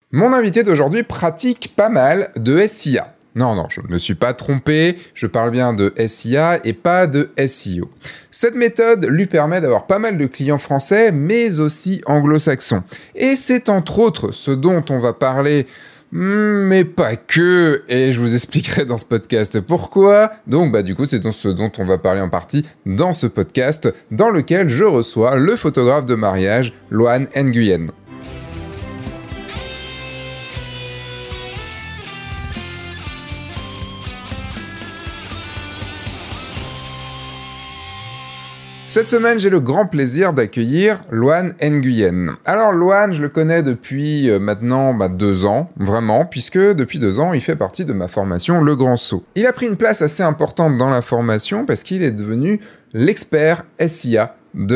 Mon invité d'aujourd'hui pratique pas mal de SIA. Non, je ne me suis pas trompé, je parle bien de SIA et pas de SEO. Cette méthode lui permet d'avoir pas mal de clients français, mais aussi anglo-saxons. Et c'est entre autres ce dont on va parler, mais pas que, et je vous expliquerai dans ce podcast pourquoi. Donc du coup, c'est ce dont on va parler en partie dans ce podcast, dans lequel je reçois le photographe de mariage, Loan Nguyen. Cette semaine, j'ai le grand plaisir d'accueillir Loan Nguyen. Alors Loan, je le connais depuis maintenant 2 ans, vraiment, puisque depuis 2 ans, il fait partie de ma formation Le Grand Saut. Il a pris une place assez importante dans la formation parce qu'il est devenu l'expert SIA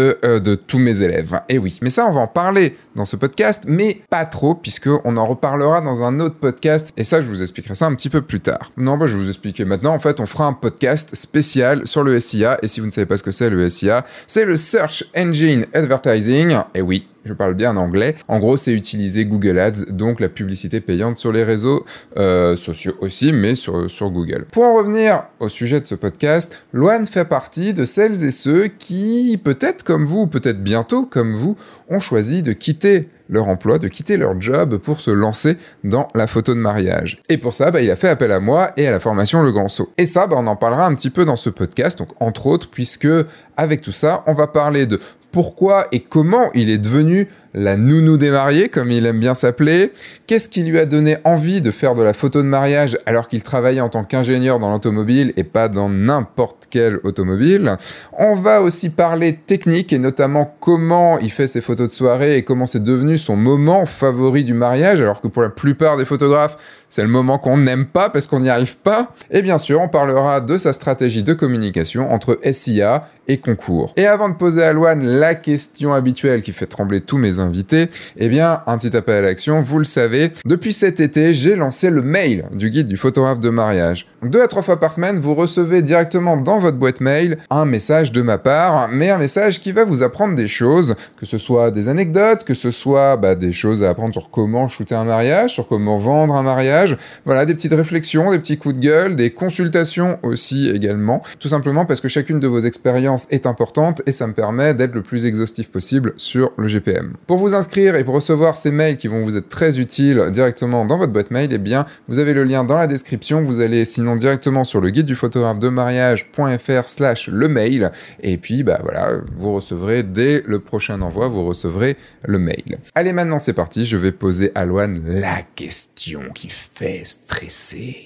de tous mes élèves. Et oui, mais ça on va en parler dans ce podcast, mais pas trop, puisqu'on en reparlera dans un autre podcast, et ça je vous expliquerai ça un petit peu plus tard. Non, je vais vous expliquer maintenant. En fait, on fera un podcast spécial sur le SIA, et si vous ne savez pas ce que c'est le SIA, c'est le Search Engine Advertising, et oui, je parle bien en anglais. En gros, c'est utiliser Google Ads, donc la publicité payante sur les réseaux sociaux aussi, mais sur Google. Pour en revenir au sujet de ce podcast, Loan fait partie de celles et ceux qui, peut-être comme vous, ou peut-être bientôt comme vous, ont choisi de quitter leur emploi, de quitter leur job pour se lancer dans la photo de mariage. Et pour ça, il a fait appel à moi et à la formation Le Grand Saut. Et ça, on en parlera un petit peu dans ce podcast, donc entre autres, puisque avec tout ça, on va parler de pourquoi et comment il est devenu la nounou des mariés, comme il aime bien s'appeler. Qu'est-ce qui lui a donné envie de faire de la photo de mariage alors qu'il travaillait en tant qu'ingénieur dans l'automobile et pas dans n'importe quelle automobile. On va aussi parler technique et notamment comment il fait ses photos de soirée et comment c'est devenu son moment favori du mariage, alors que pour la plupart des photographes, c'est le moment qu'on n'aime pas parce qu'on n'y arrive pas. Et bien sûr, on parlera de sa stratégie de communication entre SIA et concours. Et avant de poser à Loan la question habituelle qui fait trembler tous mes invités, un petit appel à l'action, vous le savez, depuis cet été, j'ai lancé le mail du guide du photographe de mariage. 2 à 3 fois par semaine, vous recevez directement dans votre boîte mail un message de ma part, mais un message qui va vous apprendre des choses, que ce soit des anecdotes, que ce soit des choses à apprendre sur comment shooter un mariage, sur comment vendre un mariage, voilà, des petites réflexions, des petits coups de gueule, des consultations aussi également, tout simplement parce que chacune de vos expériences est importante et ça me permet d'être le plus exhaustif possible sur le GPM. Pour vous inscrire et pour recevoir ces mails qui vont vous être très utiles directement dans votre boîte mail, vous avez le lien dans la description, vous allez sinon directement sur le guide du photographe de mariage.fr/le mail et puis voilà, vous recevrez dès le prochain envoi, vous recevrez le mail. Allez, maintenant c'est parti, je vais poser à Loan la question qui fait stresser.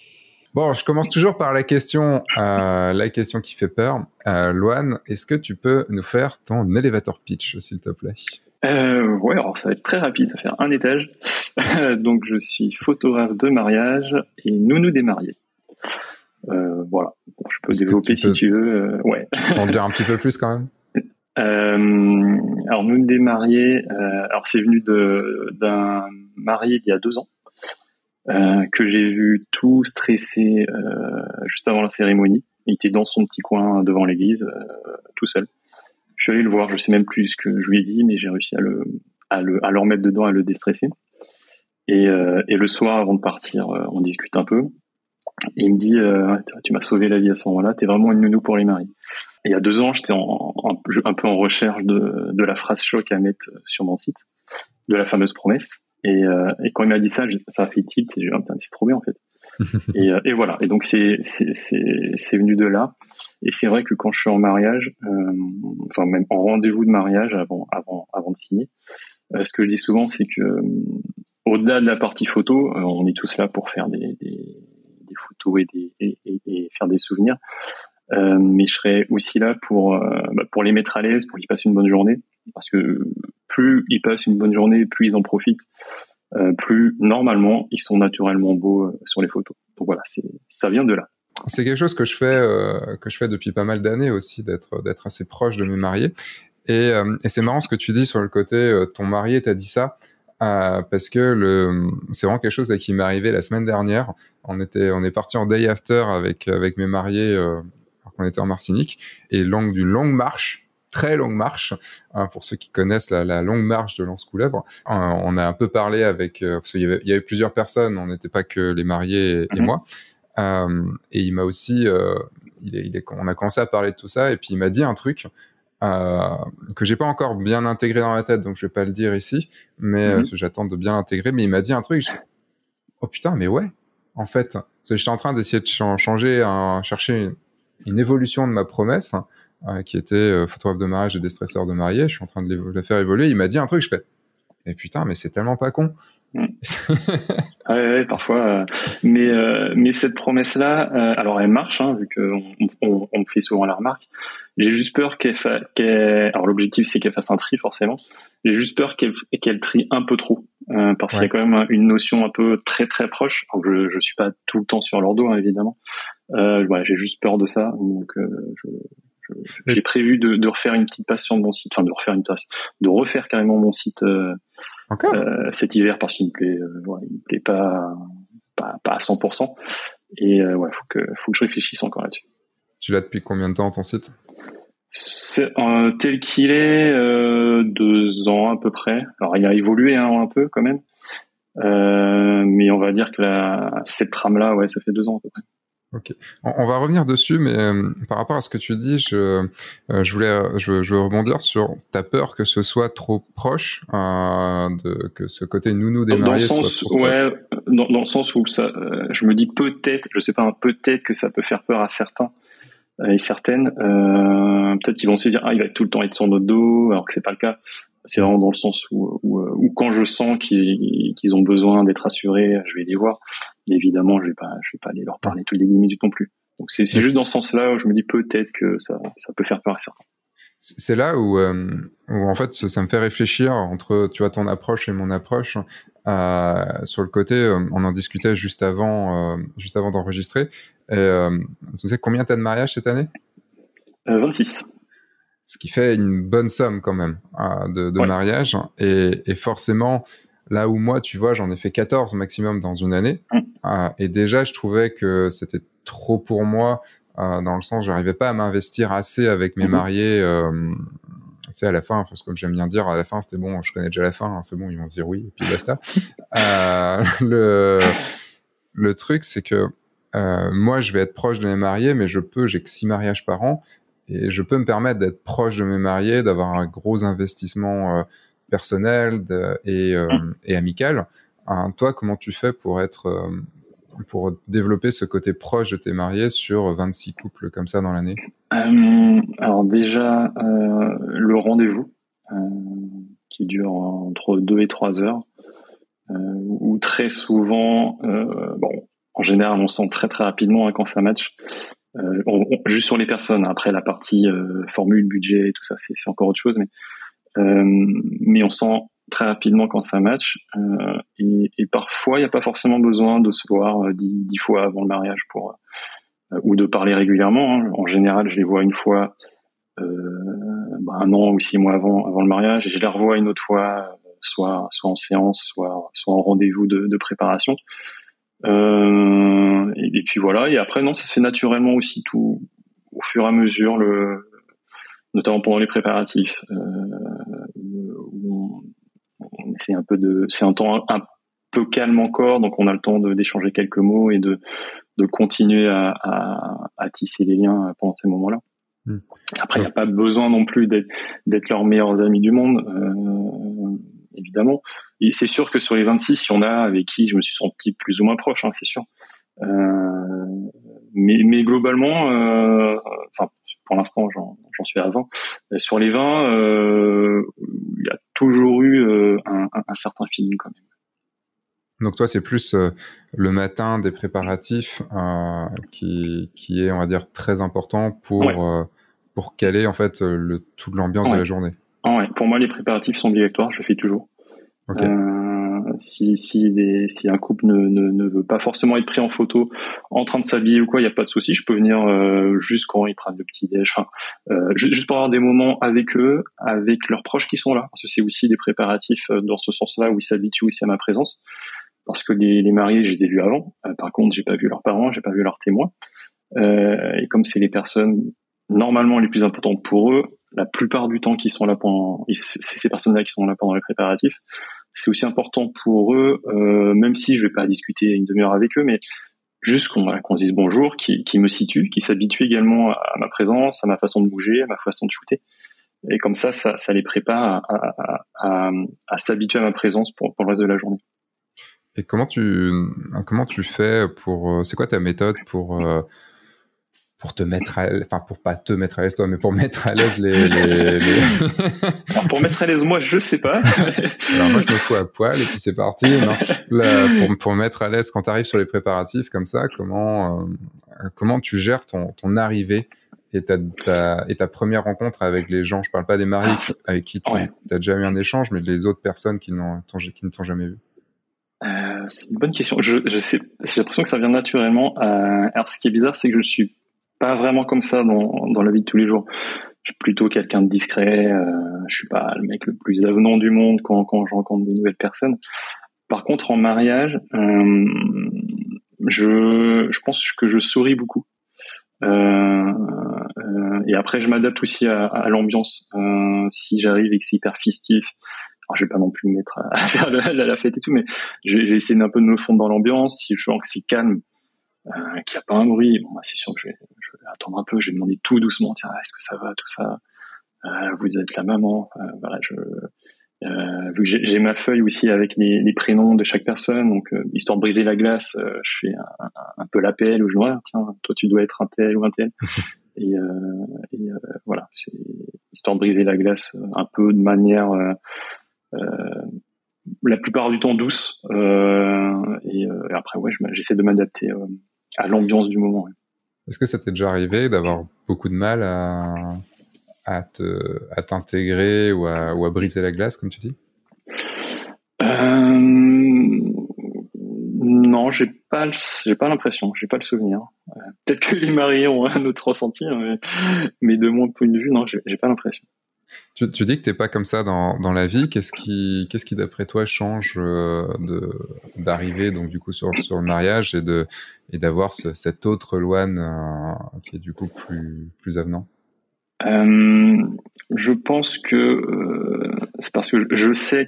Bon, je commence toujours par la question qui fait peur. Loan, est-ce que tu peux nous faire ton elevator pitch, s'il te plaît ? Ouais, alors ça va être très rapide, ça va faire un étage. Donc je suis photographe de mariage et nounou des mariés. Voilà, bon, je peux développer si tu veux. Ouais. Tu peux en dire un petit peu plus quand même ? Alors nounou des mariés, alors c'est venu d'un marié d'il y a 2 ans. Que j'ai vu tout stressé juste avant la cérémonie. Il était dans son petit coin devant l'église, tout seul. Je suis allé le voir, je sais même plus ce que je lui ai dit, mais j'ai réussi à le remettre dedans, à le déstresser. Et le soir, avant de partir, on discute un peu. Et il me dit tu m'as sauvé la vie à ce moment-là, t'es vraiment une nounou pour les mariés. Et il y a 2 ans, j'étais un peu en recherche de la phrase choc à mettre sur mon site, de la fameuse promesse. Et quand il m'a dit ça, ça a fait tilt et j'ai dit putain, c'est trop bien en fait. et voilà. Et donc c'est venu de là. Et c'est vrai que quand je suis en mariage, enfin même en rendez-vous de mariage avant de signer, ce que je dis souvent, c'est que au-delà de la partie photo, on est tous là pour faire des photos et faire des souvenirs. Mais je serais aussi là pour les mettre à l'aise, pour qu'ils passent une bonne journée. Parce que plus ils passent une bonne journée, plus ils en profitent, plus normalement ils sont naturellement beaux sur les photos. Donc voilà, ça vient de là. C'est quelque chose que je fais depuis pas mal d'années aussi, d'être assez proche de mes mariés. Et c'est marrant ce que tu dis sur le côté ton marié t'a dit ça. Parce que c'est vraiment quelque chose là, qui m'est arrivé la semaine dernière. On est parti en day after avec mes mariés, alors qu'on était en Martinique, et d'une longue marche. très longue marche. Pour ceux qui connaissent la longue marche de l'Anse Couleuvre, on a un peu parlé avec parce qu'il y avait plusieurs personnes, on n'était pas que les mariés et moi. Et il m'a aussi, on a commencé à parler de tout ça, et puis il m'a dit un truc que j'ai pas encore bien intégré dans ma tête, donc je vais pas le dire ici, mais parce que j'attends de bien l'intégrer. Mais il m'a dit un truc, oh putain, mais ouais, en fait, parce que j'étais en train d'essayer de chercher une évolution de ma promesse, qui était photographe de mariage et déstresseur de mariés. Je suis en train de la faire évoluer. Il m'a dit un truc, je fais, mais putain, mais c'est tellement pas con. Ouais, parfois. Mais cette promesse-là, alors elle marche, vu qu'on me fait souvent la remarque. J'ai juste peur alors l'objectif c'est qu'elle fasse un tri forcément. J'ai juste peur qu'elle trie un peu trop, parce qu'il y a quand même une notion un peu très très proche. Alors je suis pas tout le temps sur leur dos, évidemment. Voilà, j'ai juste peur de ça. Donc j'ai prévu de refaire une petite passe sur mon site, enfin de refaire carrément mon site. Cet hiver, parce qu'il me plaît pas à 100%, et faut que je réfléchisse encore là-dessus. Tu l'as depuis combien de temps, ton site? C'est tel qu'il est, 2 ans à peu près. Alors il a évolué un peu quand même, mais on va dire que cette trame-là, ça fait 2 ans à peu près. Ok, on va revenir dessus, mais par rapport à ce que tu dis, je veux rebondir sur ta peur que ce soit trop proche, que ce côté nounou des mariés soit trop proche. Dans le sens où ça, je me dis peut-être, je sais pas, peut-être que ça peut faire peur à certains et certaines. Peut-être qu'ils vont se dire il va tout le temps être sur notre dos, alors que c'est pas le cas. C'est vraiment dans le sens où quand je sens qu'ils ont besoin d'être assurés, je vais les voir. Mais évidemment, je vais pas aller leur parler toutes les 10 minutes non plus. Donc c'est juste dans ce sens-là où je me dis peut-être que ça peut faire peur à certains. C'est là où en fait ça me fait réfléchir entre, tu vois, ton approche et mon approche, sur le côté, on en discutait juste avant d'enregistrer. Tu sais combien t'as de mariages cette année? 26. Ce qui fait une bonne somme quand même de mariages, et forcément là où moi, tu vois, j'en ai fait 14 maximum dans une année, et déjà je trouvais que c'était trop pour moi, dans le sens j'arrivais pas à m'investir assez avec mes mariés. Tu sais, à la fin, comme j'aime bien dire, à la fin c'était bon, je connais déjà la fin, c'est bon, ils vont se dire oui et puis basta. Le truc c'est que moi je vais être proche de mes mariés, mais j'ai que 6 mariages par an. Et je peux me permettre d'être proche de mes mariés, d'avoir un gros investissement personnel et amical. Toi, comment tu fais pour développer ce côté proche de tes mariés sur 26 couples comme ça dans l'année? Alors déjà, le rendez-vous qui dure entre 2 et 3 heures, où très souvent, en général, on sent très très rapidement quand ça match. Juste sur les personnes, après la partie formule, budget et tout ça, c'est encore autre chose, mais on sent très rapidement quand ça match, et parfois il n'y a pas forcément besoin de se voir 10 fois avant le mariage ou de parler régulièrement. En général, je les vois une fois 1 an ou 6 mois avant le mariage, et je les revois une autre fois, soit en séance, soit en rendez-vous de préparation. Et puis voilà, et après non, ça se fait naturellement aussi tout au fur et à mesure, notamment pendant les préparatifs, où on essaie c'est un temps un peu calme encore, donc on a le temps d'échanger quelques mots et de continuer à tisser les liens pendant ces moments-là. Après, il n'y a pas besoin non plus d'être leurs meilleurs amis du monde, évidemment. Et c'est sûr que sur les 26, il y en a avec qui je me suis senti plus ou moins proche, c'est sûr. Mais globalement, pour l'instant, j'en suis à 20. Sur les 20, il y a toujours eu un certain feeling quand même. Donc toi, c'est plus le matin des préparatifs qui est, on va dire, très important pour caler en fait toute l'ambiance de la journée. Pour moi, les préparatifs sont obligatoires. Je le fais toujours. Okay. Si un couple ne veut pas forcément être pris en photo en train de s'habiller ou quoi, il n'y a pas de souci. Je peux venir juste quand ils prennent le petit déj. Juste pour avoir des moments avec eux, avec leurs proches qui sont là. Parce que c'est aussi des préparatifs dans ce sens-là où ils s'habituent aussi à ma présence. Parce que les mariés, je les ai vus avant. Par contre, j'ai pas vu leurs parents, j'ai pas vu leurs témoins. Et comme c'est les personnes normalement les plus importantes pour eux, la plupart du temps qui sont là c'est ces personnes-là qui sont là pendant les préparatifs. C'est aussi important pour eux, même si je vais pas discuter une demi-heure avec eux, mais juste qu'on se dise bonjour, qui me situe, qui s'habitue également à ma présence, à ma façon de bouger, à ma façon de shooter. Et comme ça les prépare à s'habituer à ma présence pour le reste de la journée. Et comment tu fais c'est quoi ta méthode pour te mettre à l'aise, enfin pour pas te mettre à l'aise toi, mais pour mettre à l'aise les... Alors pour mettre à l'aise moi, je sais pas. Alors moi je me fous à poil et puis c'est parti. Non. Là, pour mettre à l'aise quand tu arrives sur les préparatifs comme ça, comment tu gères ton arrivée et ta première rencontre avec les gens? Je parle pas des mariés avec qui tu as déjà eu un échange, mais les autres personnes qui ne t'ont jamais vu. C'est une bonne question. Je sais, j'ai l'impression que ça vient naturellement. Alors ce qui est bizarre, c'est que je suis pas vraiment comme ça dans la vie de tous les jours. Je suis plutôt quelqu'un de discret. Je suis pas le mec le plus avenant du monde quand je rencontre des nouvelles personnes. Par contre, en mariage, je pense que je souris beaucoup. Et après, je m'adapte aussi à l'ambiance. Si j'arrive et que c'est hyper festif, alors je vais pas non plus me mettre à faire la fête et tout, mais j'ai essayé d'un peu de me fondre dans l'ambiance. Si je sens que c'est calme, qu'il n'y a pas un bruit, bon, bah, c'est sûr que je vais attendre un peu, je vais demander tout doucement, tiens, est-ce que ça va, tout ça, vous êtes la maman, voilà, vu que j'ai ma feuille aussi avec les prénoms de chaque personne, donc histoire de briser la glace, je fais un peu l'appel où je dis, ouais, tiens, toi tu dois être un tel ou un tel, et voilà, c'est histoire de briser la glace un peu de manière la plupart du temps douce, et après ouais, j'essaie de m'adapter à l'ambiance du moment. Ouais. Est-ce que ça t'est déjà arrivé d'avoir beaucoup de mal à t'intégrer ou à briser la glace, comme tu dis? Non, j'ai pas l'impression, j'ai pas le souvenir. Peut-être que les mariés ont un autre ressenti, hein, mais de mon point de vue, non, j'ai pas l'impression. Tu dis que t'es pas comme ça dans la vie. Qu'est-ce qui d'après toi change d'arriver donc du coup sur le mariage et d'avoir cet autre Loan qui est du coup plus avenant? Je pense que c'est parce que je sais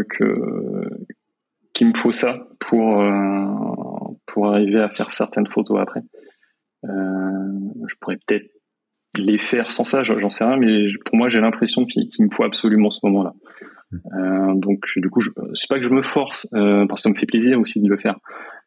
qu'il me faut ça pour arriver à faire certaines photos après. Je pourrais peut-être les faire sans ça, j'en sais rien, mais pour moi j'ai l'impression qu'il me faut absolument ce moment-là. Donc du coup, c'est pas que je me force, parce que ça me fait plaisir aussi de le faire.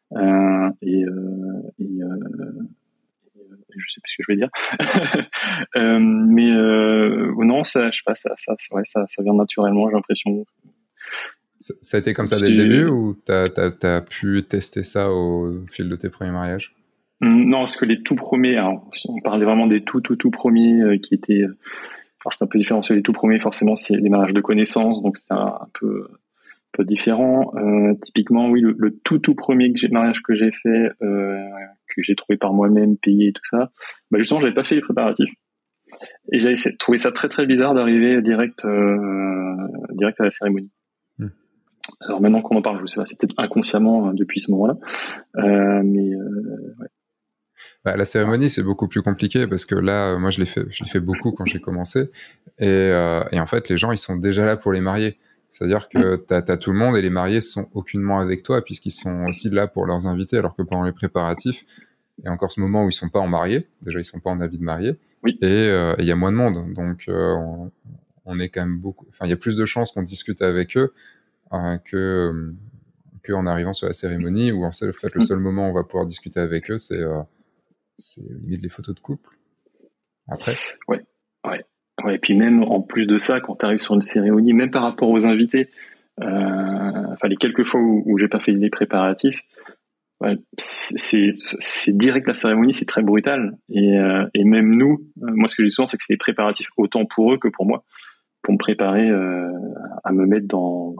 Je sais plus ce que je vais dire. Mais non, ça, je sais pas, ça vient naturellement, j'ai l'impression. Ça a été comme ça dès le début ou t'as pu tester ça au fil de tes premiers mariages? Non, parce que les tout premiers, alors, on parlait vraiment des tout premiers qui étaient. Alors c'est un peu différent. Parce que les tout premiers, forcément, c'est des mariages de connaissances, donc c'était un peu différent. Typiquement, oui, le tout premier mariage que j'ai fait, que j'ai trouvé par moi-même, payé et tout ça, bah justement, j'avais pas fait les préparatifs. Et j'avais trouvé ça très très bizarre d'arriver direct à la cérémonie. Alors maintenant qu'on en parle, je sais pas, c'est peut-être inconsciemment depuis ce moment-là, mais ouais. Bah, la cérémonie, c'est beaucoup plus compliqué parce que là, moi, je l'ai fait beaucoup quand j'ai commencé. Et en fait, les gens, ils sont déjà là pour les mariés. C'est-à-dire que t'as tout le monde et les mariés sont aucunement avec toi puisqu'ils sont aussi là pour leurs invités, alors que pendant les préparatifs, il y a encore ce moment où ils sont pas en marié. Déjà, ils sont pas en habit de marié. Oui. Et il y a moins de monde. Donc, on est quand même beaucoup... Enfin, il y a plus de chances qu'on discute avec eux que en arrivant sur la cérémonie où en fait, le seul moment où on va pouvoir discuter avec eux, c'est limite les photos de couple. Après. Ouais. Et puis même en plus de ça, quand tu arrives sur une cérémonie, même par rapport aux invités, les quelques fois où j'ai pas fait les préparatifs, ouais, c'est direct la cérémonie, c'est très brutal. Et même nous, moi ce que je dis souvent, c'est que c'est des préparatifs autant pour eux que pour moi, pour me préparer à me mettre dans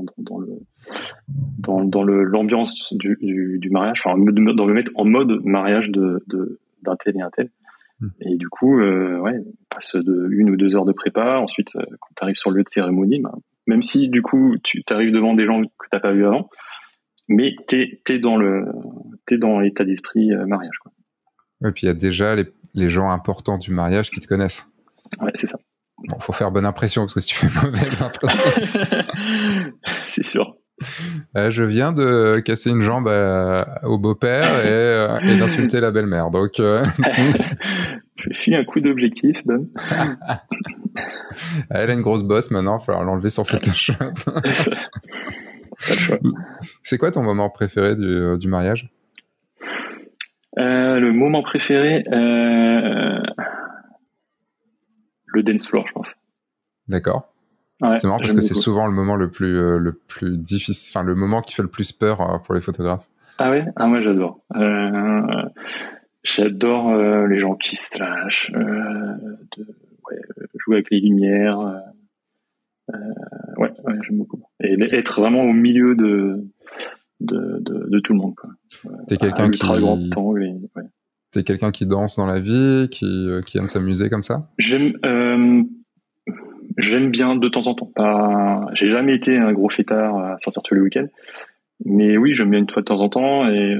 l'ambiance du mariage, enfin dans me mettre en mode mariage d'un tel et un tel. Et du coup, on passe de 1 ou 2 heures de prépa. Ensuite, quand tu arrives sur le lieu de cérémonie, même si du coup tu arrives devant des gens que t'as pas vu avant, mais t'es dans l'état d'esprit mariage, quoi. Et puis il y a déjà les gens importants du mariage qui te connaissent. Ouais, c'est ça. Bon, faut faire bonne impression, parce que si tu fais mauvaise impression... C'est sûr. Je viens de casser une jambe au beau-père et d'insulter la belle-mère. Donc, je file un coup d'objectif, Ben. Elle a une grosse bosse maintenant, il va falloir l'enlever sur Photoshop. Pas le choix. C'est quoi ton moment préféré du mariage? Le moment préféré, le dance floor, je pense. D'accord. Ouais, c'est marrant parce que c'est souvent le moment le plus difficile, enfin le moment qui fait le plus peur pour les photographes. Ah ouais? Ah moi j'adore. J'adore les gens qui se lâchent, jouer avec les lumières. Ouais, j'aime beaucoup. Et être vraiment au milieu de tout le monde, quoi. T'es quelqu'un qui grand temps. Ouais. T'es quelqu'un qui danse dans la vie, qui aime s'amuser comme ça? J'aime bien de temps en temps. J'ai jamais été un gros fêtard à sortir tous les week-ends, mais oui, j'aime bien une fois de temps en temps et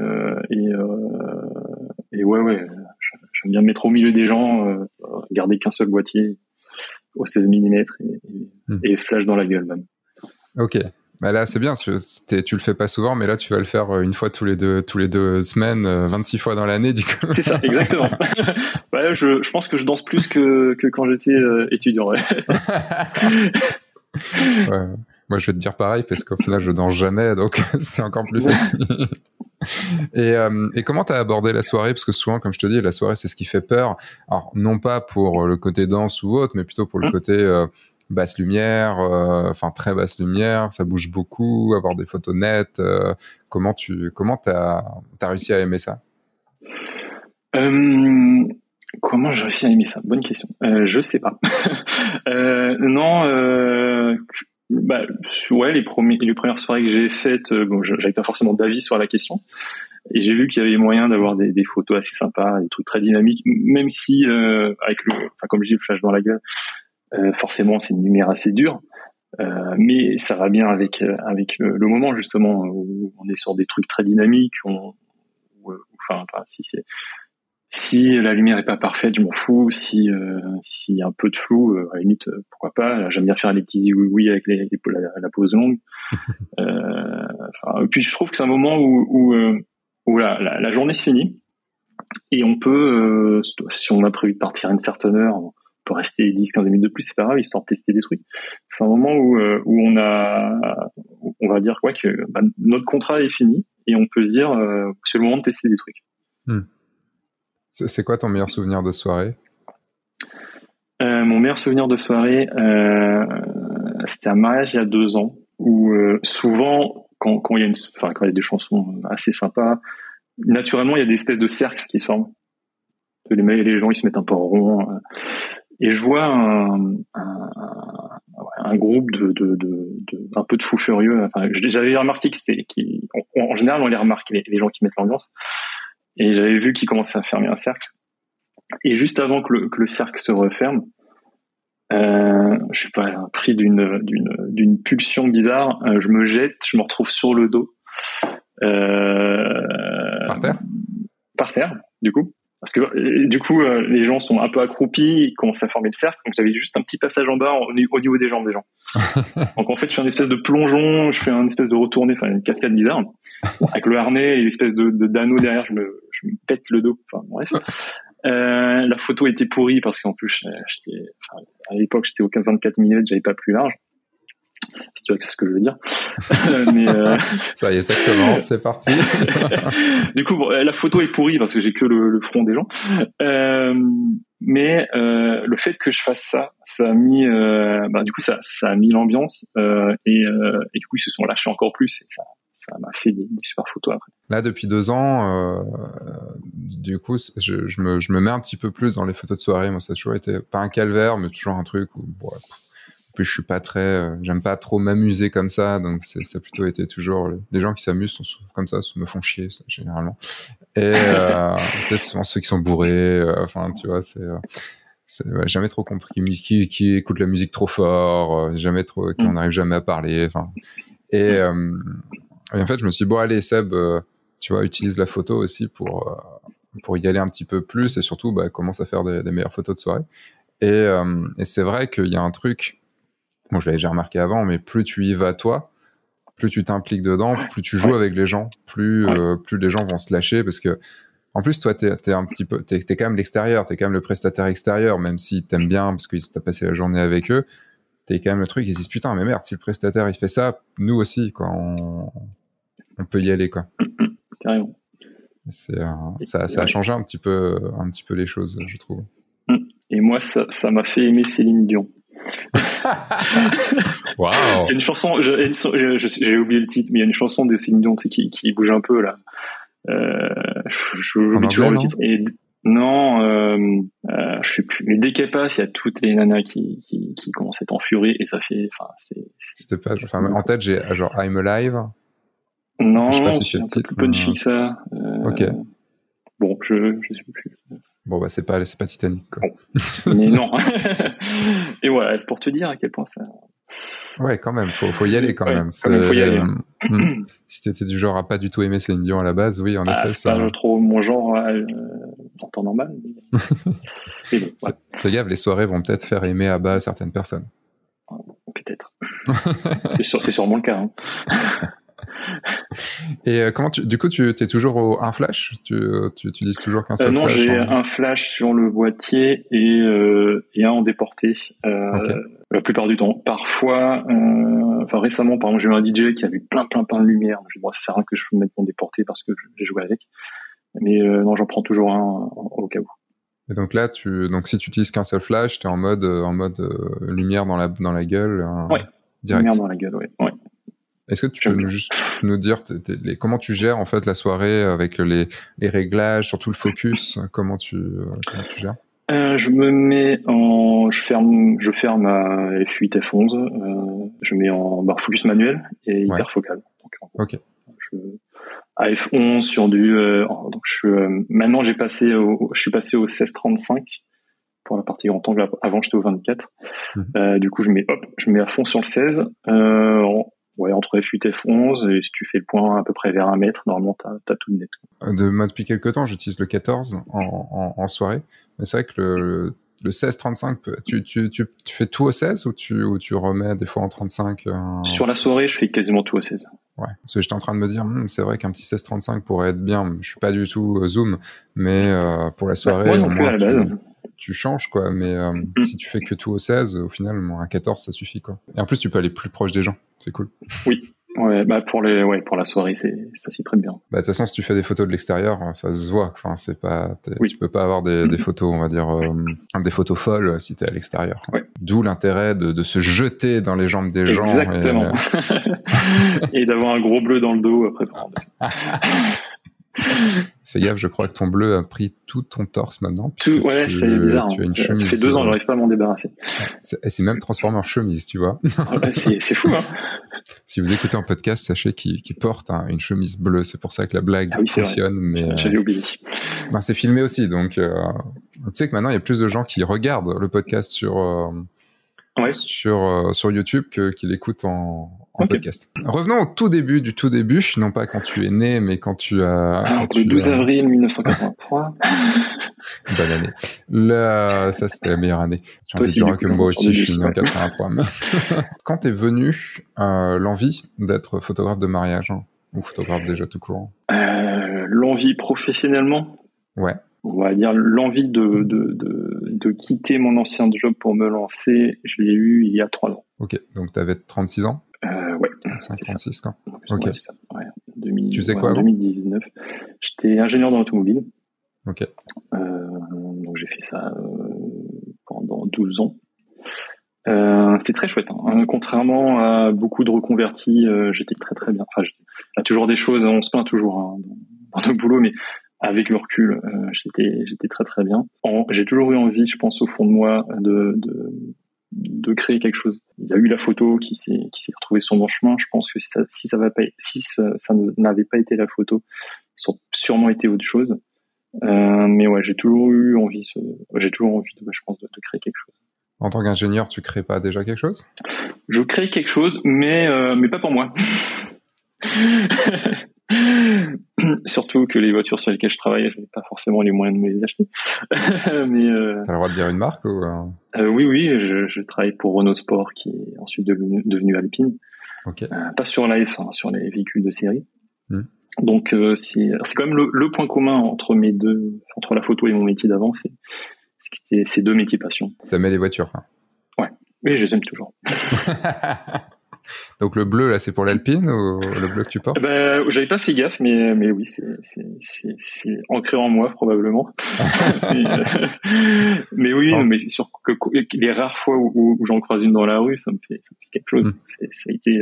ouais, j'aime bien me mettre au milieu des gens, garder qu'un seul boîtier au 16 mm et flash dans la gueule même. Ok. Bah là, c'est bien, tu le fais pas souvent, mais là, tu vas le faire une fois tous les deux semaines, 26 fois dans l'année, du coup. C'est ça, exactement. Ouais, je pense que je danse plus que quand j'étais étudiant. Ouais. Ouais. Moi, je vais te dire pareil, parce qu'au final, je danse jamais, donc c'est encore plus facile. Et comment t'as abordé la soirée? Parce que souvent, comme je te dis, la soirée, c'est ce qui fait peur. Alors, non pas pour le côté danse ou autre, mais plutôt pour le côté... basse lumière, enfin très basse lumière, ça bouge beaucoup, avoir des photos nettes. Comment t'as réussi à aimer ça? Comment j'ai réussi à aimer ça? Bonne question. Je sais pas. Non. Ouais, les premières soirées que j'ai faites, j'avais pas forcément d'avis sur la question. Et j'ai vu qu'il y avait moyen d'avoir des photos assez sympas, des trucs très dynamiques, même si avec comme je dis, le flash dans la gueule. Forcément, c'est une lumière assez dure, mais ça va bien avec le moment justement où on est sur des trucs très dynamiques. Si la lumière est pas parfaite, je m'en fous. Si y a un peu de flou, à la limite, pourquoi pas. J'aime bien faire les petits oui avec la pause longue. Et puis je trouve que c'est un moment où la journée se finit et on peut, si on a prévu de partir à une certaine heure, peut rester 10-15 minutes de plus, c'est pas grave, histoire de tester des trucs. C'est un moment où on va dire quoi que notre contrat est fini et on peut se dire c'est le moment de tester des trucs. C'est quoi ton meilleur souvenir de soirée? Mon meilleur souvenir de soirée, c'était un mariage il y a 2 ans où souvent quand il y a des chansons assez sympas, naturellement il y a des espèces de cercles qui se forment. Les gens ils se mettent un peu en rond. Et je vois un groupe un peu de fous furieux. Enfin, j'avais remarqué en général, on les remarque, les gens qui mettent l'ambiance. Et j'avais vu qu'ils commençaient à fermer un cercle. Et juste avant que le cercle se referme, je sais pas, pris d'une pulsion bizarre, je me jette, je me retrouve sur le dos. Par terre? Par terre, du coup. Parce que du coup, les gens sont un peu accroupis, ils commencent à former le cercle, donc j'avais juste un petit passage en bas au niveau des jambes des gens. Donc en fait, je fais une espèce de plongeon, je fais une espèce de retournée, enfin une cascade bizarre, avec le harnais et l'espèce d'anneau derrière, je me pète le dos. Enfin bref. La photo était pourrie parce qu'en plus, à l'époque, j'étais au 24 mm, j'avais pas plus large. Si tu vois ce que je veux dire. Mais ça y est, ça commence, c'est parti. Du coup, la photo est pourrie parce que j'ai que le front des gens. Mais le fait que je fasse ça a mis, du coup, ça a mis l'ambiance et du coup, ils se sont lâchés encore plus. Et ça m'a fait des super photos après. Là, depuis 2 ans, du coup, je me mets un petit peu plus dans les photos de soirée. Moi, ça a toujours été pas un calvaire, mais toujours un truc où, plus je suis pas j'aime pas trop m'amuser comme ça, donc ça a plutôt été toujours les gens qui s'amusent sont comme ça, me font chier généralement. Et tu sais, souvent ceux qui sont bourrés, enfin tu vois, c'est jamais trop compris qui écoute la musique trop fort, jamais trop, qui on n'arrive jamais à parler, enfin. Et en fait, je me suis dit, bon allez Seb, tu vois, utilise la photo aussi pour y aller un petit peu plus et surtout commence à faire des meilleures photos de soirée. Et c'est vrai qu'il y a un truc, bon, je l'avais déjà remarqué avant, mais plus tu y vas toi, plus tu t'impliques dedans, plus tu joues avec les gens, plus les gens vont se lâcher, parce que en plus, toi, t'es quand même l'extérieur, t'es quand même le prestataire extérieur, même si t'aimes bien, parce que t'as passé la journée avec eux, t'es quand même le truc, ils se disent, putain, mais merde, si le prestataire, il fait ça, nous aussi, quoi, on peut y aller, quoi. Carrément. Ça a changé un petit peu les choses, je trouve. Et moi, ça m'a fait aimer Céline Dion. Waouh. Il y a une chanson, j'ai oublié le titre, mais il y a une chanson de Céline Dion qui bouge un peu là. J'oublie toujours le titre. Et non, je sais plus. Mais dès qu'elle passe, il y a toutes les nanas qui commencent à être en furie et ça fait, enfin, C'était pas, enfin, en tête, j'ai genre I'm Alive. Non, je sais pas si c'est un le titre. Peu punchy que ça. Ok. Bon, je sais plus. Bon, bah, c'est pas Titanic, quoi. Bon. Mais non. Et voilà, pour te dire à quel point ça. Ouais, quand même, faut y aller quand même. Quand même, faut y aller. Si t'étais du genre à pas du tout aimer Céline Dion à la base, oui, en effet, c'est pas trop mon genre en temps normal. Mais bon, ouais. Fais gaffe, les soirées vont peut-être faire aimer Abba à certaines personnes. Peut-être. c'est sûrement le cas. Hein. Et comment du coup, tu es toujours un flash? Tu utilises toujours qu'un seul non, flash? Non, j'ai un flash sur le boîtier et un en déporté. La plupart du temps. Parfois, récemment, par exemple, j'ai eu un DJ qui avait plein de lumière. Je dis, bon, ça sert à rien que je mette mon déporté parce que j'ai joué avec. Mais non, j'en prends toujours un au cas où. Et donc là, si tu utilises qu'un seul flash, t'es en mode lumière dans la gueule. Direct. Lumière dans la gueule, ouais. Est-ce que tu peux juste nous dire comment tu gères en fait la soirée avec les réglages, surtout le focus, comment tu gères? Je me mets je ferme ma F8 F11, je mets en focus manuel et hyper focal. Donc, ok. À F11 sur du donc maintenant je suis passé au 16-35 pour la partie grand angle. Avant j'étais au 24. Du coup je mets à fond sur le 16 entre F8 et F11, et si tu fais le point à peu près vers 1 mètre, normalement t'as tout net. Depuis quelques temps, j'utilise le 14 en soirée, mais c'est vrai que le 16-35, tu fais tout au 16 ou tu remets des fois en 35 Sur la soirée, je fais quasiment tout au 16. Ouais, parce que j'étais en train de me dire, c'est vrai qu'un petit 16-35 pourrait être bien. Je suis pas du tout zoom, mais pour la soirée, moi non plus à la base. Tu changes, quoi, mais si tu fais que tout au 16, au final, un 14, ça suffit, quoi. Et en plus, tu peux aller plus proche des gens, c'est cool. Oui, ouais, pour la soirée, ça s'y prête bien. De toute façon, si tu fais des photos de l'extérieur, ça se voit, enfin, c'est pas, tu peux pas avoir des photos, on va dire, des photos folles si t'es à l'extérieur. Ouais. D'où l'intérêt de se jeter dans les jambes des gens. Exactement. Et d'avoir un gros bleu dans le dos après. Fais gaffe, je crois que ton bleu a pris tout ton torse maintenant. Ouais, c'est bizarre. Tu as une chemise. Ça fait 2 ans, j'arrive pas à m'en débarrasser. C'est même transformé en chemise, tu vois. Ouais, c'est fou, hein. Si vous écoutez un podcast, sachez qu'il porte une chemise bleue. C'est pour ça que la blague fonctionne. Mais j'avais oublié. C'est filmé aussi, donc tu sais que maintenant il y a plus de gens qui regardent le podcast sur YouTube qui l'écoutent en podcast. Revenons au tout début du tout début, non pas quand tu es né, mais quand tu as... le 12 avril 1983. Bonne année. Ça, c'était la meilleure année. Tu en déduiras que moi aussi, je suis né en 83. Quand t'es venu l'envie d'être photographe de mariage, ou photographe déjà tout court? L'envie professionnellement? Ouais. On va dire l'envie de quitter mon ancien job pour me lancer, je l'ai eu il y a 3 ans. Ok, donc tu avais 36 ans? Ouais. 36 quoi. Ok. C'est ça. Ouais, tu faisais quoi avant? 2019. J'étais ingénieur dans l'automobile. Ok. Donc j'ai fait ça pendant 12 ans. C'est très chouette. Contrairement à beaucoup de reconvertis, j'étais très bien. Enfin, il y a toujours des choses, on se plaint toujours dans nos boulots, mais avec le recul, j'étais très bien. J'ai toujours eu envie, je pense au fond de moi, de créer quelque chose. Il y a eu la photo qui s'est retrouvée sur mon chemin. Je pense que si ça n'avait pas été la photo, ça aurait sûrement été autre chose. Mais ouais, j'ai toujours envie, je pense, de créer quelque chose. En tant qu'ingénieur, tu crées pas déjà quelque chose? Je crée quelque chose, mais pas pour moi. Surtout que les voitures sur lesquelles je travaillais, je n'avais pas forcément les moyens de me les acheter. Mais T'as le droit de dire une marque ou oui, je travaille pour Renault Sport, qui est ensuite devenu Alpine. Ok. Pas sur la F1, sur les véhicules de série. Donc c'est quand même le point commun entre la photo et mon métier d'avant, c'est ces deux métiers passion. T'aimais les voitures, quoi. Ouais, mais je les aime toujours. Donc le bleu là, c'est pour l'Alpine ou le bleu que tu portes? J'avais pas fait gaffe, mais oui, c'est ancré en moi probablement. mais oui, mais sur que les rares fois où j'en croise une dans la rue, ça me fait quelque chose. Ça a été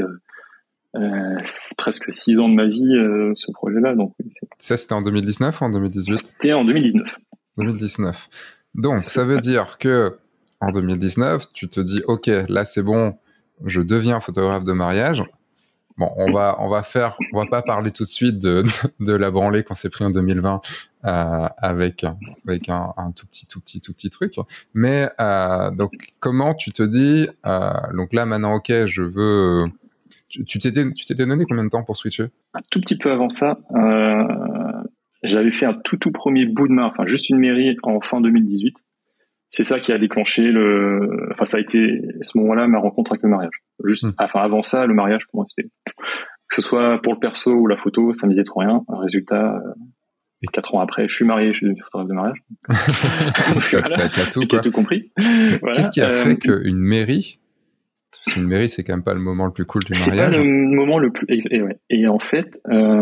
presque 6 ans de ma vie, ce projet-là. Donc ça, c'était en 2019 ou en 2018? C'était en 2019. 2019. Donc ça veut dire que en 2019, tu te dis, ok, là c'est bon. Je deviens photographe de mariage. Bon, on va pas parler tout de suite de la branlée qu'on s'est pris en 2020 avec un tout petit truc. Mais donc comment tu te dis donc là maintenant, ok, je veux. Tu t'étais donné combien de temps pour switcher? Un tout petit peu avant ça, j'avais fait un tout premier bout de main, enfin juste une mairie en fin 2018. C'est ça qui a déclenché ça a été à ce moment-là ma rencontre avec le mariage. Avant ça, le mariage pour moi c'était, que ce soit pour le perso ou la photo, ça me disait trop rien. Résultat, 4 ans après, je suis marié, je suis devenu photographe de mariage. T'as tout, quoi. Tout compris. Voilà. Qu'est-ce qui a fait qu'une mairie, parce qu'une mairie c'est quand même pas le moment le plus cool du mariage. C'est pas le moment le plus. Et en fait,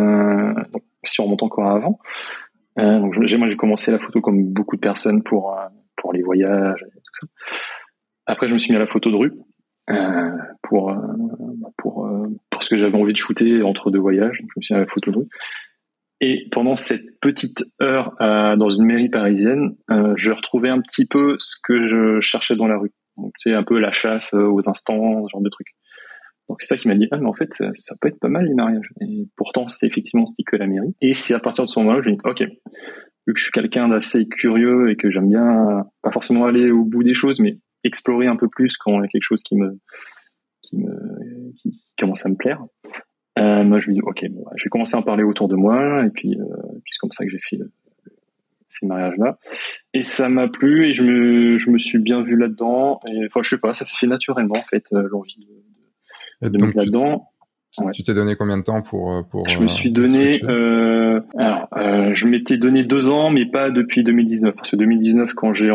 si on remonte encore avant, donc moi j'ai commencé la photo comme beaucoup de personnes pour les voyages et tout ça. Après, je me suis mis à la photo de rue pour ce que j'avais envie de shooter entre deux voyages. Donc, je me suis mis à la photo de rue. Et pendant cette petite heure dans une mairie parisienne, je retrouvais un petit peu ce que je cherchais dans la rue. Donc, c'est un peu la chasse aux instants, ce genre de trucs. Donc, c'est ça qui m'a dit, mais en fait, ça peut être pas mal les mariages. Et pourtant, c'était que la mairie. Et c'est à partir de ce moment-là, je me dis, ok, vu que je suis quelqu'un d'assez curieux et que j'aime bien pas forcément aller au bout des choses, mais explorer un peu plus quand il y a quelque chose qui commence à me plaire. Moi, je me dis, ok, bon, je vais commencer à en parler autour de moi, et puis c'est comme ça que j'ai fait ces mariages-là. Et ça m'a plu, et je me suis bien vu là-dedans. Et enfin, je sais pas, ça s'est fait naturellement, en fait, l'envie de me mettre là-dedans. Ouais. Tu t'es donné combien de temps pour je me suis donné je m'étais donné 2 ans, mais pas depuis 2019, parce que 2019, quand j'ai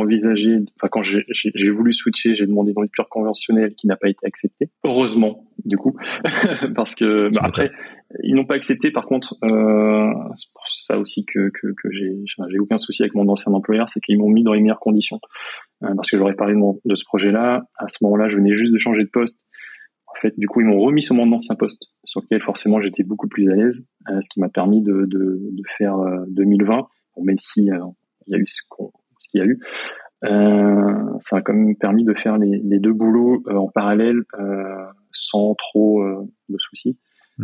voulu switcher, j'ai demandé une rupture conventionnelle qui n'a pas été acceptée, heureusement du coup. Parce que après ils n'ont pas accepté. Par contre, c'est pour ça aussi que j'ai aucun souci avec mon ancien employeur, c'est qu'ils m'ont mis dans les meilleures conditions, parce que j'aurais parlé de ce projet-là. À ce moment-là, je venais juste de changer de poste. En fait, du coup, ils m'ont remis sur mon ancien poste, sur lequel forcément j'étais beaucoup plus à l'aise, ce qui m'a permis de faire 2020, bon, même si il y a eu ce qu'il y a eu. Ça a quand même permis de faire les deux boulots en parallèle, sans trop de soucis.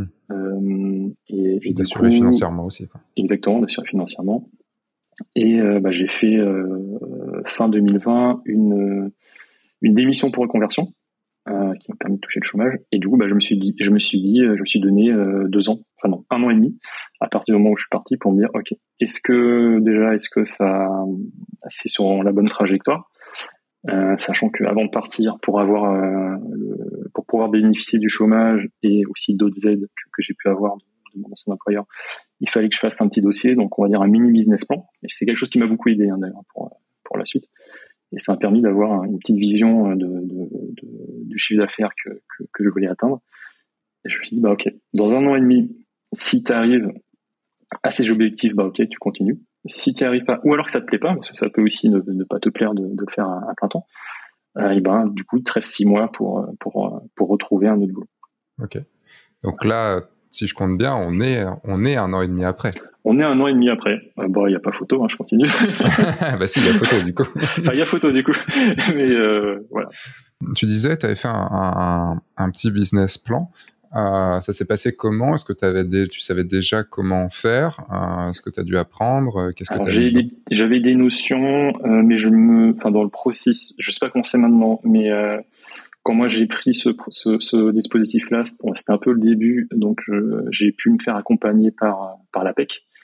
Et d'assurer financièrement aussi, quoi. Exactement, d'assurer financièrement. Et j'ai fait fin 2020 une démission pour reconversion. Qui m'a permis de toucher le chômage, et du coup je me suis donné 2 ans, 1 an et demi à partir du moment où je suis parti, pour me dire ok, est-ce que ça c'est sur la bonne trajectoire, sachant que avant de partir, pour pouvoir bénéficier du chômage et aussi d'autres aides que j'ai pu avoir de mon ancien employeur, il fallait que je fasse un petit dossier, donc on va dire un mini business plan, et c'est quelque chose qui m'a beaucoup aidé d'ailleurs pour la suite. Et ça m'a permis d'avoir une petite vision du chiffre d'affaires que je voulais atteindre. Et je me suis dit, ok, dans 1 an et demi, si tu arrives à ces objectifs, ok, tu continues. Si tu n'y arrives pas, ou alors que ça te plaît pas, parce que ça peut aussi ne pas te plaire de le faire à plein temps, du coup, il te reste 6 mois pour retrouver un autre boulot. Ok. Donc là, si je compte bien, on est 1 an et demi après. On est 1 an et demi après. Il n'y a pas photo, je continue. Bah si, il y a photo du coup. Il y a photo du coup. Mais voilà. Tu disais, tu avais fait un petit business plan. Ça s'est passé comment? Est-ce que tu savais déjà comment faire? Est-ce que tu as dû apprendre? J'avais des notions, mais dans le processus, je sais pas comment c'est maintenant, mais quand moi j'ai pris ce dispositif-là, c'était un peu le début, donc j'ai pu me faire accompagner par l'APEC.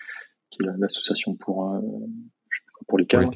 qui est l'association pour les cadres.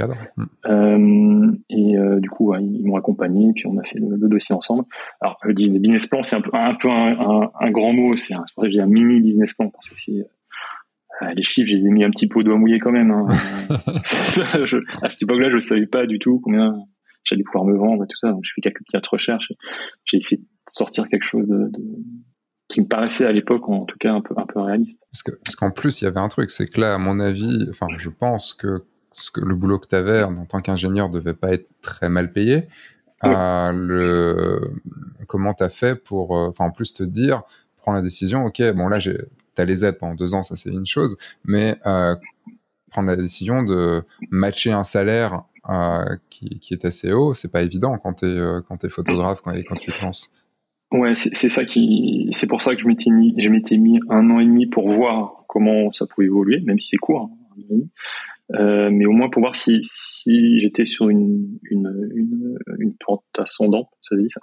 Du coup, ils m'ont accompagné, puis on a fait le dossier ensemble. Alors, le business plan, c'est un peu un grand mot. C'est pour ça que j'ai un mini business plan, parce que c'est les chiffres, je les ai mis un petit peu au doigt mouillé quand même. Hein. À cette époque-là, je savais pas du tout combien j'allais pouvoir me vendre et tout ça. Donc, je fais quelques petites recherches. J'ai essayé de sortir quelque chose qui me paraissait à l'époque, en tout cas, un peu réaliste. Parce qu'en plus, il y avait un truc, c'est que là, à mon avis, enfin, je pense que le boulot que tu avais en tant qu'ingénieur devait pas être très mal payé. Ouais. Comment tu as fait pour, en plus, te dire, prendre la décision, ok, bon, là, t'as les aides pendant 2 ans, ça c'est une chose, mais prendre la décision de matcher un salaire qui est assez haut, c'est pas évident quand t'es photographe quand tu te lances. Ouais, c'est pour ça que je m'étais mis 1 an et demi pour voir comment ça pouvait évoluer, même si c'est court, hein, 1 an et demi. Mais au moins pour voir si j'étais sur une pente ascendante, ça dit, ça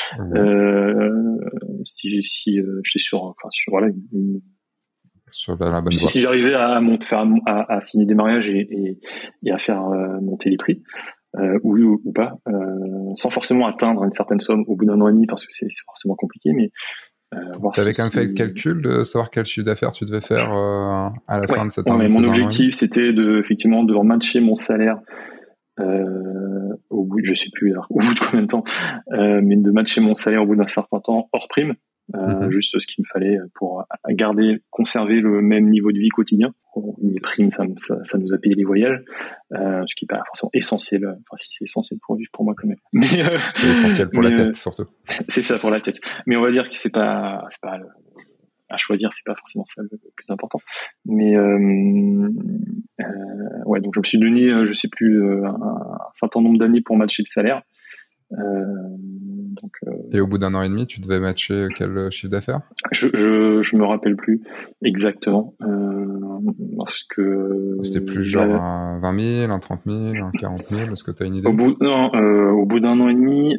fait. Si j'étais sur voilà, sur la bonne voie. Si j'arrivais à signer des mariages et à faire monter les prix, ou pas, sans forcément atteindre une certaine somme au bout d'1 an et demi, parce que c'est forcément compliqué, mais t'avais quand même fait le calcul de savoir quel chiffre d'affaires tu devais faire à la fin de cette année. Mon objectif, c'était effectivement de matcher mon salaire au bout, je sais plus au bout de combien de temps, mais de matcher mon salaire au bout d'un certain temps hors prime, juste ce qu'il me fallait pour conserver le même niveau de vie quotidien. Les primes, ça nous a payé les voyages, ce qui n'est pas forcément essentiel. Enfin, si c'est essentiel pour vivre, pour moi quand même. Mais c'est essentiel pour la tête surtout. C'est ça, pour la tête. Mais on va dire que c'est pas à choisir, c'est pas forcément ça le plus important. Mais ouais, donc je me suis donné, je sais plus, un certain nombre d'années pour matcher le salaire. Et au bout d'1 an et demi, tu devais matcher quel chiffre d'affaires ? Je me rappelle plus exactement, parce que c'était plus genre un 20 000, un 30 000, un 40 000. Est-ce que tu as une idée ? Au bout d'un an et demi,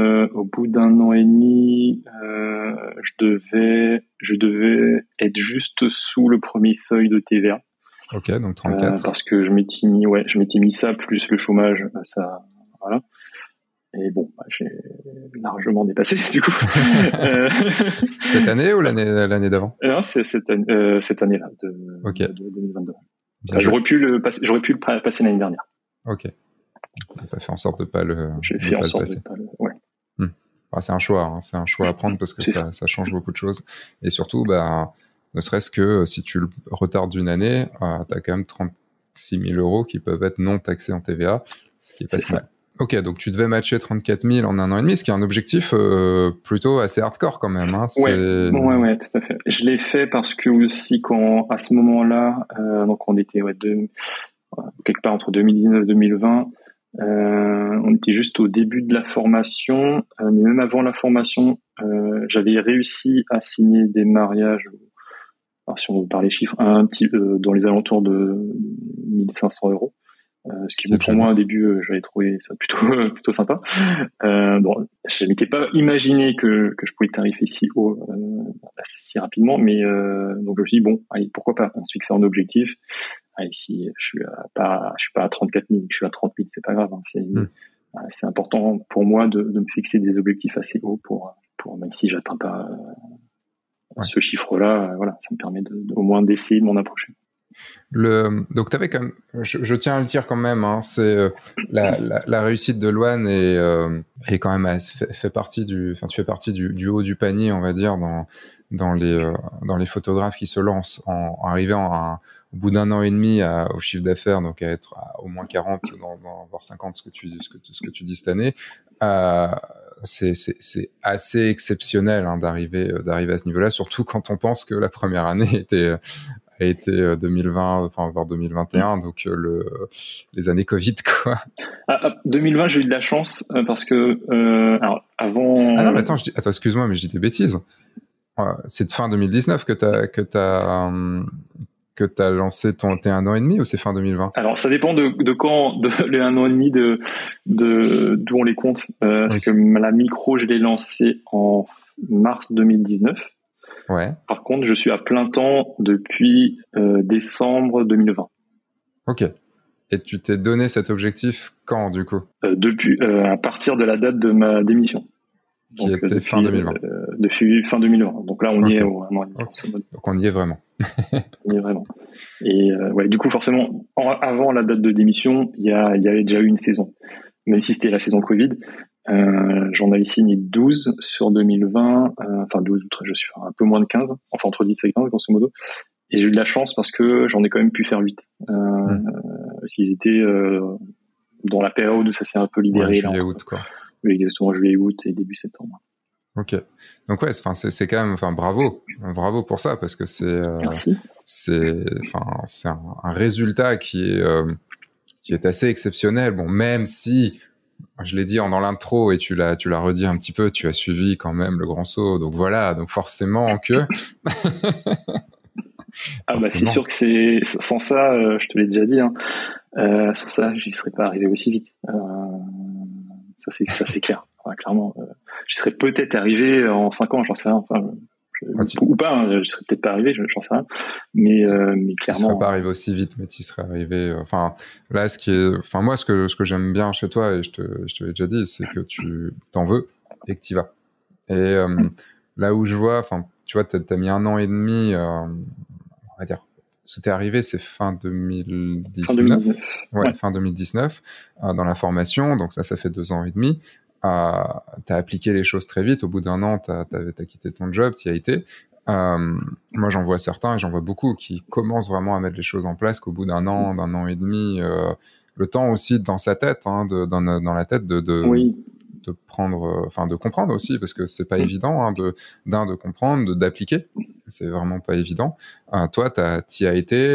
je devais être juste sous le premier seuil de TVA. Ok, donc 34. Parce que je m'étais mis ça plus le chômage, ça, voilà. Et bon, j'ai largement dépassé du coup. Cette année ou l'année d'avant ? Non, c'est cette année-là de 2022. J'aurais pu le passer l'année dernière. Ok. T'as fait en sorte de pas le. J'ai fait en sorte de pas le. Ouais. C'est un choix, hein. C'est un choix à prendre parce que ça change beaucoup de choses. Et surtout, ne serait-ce que si tu le retardes d'une année, t'as quand même 36 000 euros qui peuvent être non taxés en TVA, ce qui est pas si mal. Ok, donc tu devais matcher 34 000 en 1 an et demi, ce qui est un objectif plutôt assez hardcore quand même. Hein. Ouais, tout à fait. Je l'ai fait parce que aussi à ce moment-là, donc on était quelque part entre 2019 et 2020, on était juste au début de la formation, mais même avant la formation, j'avais réussi à signer des mariages. Alors si on veut parler chiffres, un petit dans les alentours de 1500 euros. Ce qui, pour moi, au début, j'avais trouvé ça plutôt sympa. Bon, je m'étais pas imaginé que je pouvais tarifer si haut, si rapidement, mais donc je me suis dit, bon, allez, pourquoi pas, on se fixe un objectif. Allez, si je suis pas à 34 000, je suis à 30 000, c'est pas grave, hein, c'est important pour moi de me fixer des objectifs assez hauts pour même si j'atteins pas ce chiffre-là, voilà, ça me permet au moins d'essayer de m'en approcher. Donc tu avais quand même, je tiens à le dire quand même, hein, c'est la réussite de Loan est quand même fait partie tu fais partie du haut du panier, on va dire, dans les photographes qui se lancent en arrivant au bout d'1 an et demi au chiffre d'affaires, donc à être à au moins 40, voire 50, ce que tu dis cette année. C'est assez exceptionnel, hein, d'arriver à ce niveau-là, surtout quand on pense que la première année a été 2020, vers 2021, donc les années Covid, quoi. 2020, j'ai eu de la chance parce que alors avant. Ah non, mais attends, excuse-moi, mais je dis des bêtises. C'est de fin 2019 que t'as lancé tes 1 an et demi, ou c'est fin 2020? Alors ça dépend de quand, le 1 an et demi d'où on les compte. Parce que la micro, je l'ai lancé en mars 2019. Ouais. Par contre, je suis à plein temps depuis décembre 2020. Ok. Et tu t'es donné cet objectif quand, du coup? Depuis à partir de la date de ma démission. Qui Donc était fin 2020. Depuis fin 2020. Donc là, on y est au 1 an et demi. Okay. Donc on y est vraiment. On y est vraiment. Et ouais, du coup, forcément, avant la date de démission, il y avait déjà eu une saison. Même si c'était la saison Covid, j'en avais signé 12 sur 2020, enfin 12, je suis un peu moins de 15, enfin entre 10 et 15 grosso modo. Et j'ai eu de la chance parce que j'en ai quand même pu faire 8. S'ils étaient dans la période où ça s'est un peu libéré. Ouais, juillet, août, quoi. Oui, exactement, juillet, août et début septembre. Ok. Donc ouais, c'est quand même, enfin bravo pour ça parce que c'est un résultat qui est assez exceptionnel. Bon, même si je l'ai dit dans l'intro et tu l'as redit un petit peu, tu as suivi quand même le Grand Saut. Donc voilà, donc forcément que ah bah c'est sûr que c'est sans ça, je te l'ai déjà dit, hein, sans ça, j'y serais pas arrivé aussi vite. Ça c'est clair. Enfin, clairement, j'y serais peut-être arrivé en 5 ans, j'en sais rien. Enfin, ou pas, hein, je serais peut-être pas arrivé, j'en sais rien. Mais clairement. Tu serais pas arrivé aussi vite, mais tu serais arrivé. Enfin, là, moi, ce que j'aime bien chez toi, et je te l'ai déjà dit, c'est que tu t'en veux et que tu y vas. Et là où je vois, enfin, tu vois, t'as mis 1 an et demi, on va dire. Ce qui t'est arrivé, c'est fin 2019. Fin 2019. Ouais, fin 2019, dans la formation. Donc ça fait 2 ans et demi. T'as appliqué les choses très vite. Au bout d'1 an, t'as quitté ton job, t'y as été. Moi, j'en vois certains et j'en vois beaucoup qui commencent vraiment à mettre les choses en place qu'au bout d'1 an et demi, le temps aussi dans sa tête, hein, dans la tête oui. de prendre, enfin de comprendre aussi, parce que c'est pas évident, hein, de comprendre, d'appliquer. C'est vraiment pas évident. Toi, t'y as été,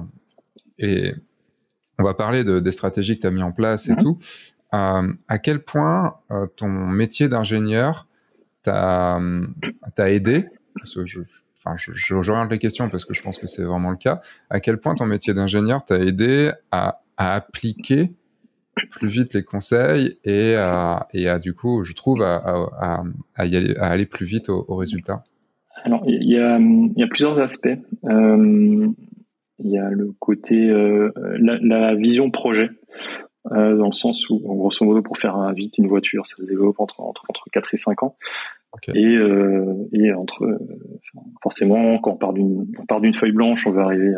et on va parler des stratégies que t'as mis en place et tout. À quel point ton métier d'ingénieur t'a aidé, parce que j'oriente les questions parce que je pense que c'est vraiment le cas, à quel point ton métier d'ingénieur t'a aidé à appliquer plus vite les conseils et à du coup, je trouve, à aller plus vite au résultat? Alors, il y a plusieurs aspects. Il y a le côté, la vision projet. Dans le sens où, grosso modo, pour faire vite une voiture, ça se développe entre 4 et 5 ans. Okay. Et forcément, quand on part d'une feuille blanche, on veut arriver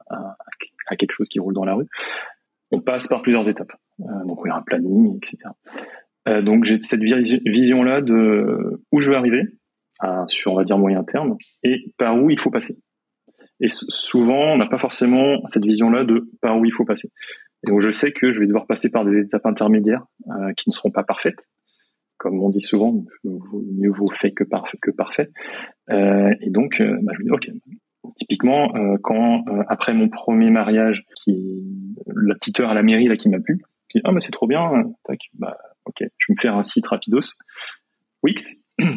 à quelque chose qui roule dans la rue. On passe par plusieurs étapes. Donc, il y a un planning, etc. Donc, j'ai cette vision-là de où je veux arriver, sur, on va dire, moyen terme, et par où il faut passer. Et souvent, on n'a pas forcément cette vision-là de par où il faut passer. Et donc, je sais que je vais devoir passer par des étapes intermédiaires qui ne seront pas parfaites. Comme on dit souvent, mieux vaut fait que parfait. Et donc, je me dis, ok. Typiquement, quand après mon premier mariage, la petite heure à la mairie là qui m'a plu, je dis mais c'est trop bien, tac, ok, je vais me faire un site rapidos, Wix.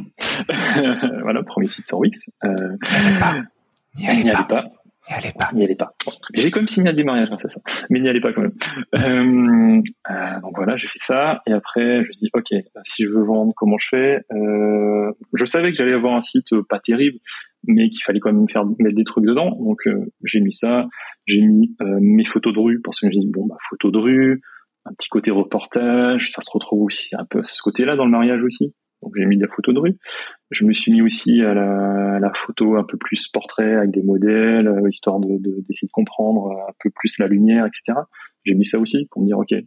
Voilà, premier site sur Wix. N'y allez pas. N'y allez pas. J'ai quand même signé des mariages grâce à ça, mais n'y allez pas quand même. Donc voilà, j'ai fait ça, et après je me suis dit, ok, si je veux vendre, comment je fais? Je savais que j'allais avoir un site pas terrible, mais qu'il fallait quand même mettre des trucs dedans. Donc j'ai mis ça, j'ai mis mes photos de rue, parce que je me suis dit, photos de rue, un petit côté reportage, ça se retrouve aussi un peu à ce côté-là dans le mariage aussi. Donc j'ai mis des photos de rue. Je me suis mis aussi à la photo un peu plus portrait avec des modèles, histoire d'essayer de comprendre un peu plus la lumière, etc. J'ai mis ça aussi pour me dire, ok,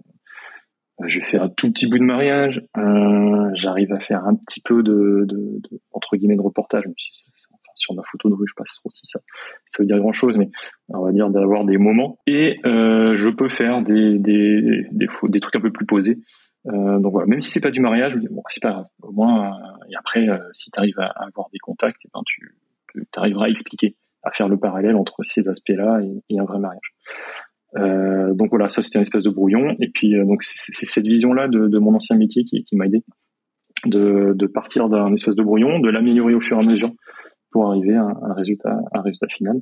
je fais un tout petit bout de mariage, j'arrive à faire un petit peu de entre guillemets de reportage, même si sur ma photo de rue je passe aussi ça veut dire grand chose, mais on va dire d'avoir des moments, et je peux faire des trucs un peu plus posés. Donc voilà, même si c'est pas du mariage, je me dis, c'est pas grave, au moins, et après, si tu arrives à avoir des contacts, tu arriveras à expliquer, à faire le parallèle entre ces aspects-là et un vrai mariage. Donc voilà, ça c'était une espèce de brouillon, et puis donc c'est cette vision-là de mon ancien métier qui m'a aidé, de partir d'un espèce de brouillon, de l'améliorer au fur et à mesure pour arriver à un résultat final.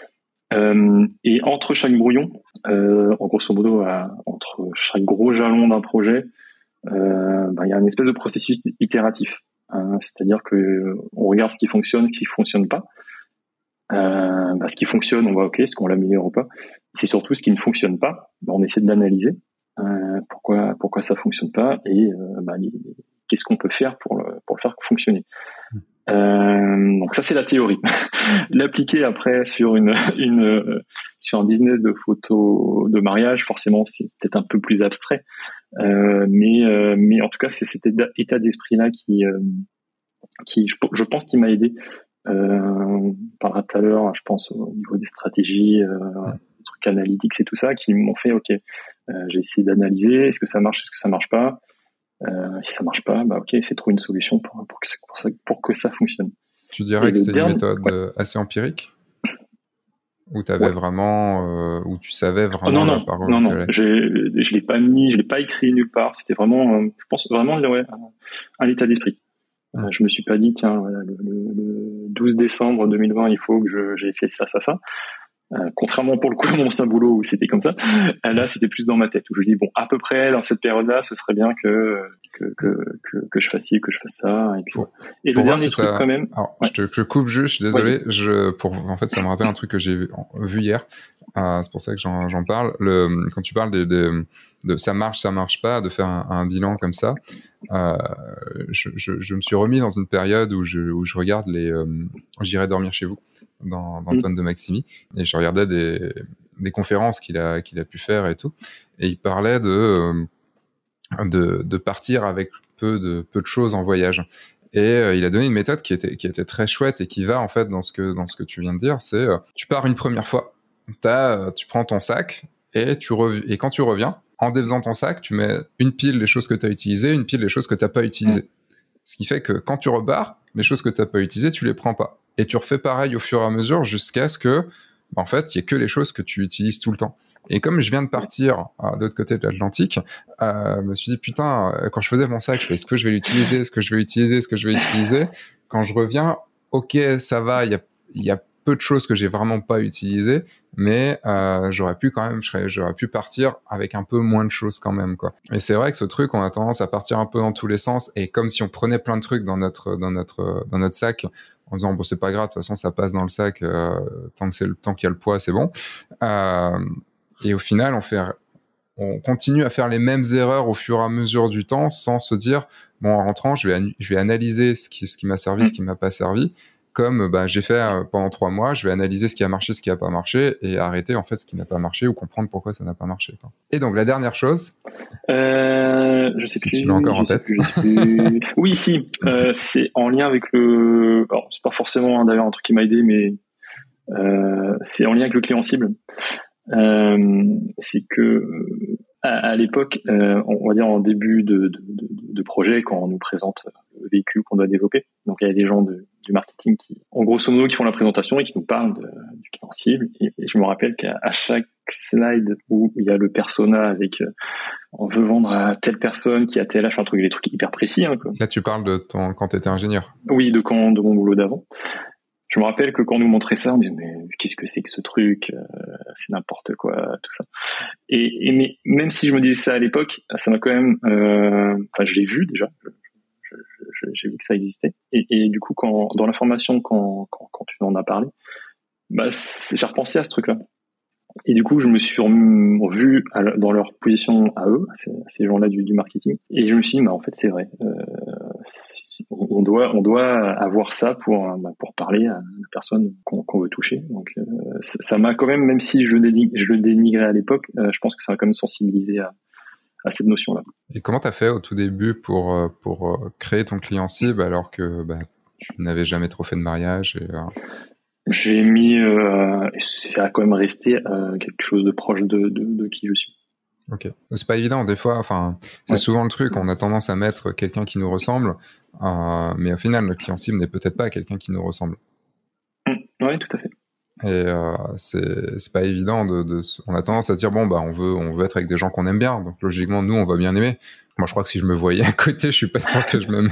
Et entre chaque brouillon, en grosso modo, entre chaque gros jalon d'un projet, il y a une espèce de processus itératif. C'est-à-dire que on regarde ce qui fonctionne, ce qui fonctionne pas. Ce qui fonctionne, on voit ok, est-ce qu'on l'améliore ou pas. C'est surtout ce qui ne fonctionne pas, on essaie de l'analyser. Pourquoi ça fonctionne pas et qu'est-ce qu'on peut faire pour le faire fonctionner. Donc ça c'est la théorie. L'appliquer après sur sur un business de photo de mariage, forcément c'est peut-être un peu plus abstrait. Mais en tout cas c'est cet état d'esprit là qui je pense qu'il m'a aidé. On parlera tout à l'heure, je pense au niveau des stratégies, des trucs analytiques et tout ça, qui m'ont fait ok, j'ai essayé d'analyser, est-ce que ça marche, est-ce que ça marche pas. Si ça marche pas, ok, c'est trouver une solution pour que ça fonctionne. Tu dirais que c'était une méthode assez empirique, où t'avais vraiment, où tu savais vraiment la parole. Non, je l'ai pas mis, je l'ai pas écrit nulle part. C'était vraiment, je pense vraiment, un état d'esprit. Je me suis pas dit, tiens, voilà, le 12 décembre 2020, il faut que j'ai fait ça. Contrairement pour le coup à mon ancien boulot où c'était comme ça, là c'était plus dans ma tête où je dis bon à peu près dans cette période-là ce serait bien que je fasse ci, que je fasse ça et puis et le dernier truc quand même. Alors, je te coupe juste, je suis désolé, en fait ça me rappelle un truc que j'ai vu hier. C'est pour ça que j'en parle. Quand tu parles de ça marche pas, de faire un bilan comme ça, je me suis remis dans une période où je regarde J'irai dormir chez vous d'Antoine de Maximi, et je regardais des conférences qu'il a pu faire et tout, et il parlait de partir avec peu de choses en voyage. Et il a donné une méthode qui était très chouette et qui va en fait dans ce que tu viens de dire. C'est tu pars une première fois, tu prends ton sac et quand tu reviens, en défaisant ton sac, tu mets une pile les choses que tu as utilisées, une pile les choses que tu n'as pas utilisées. Ce qui fait que quand tu repars, les choses que tu n'as pas utilisées, tu les prends pas. Et tu refais pareil au fur et à mesure jusqu'à ce que, en fait, il y ait que les choses que tu utilises tout le temps. Et comme je viens de partir de l'autre côté de l'Atlantique, je me suis dit, putain, quand je faisais mon sac, je fais, est-ce que je vais l'utiliser, est-ce que je vais l'utiliser, est-ce que je vais l'utiliser. Quand je reviens, ok, ça va, il y a peu de choses que j'ai vraiment pas utilisées, mais j'aurais pu partir avec un peu moins de choses quand même, quoi. Et c'est vrai que ce truc, on a tendance à partir un peu dans tous les sens, et comme si on prenait plein de trucs dans notre sac, en disant bon, c'est pas grave, de toute façon ça passe dans le sac, tant qu'il y a le poids, c'est bon. Et au final, on continue à faire les mêmes erreurs au fur et à mesure du temps, sans se dire bon, en rentrant, je vais analyser ce qui m'a servi, ce qui m'a pas servi. Comme j'ai fait pendant 3 mois, je vais analyser ce qui a marché, ce qui a pas marché, et arrêter en fait ce qui n'a pas marché, ou comprendre pourquoi ça n'a pas marché, quoi. Et donc la dernière chose, je sais si plus, tu l'as encore en tête. Oui, si, c'est en lien avec le. Alors c'est pas forcément d'ailleurs un truc qui m'a aidé, mais c'est en lien avec le client cible. C'est que à l'époque, on va dire en début de projet, quand on nous présente le véhicule qu'on doit développer, donc il y a des gens du marketing qui, en grosso modo, qui font la présentation et qui nous parlent du client cible. Et je me rappelle qu'à chaque slide où il y a le persona avec on veut vendre à telle personne qui a tel âge, des trucs hyper précis. Quoi. Là, tu parles de quand tu étais ingénieur. Oui, de mon boulot d'avant. Je me rappelle que quand on nous montrait ça, on disait mais qu'est-ce que c'est que ce truc, c'est n'importe quoi, tout ça. Mais même si je me disais ça à l'époque, ça m'a quand même, je l'ai vu déjà, j'ai vu que ça existait. Et du coup, dans la formation, quand tu en as parlé, j'ai repensé à ce truc-là. Et du coup, je me suis revu dans leur position à eux, à ces gens-là du marketing, et je me suis dit, en fait, c'est vrai. On doit avoir ça pour parler à la personne qu'on veut toucher. Donc, ça m'a quand même si je le dénigrais à l'époque, je pense que ça m'a quand même sensibilisé à cette notion-là. Et comment t'as fait au tout début pour créer ton client cible alors que tu n'avais jamais trop fait de mariage J'ai mis, ça a quand même resté quelque chose de proche de qui je suis. Ok, c'est pas évident des fois. C'est souvent le truc. On a tendance à mettre quelqu'un qui nous ressemble, mais au final, le client cible n'est peut-être pas quelqu'un qui nous ressemble. Oui, tout à fait. Et c'est pas évident on a tendance à dire on veut être avec des gens qu'on aime bien. Donc logiquement, nous, on va bien aimer. Moi, je crois que si je me voyais à côté, je suis pas sûr que je m'aime.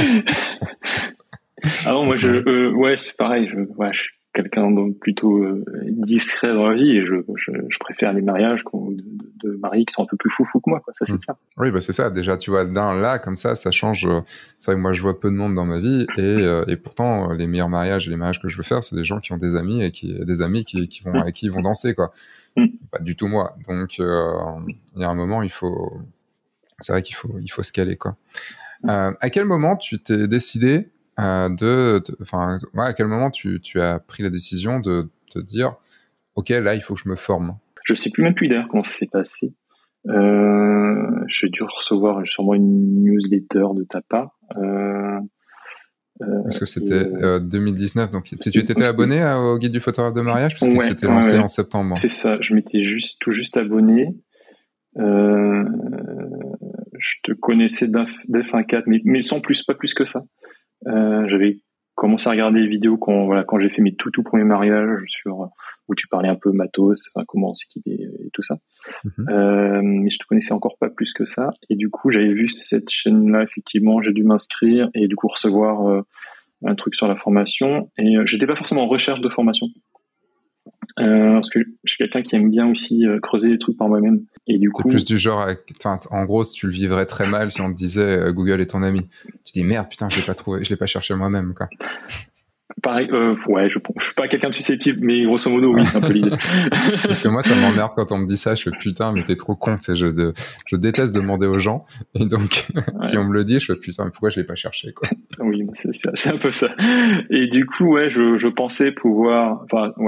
Ah non, moi, c'est pareil. Je suis quelqu'un de plutôt discret dans la vie et je préfère les mariages de de mariés qui sont un peu plus foufou que moi, quoi. Ça, c'est clair. Oui, bah c'est ça. Déjà, tu vois, d'un là, comme ça change. C'est vrai que moi, je vois peu de monde dans ma vie, et pourtant, les meilleurs mariages et les mariages que je veux faire, c'est des gens qui ont des amis des amis qui vont avec qui ils vont danser, quoi. Pas du tout moi. Donc, il y a un moment, c'est vrai qu'il faut se caler, quoi. À quel moment tu t'es décidé à quel moment tu as pris la décision de te dire, ok, là, il faut que je me forme. Je sais plus même plus d'ailleurs comment ça s'est passé. J'ai dû recevoir sûrement une newsletter de ta part. Parce que c'était 2019, donc tu t'étais abonné au guide du photographe de mariage, parce qu'il s'était lancé en septembre. C'est ça, je m'étais tout juste abonné. Je te connaissais d'F1.4, mais sans plus, pas plus que ça. J'avais commencé à regarder les vidéos quand j'ai fait mes tout premiers mariages où tu parlais un peu matos, comment s'équiper et tout ça. Mais je te connaissais encore pas plus que ça. Et du coup, j'avais vu cette chaîne-là, effectivement, j'ai dû m'inscrire et du coup recevoir un truc sur la formation. Et j'étais pas forcément en recherche de formation. Parce que je suis quelqu'un qui aime bien aussi creuser les trucs par moi-même. Et du coup, plus du genre, en gros, si tu le vivrais très mal si on te disait Google est ton ami, tu dis merde, putain, je l'ai pas trouvé, je l'ai pas cherché moi-même, quoi. Pareil, ouais, je suis pas quelqu'un de susceptible, mais grosso modo, oui, c'est un peu l'idée. Parce que moi, ça m'emmerde quand on me dit ça, je fais putain, mais t'es trop con, tu sais, je déteste demander aux gens, et donc, si on me le dit, je fais putain, mais pourquoi je l'ai pas cherché, quoi. Oui, c'est un peu ça. Et du coup, ouais, je pensais pouvoir,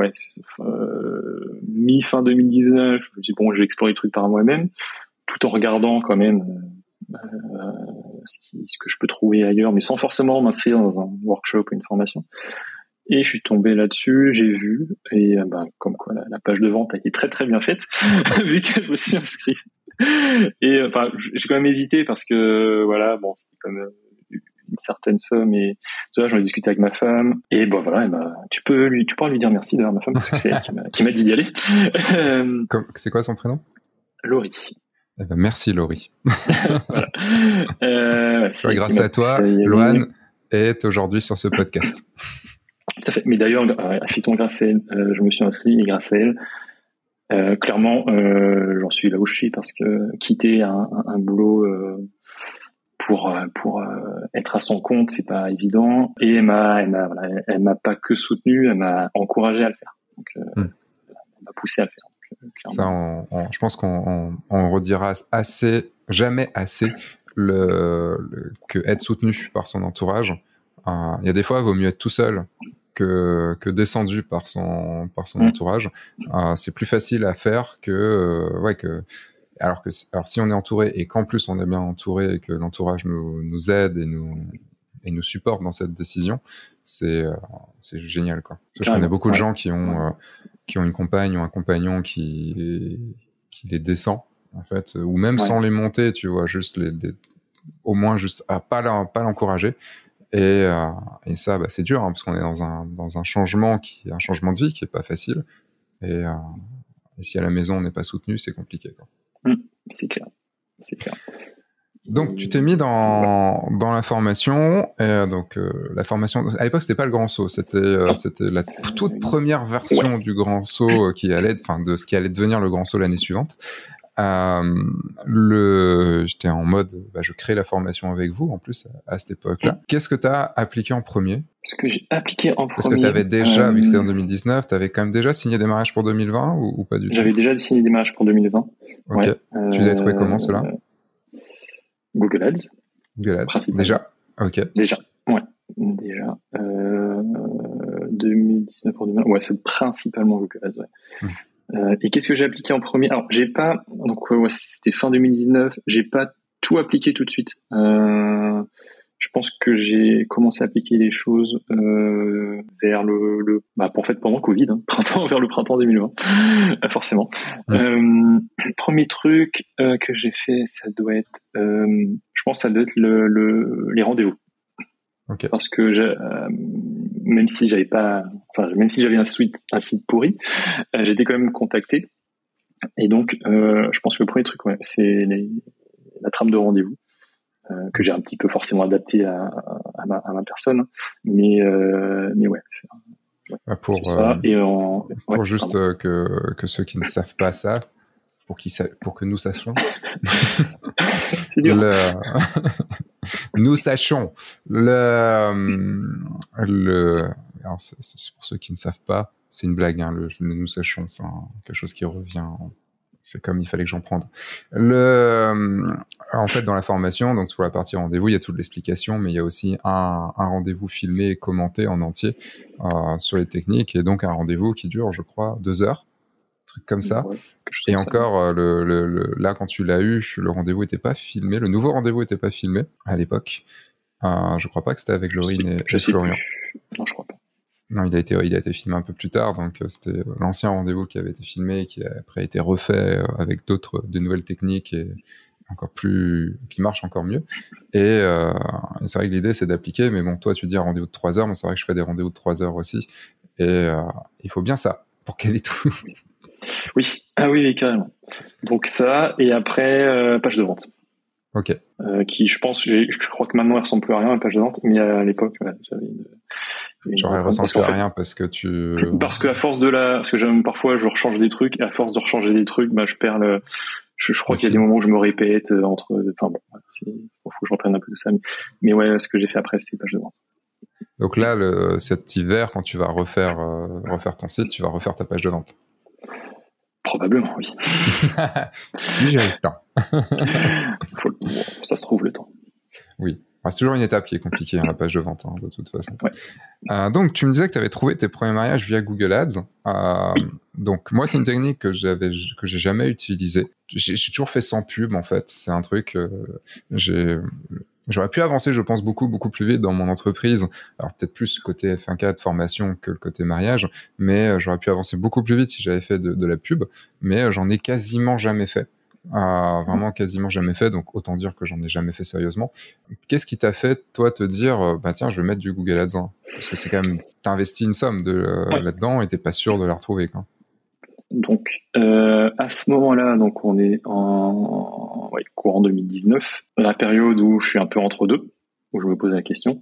mi-fin 2019, je me dis bon, je vais explorer le truc par moi-même, tout en regardant quand même ce que je peux trouver ailleurs, mais sans forcément m'inscrire dans un workshop ou une formation. Et je suis tombé là-dessus, j'ai vu, et comme quoi la page de vente a été très très bien faite, vu que je me suis inscrit. Et j'ai quand même hésité parce que voilà, bon, c'était quand même une certaine somme, et tu vois, j'en ai discuté avec ma femme, et bon voilà, tu pourras lui dire merci d'ailleurs, ma femme, parce que c'est elle qui m'a dit d'y aller. C'est quoi son prénom? Laurie. Eh ben, merci Laurie. Voilà. Grâce à toi, Loan est aujourd'hui sur ce podcast. Ça fait. Mais d'ailleurs, effectivement, grâce à elle, je me suis inscrit, et grâce à elle, clairement, j'en suis là où je suis, parce que quitter un boulot pour être à son compte, c'est pas évident. Et elle m'a pas que soutenu, elle m'a encouragé à le faire. Donc, elle m'a poussé à le faire. Ça, je pense qu'on redira jamais assez que être soutenu par son entourage. Il y a des fois, il vaut mieux être tout seul que descendu par son entourage. C'est plus facile à faire alors si on est entouré et qu'en plus on est bien entouré et que l'entourage nous aide et nous supporte dans cette décision, c'est génial, quoi. Parce que je connais beaucoup de gens qui ont une compagne ou un compagnon qui les descend, en fait, ou même sans les monter, tu vois, juste au moins juste à pas l'encourager. Et ça, c'est dur, hein, parce qu'on est dans un changement un changement de vie qui est pas facile. Et si à la maison on n'est pas soutenu, c'est compliqué, quoi. C'est clair. Donc tu t'es mis dans la formation, et donc la formation à l'époque c'était pas le Grand Saut, c'était la toute première version du Grand Saut de ce qui allait devenir le Grand Saut l'année suivante. J'étais en mode je crée la formation avec vous en plus à cette époque-là. Qu'est-ce que tu as appliqué en premier? Ce que j'ai appliqué en premier. Est-ce que tu avais déjà, vu que c'était en 2019, tu avais quand même déjà signé des mariages pour 2020 ou pas du tout? J'avais déjà signé des mariages pour 2020. Ok. Tu les avais trouvés comment, ceux-là? Google Ads. Google Ads. Déjà. Ok. Déjà. 2019 pour 2020. Ouais, c'est principalement Google Ads. Ouais. Et qu'est-ce que j'ai appliqué en premier? Alors, j'ai pas. Donc, c'était fin 2019. J'ai pas tout appliqué tout de suite. Je pense que j'ai commencé à appliquer les choses vers pendant Covid, vers le printemps 2020, forcément. Premier truc que j'ai fait, ça doit être, je pense, ça doit être les rendez-vous. Okay. Parce que même si j'avais un site pourri, j'étais quand même contacté. Et donc, je pense que le premier truc, c'est la trame de rendez-vous. Que j'ai un petit peu forcément adapté à ma personne, mais ouais. Pour juste que ceux qui ne savent pas ça, pour que nous sachions. C'est dur. Nous sachons alors c'est pour ceux qui ne savent pas, c'est une blague, hein, nous sachons, c'est quelque chose qui revient. C'est comme il fallait que j'en prenne. En fait, dans la formation, donc sur la partie rendez-vous, il y a toute l'explication, mais il y a aussi un rendez-vous filmé et commenté en entier sur les techniques, et donc un rendez-vous qui dure, je crois, 2 heures, un truc comme ça. Ouais, et encore, là, quand tu l'as eu, le rendez-vous n'était pas filmé, le nouveau rendez-vous n'était pas filmé à l'époque. Je crois pas que c'était avec Laurine et Florian. Non, je crois pas. Non, il a été filmé un peu plus tard, donc c'était l'ancien rendez-vous qui avait été filmé et qui a après été refait avec de nouvelles techniques et qui marchent encore mieux. Et c'est vrai que l'idée, c'est d'appliquer, mais bon, toi, tu dis un rendez-vous de 3 heures, moi, c'est vrai que je fais des rendez-vous de 3 heures aussi, et il faut bien ça pour caler tout. Oui, oui, carrément. Donc ça, et après, page de vente. Ok. Qui, je crois que maintenant, elle ressemble plus à rien, la page de vente, mais à l'époque, j'avais genre, elle ressemble plus à rien parce que parce qu'à force parce que parfois, je rechange des trucs, et à force de rechanger des trucs, je perds je crois qu'il y a des moments où je me répète enfin bon, faut que je reprenne un peu de ça, mais ouais, ce que j'ai fait après, c'était page de vente. Donc là, cet hiver, quand tu vas refaire ton site, tu vas refaire ta page de vente. Probablement, oui. Si j'ai le temps. Ça se trouve le temps. Oui. C'est toujours une étape qui est compliquée, la page de vente, de toute façon. Ouais. Donc, tu me disais que tu avais trouvé tes premiers mariages via Google Ads. Oui. Donc, moi, c'est une technique que j'ai jamais utilisée. J'ai toujours fait sans pub, en fait. C'est un truc... J'aurais pu avancer, je pense, beaucoup, beaucoup plus vite dans mon entreprise. Alors, peut-être plus côté F1K de formation que le côté mariage, mais j'aurais pu avancer beaucoup plus vite si j'avais fait de la pub, mais j'en ai quasiment jamais fait. Vraiment quasiment jamais fait, donc autant dire que j'en ai jamais fait sérieusement. Qu'est-ce qui t'a fait, toi, te dire, tiens, je vais mettre du Google Ads, hein, parce que c'est quand même, t'as investi une somme là-dedans et t'es pas sûr de la retrouver, quoi. Donc, à ce moment-là, donc on est courant 2019, la période où je suis un peu entre deux, où je me pose la question.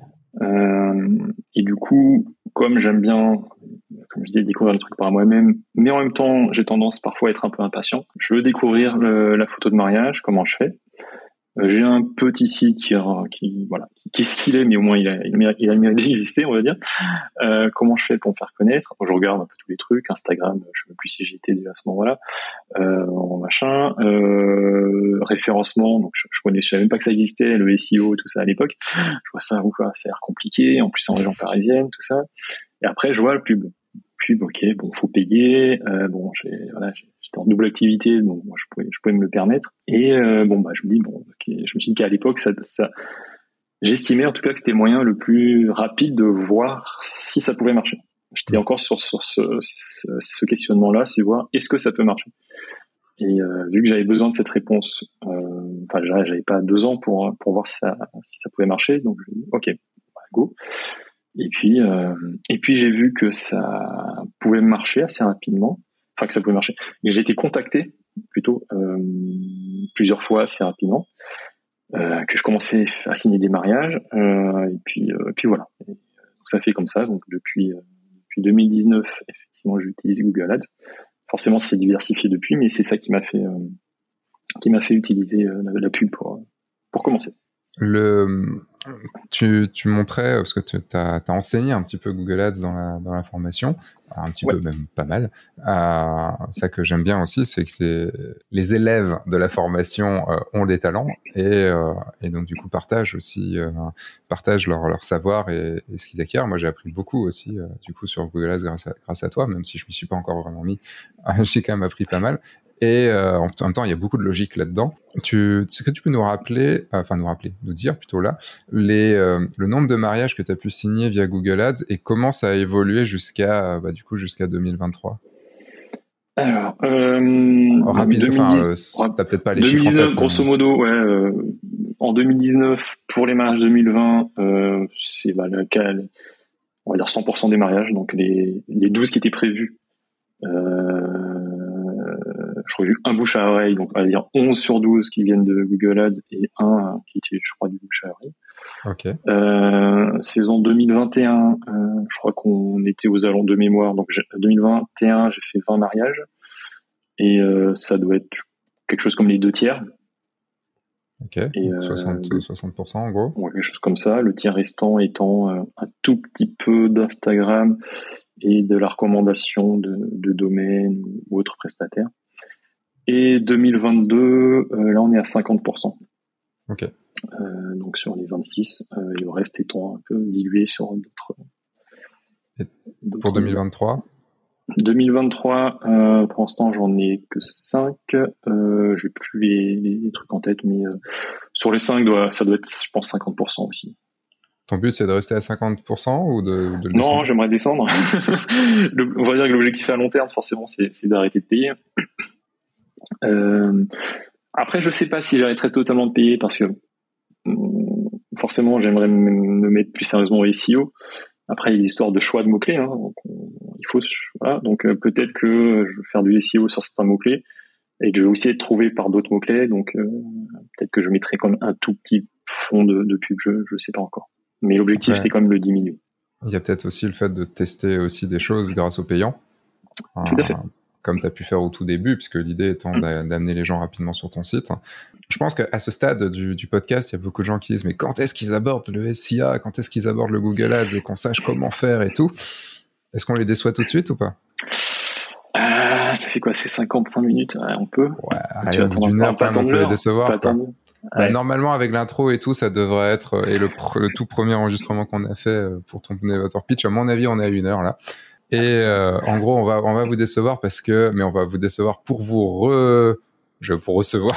Et du coup, comme j'aime bien, comme je dis, découvrir le truc par moi-même, mais en même temps, j'ai tendance parfois à être un peu impatient. Je veux découvrir la photo de mariage, comment je fais. J'ai un petit site qui est ce qu'il est, mais au moins il a le mérite d'exister, on va dire. Comment je fais pour me faire connaître? Je regarde un peu tous les trucs, Instagram, je ne sais plus si j'y étais déjà à ce moment-là, référencement, donc je savais même pas que ça existait, le SEO, tout ça à l'époque. Je vois ça, ça a l'air compliqué, en plus en région parisienne, tout ça. Et après, je vois le pub, ok, bon, faut payer, j'étais en double activité, donc moi, je pouvais me le permettre. Et je me dis, je me suis dit qu'à l'époque, ça j'estimais en tout cas que c'était le moyen le plus rapide de voir si ça pouvait marcher. J'étais encore sur ce questionnement-là, c'est voir est-ce que ça peut marcher. Et vu que j'avais besoin de cette réponse, j'avais pas 2 ans pour voir si ça pouvait marcher, donc je me dis, ok, go. Et puis j'ai vu que ça pouvait marcher assez rapidement, que ça pouvait marcher. Et j'ai été contacté plutôt plusieurs fois assez rapidement, que je commençais à signer des mariages, et puis voilà. Et donc ça fait comme ça. Donc depuis 2019, effectivement, j'utilise Google Ads. Forcément, c'est diversifié depuis, mais c'est ça qui m'a fait utiliser la pub pour commencer. Tu montrais, parce que t'as enseigné un petit peu Google Ads dans la formation, un petit peu, même pas mal. Ça que j'aime bien aussi, c'est que les élèves de la formation ont des talents et donc du coup partagent leur savoir et ce qu'ils acquièrent. Moi, j'ai appris beaucoup aussi du coup sur Google Ads grâce à toi, même si je m'y suis pas encore vraiment mis. J'ai quand même appris pas mal. Et en même temps, il y a beaucoup de logique là-dedans. Est-ce que tu peux nous dire plutôt là, le nombre de mariages que tu as pu signer via Google Ads et comment ça a évolué jusqu'à 2023? Alors, rapide, t'as peut-être pas les chiffres en tête. Grosso modo, en 2019, pour les mariages 2020, c'est on va dire 100% des mariages, donc les 12 qui étaient prévus. Je crois que j'ai eu un bouche à oreille, donc on va dire 11 sur 12 qui viennent de Google Ads et un qui était, je crois, du bouche à oreille. Okay. Saison 2021, je crois qu'on était aux alentours de mémoire, donc 2021, j'ai fait 20 mariages. Et ça doit être quelque chose comme les 2/3. Ok, et 60% en gros. Ouais, quelque chose comme ça. Le tiers restant étant un tout petit peu d'Instagram et de la recommandation de domaines ou autres prestataires. Et 2022, là on est à 50%. Ok. Donc sur les 26, et le reste étant un peu dilué sur d'autres. Pour 2023 2023, pour l'instant j'en ai que 5. J'ai plus les trucs en tête, mais sur les 5, ça doit être, je pense, 50% aussi. Ton but, c'est de rester à 50% ou de le descendre? Non, j'aimerais descendre. On va dire que l'objectif à long terme, forcément, c'est d'arrêter de payer. Après, je sais pas si j'arrêterai totalement de payer parce que forcément, j'aimerais me mettre plus sérieusement au SEO. Après, il y a des histoires de choix de mots-clés. Hein, donc, il faut, voilà. Donc, peut-être que je vais faire du SEO sur certains mots-clés et que je vais aussi être trouvé par d'autres mots-clés. Donc, peut-être que je mettrai quand même un tout petit fond de pub. Je sais pas encore. Mais l'objectif, c'est quand même le diminuer. Il y a peut-être aussi le fait de tester aussi des choses grâce aux payants. Tout à fait. Comme tu as pu faire au tout début, puisque l'idée étant d'amener les gens rapidement sur ton site. Je pense qu'à ce stade du podcast, il y a beaucoup de gens qui disent « Mais quand est-ce qu'ils abordent le SIA? Quand est-ce qu'ils abordent le Google Ads et qu'on sache comment faire et tout ?» Est-ce qu'on les déçoit tout de suite ou pas? Ça fait quoi? Ça fait 55 minutes? Ouais, on peut. Ouais, au bout d'une heure, quand même, on peut les décevoir. Bah, normalement, avec l'intro et tout, ça devrait être... Et le tout premier enregistrement qu'on a fait pour ton elevator pitch, à mon avis, on est à 1 heure, là. Et en gros, on va vous décevoir mais on va vous décevoir pour vous recevoir.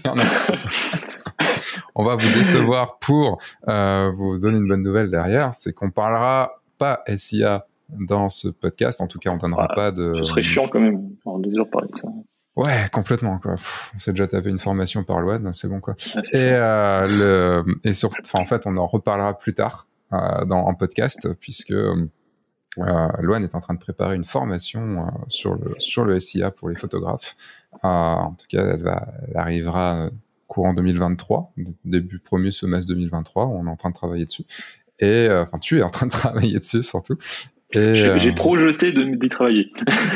On va vous décevoir pour vous donner une bonne nouvelle derrière. C'est qu'on parlera pas SIA dans ce podcast. En tout cas, on donnera pas de... Ce serait chiant quand même, en 2 heures parler de ça. Ouais, complètement, quoi. On s'est déjà tapé une formation par Loan, c'est bon, quoi. En fait, on en reparlera plus tard en podcast, puisque Loan est en train de préparer une formation sur le SIA pour les photographes. En tout cas, elle arrivera courant 2023, début premier semestre 2023. On est en train de travailler dessus. Et tu es en train de travailler dessus surtout. J'ai projeté d'y travailler.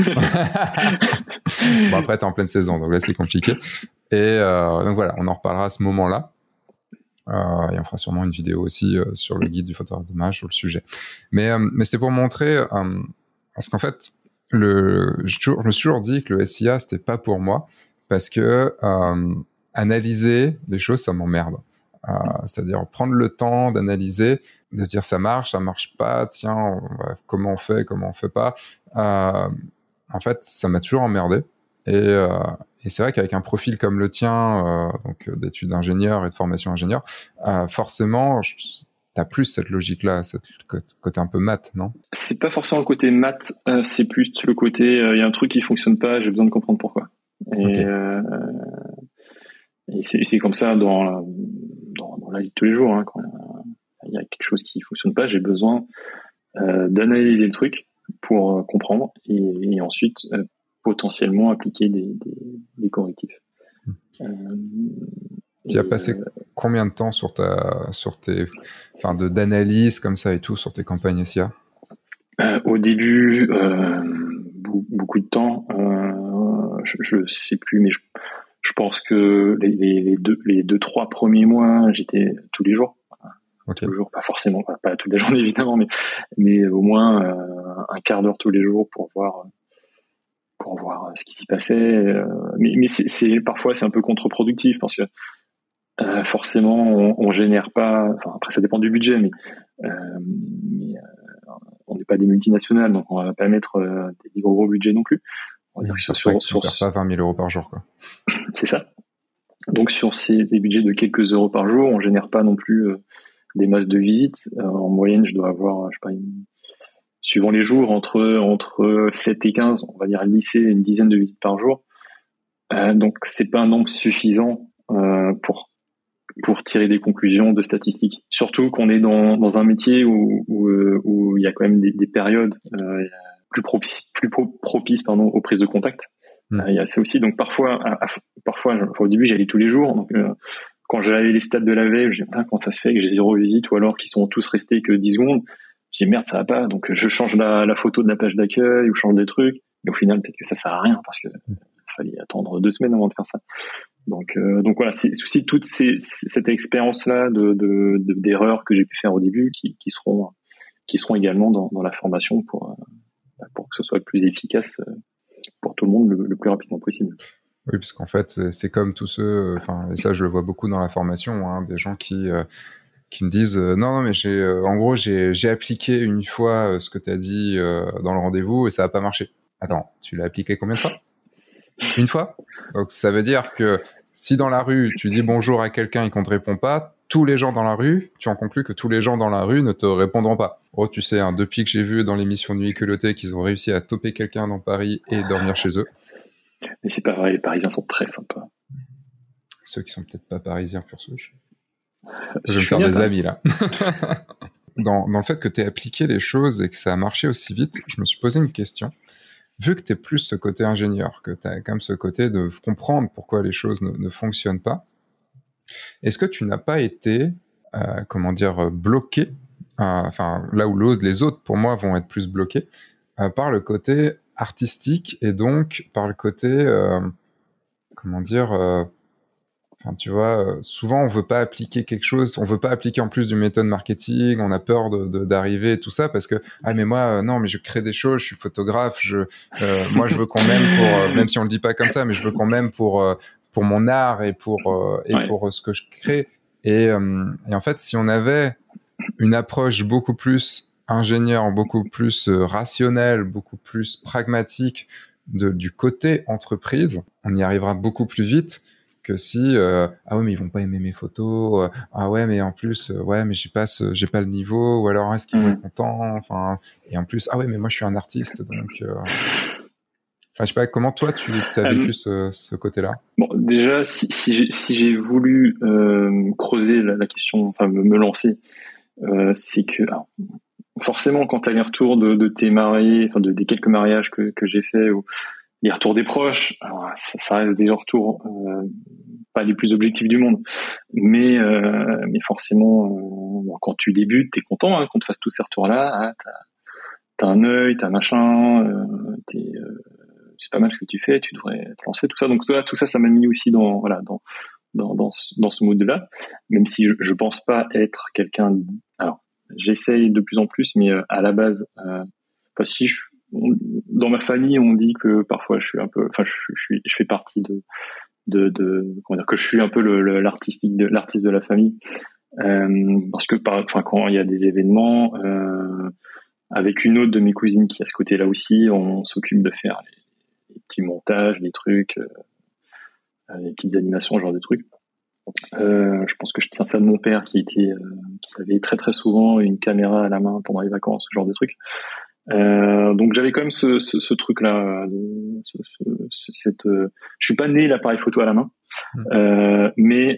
Bon, après, t'es en pleine saison, donc là, c'est compliqué. Et donc voilà, on en reparlera à ce moment-là. Et on fera sûrement une vidéo aussi sur le guide du photographe de mariage sur le sujet. Mais c'était pour montrer, parce qu'en fait, je me suis toujours dit que le SIA, c'était pas pour moi, parce que analyser les choses, ça m'emmerde. C'est-à-dire prendre le temps d'analyser, de se dire ça marche pas, tiens, comment on fait pas. En fait, ça m'a toujours emmerdé. Et c'est vrai qu'avec un profil comme le tien, donc d'études d'ingénieur et de formation ingénieur, forcément, t'as plus cette logique-là, cette côté un peu maths, non? C'est pas forcément le côté maths, c'est plus le côté il y a un truc qui fonctionne pas, j'ai besoin de comprendre pourquoi. Et c'est comme ça dans la vie de tous les jours. Hein, quand il y a quelque chose qui fonctionne pas, j'ai besoin d'analyser le truc pour comprendre et ensuite potentiellement appliquer des correctifs. Tu as passé combien de temps d'analyse comme ça et tout sur tes campagnes SIA? Au début, beaucoup de temps. Je sais plus, mais je pense que les 2-3 premiers mois, j'étais tous les jours. Okay. Toujours, pas forcément, pas toute la journée évidemment, mais au moins un quart d'heure tous les jours pour voir ce qui s'y passait. Mais parfois c'est un peu contre-productif parce que forcément on génère pas. Enfin après ça dépend du budget, mais on n'est pas des multinationales, donc on va pas mettre des gros budgets non plus. On va dire on perd pas 20 000 euros par jour, quoi. C'est ça. Donc sur des budgets de quelques euros par jour, on génère pas non plus des masses de visites. En moyenne, je dois avoir, je sais pas, suivant les jours, entre 7 et 15, on va dire lisser une dizaine de visites par jour. Donc c'est pas un nombre suffisant pour tirer des conclusions de statistiques. Surtout qu'on est dans un métier où il y a quand même des périodes plus propices aux prises de contact. Il y a ça aussi. Donc parfois, au début, j'allais tous les jours. Donc quand j'avais les stats de la veille, je dis comment ça se fait que j'ai 0 visite ou alors qu'ils sont tous restés que 10 secondes. Je dis merde, ça va pas. Donc je change la photo de la page d'accueil ou je change des trucs. Et au final, peut-être que ça sert à rien parce que fallait attendre 2 semaines avant de faire ça. Donc voilà, c'est aussi toute cette expérience-là d'erreurs que j'ai pu faire au début qui seront également dans la formation pour que ce soit le plus efficace pour tout le monde le plus rapidement possible. Oui, parce qu'en fait, c'est comme tous ceux, et ça, je le vois beaucoup dans la formation, hein, des gens qui me disent non, mais en gros, j'ai appliqué une fois ce que tu as dit dans le rendez-vous et ça n'a pas marché. Attends, tu l'as appliqué combien de fois ? Une fois ? Donc, ça veut dire que si dans la rue, tu dis bonjour à quelqu'un et qu'on ne te répond pas, tous les gens dans la rue, tu en conclus que tous les gens dans la rue ne te répondront pas. Oh, tu sais, hein, depuis que j'ai vu dans l'émission Nuit culottée qu'ils ont réussi à toper quelqu'un dans Paris et dormir chez eux. Mais c'est pas vrai, les Parisiens sont très sympas. Ceux qui sont peut-être pas parisiens pur souche. Je vais me faire des amis là. Dans le fait que tu aies appliqué les choses et que ça a marché aussi vite, je me suis posé une question. Vu que tu es plus ce côté ingénieur, que tu as quand même ce côté de comprendre pourquoi les choses ne fonctionnent pas, est-ce que tu n'as pas été, bloqué, là où les autres, pour moi, vont être plus bloqués, par le côté artistique et donc par le côté, tu vois, souvent on veut pas appliquer quelque chose, on veut pas appliquer en plus du méthode marketing, on a peur d'arriver et tout ça parce que mais moi non, mais je crée des choses, je suis photographe, moi je veux qu'on m'aime pour même si on le dit pas comme ça, mais je veux qu'on m'aime pour mon art et pour ce que je crée et en fait si on avait une approche beaucoup plus ingénieur, beaucoup plus rationnelle, beaucoup plus pragmatique du côté entreprise, on y arrivera beaucoup plus vite que si ah ouais mais ils vont pas aimer mes photos, ah ouais mais en plus ouais mais j'ai pas le niveau, ou alors est-ce qu'ils vont être contents, et en plus ah ouais mais moi je suis un artiste donc je sais pas comment toi tu as vécu ce côté-là. Bon, déjà si j'ai voulu creuser la question, me lancer, c'est que forcément quand tu as les retours de tes mariés, des quelques mariages que j'ai fait, ou les retours des proches, alors, ça reste des retours pas les plus objectifs du monde, mais forcément quand tu débutes, t'es content qu'on te fasse tous ces retours-là. T'as un œil, t'as machin, c'est pas mal ce que tu fais, tu devrais te lancer, tout ça. Donc tout ça m'a mis aussi dans ce mood-là, même si je pense pas être quelqu'un. Alors j'essaye de plus en plus, mais à la base, dans ma famille, on dit que parfois je suis un peu, je fais partie comment dire, que je suis un peu l'artiste de la famille, parce que quand il y a des événements, avec une autre de mes cousines qui a ce côté-là aussi, on s'occupe de faire les petits montages, les trucs, les petites animations, ce genre de trucs. Je pense que je tiens ça de mon père qui avait très très souvent une caméra à la main pendant les vacances, ce genre de trucs. Donc j'avais quand même ce truc là, je suis pas né l'appareil photo à la main, mais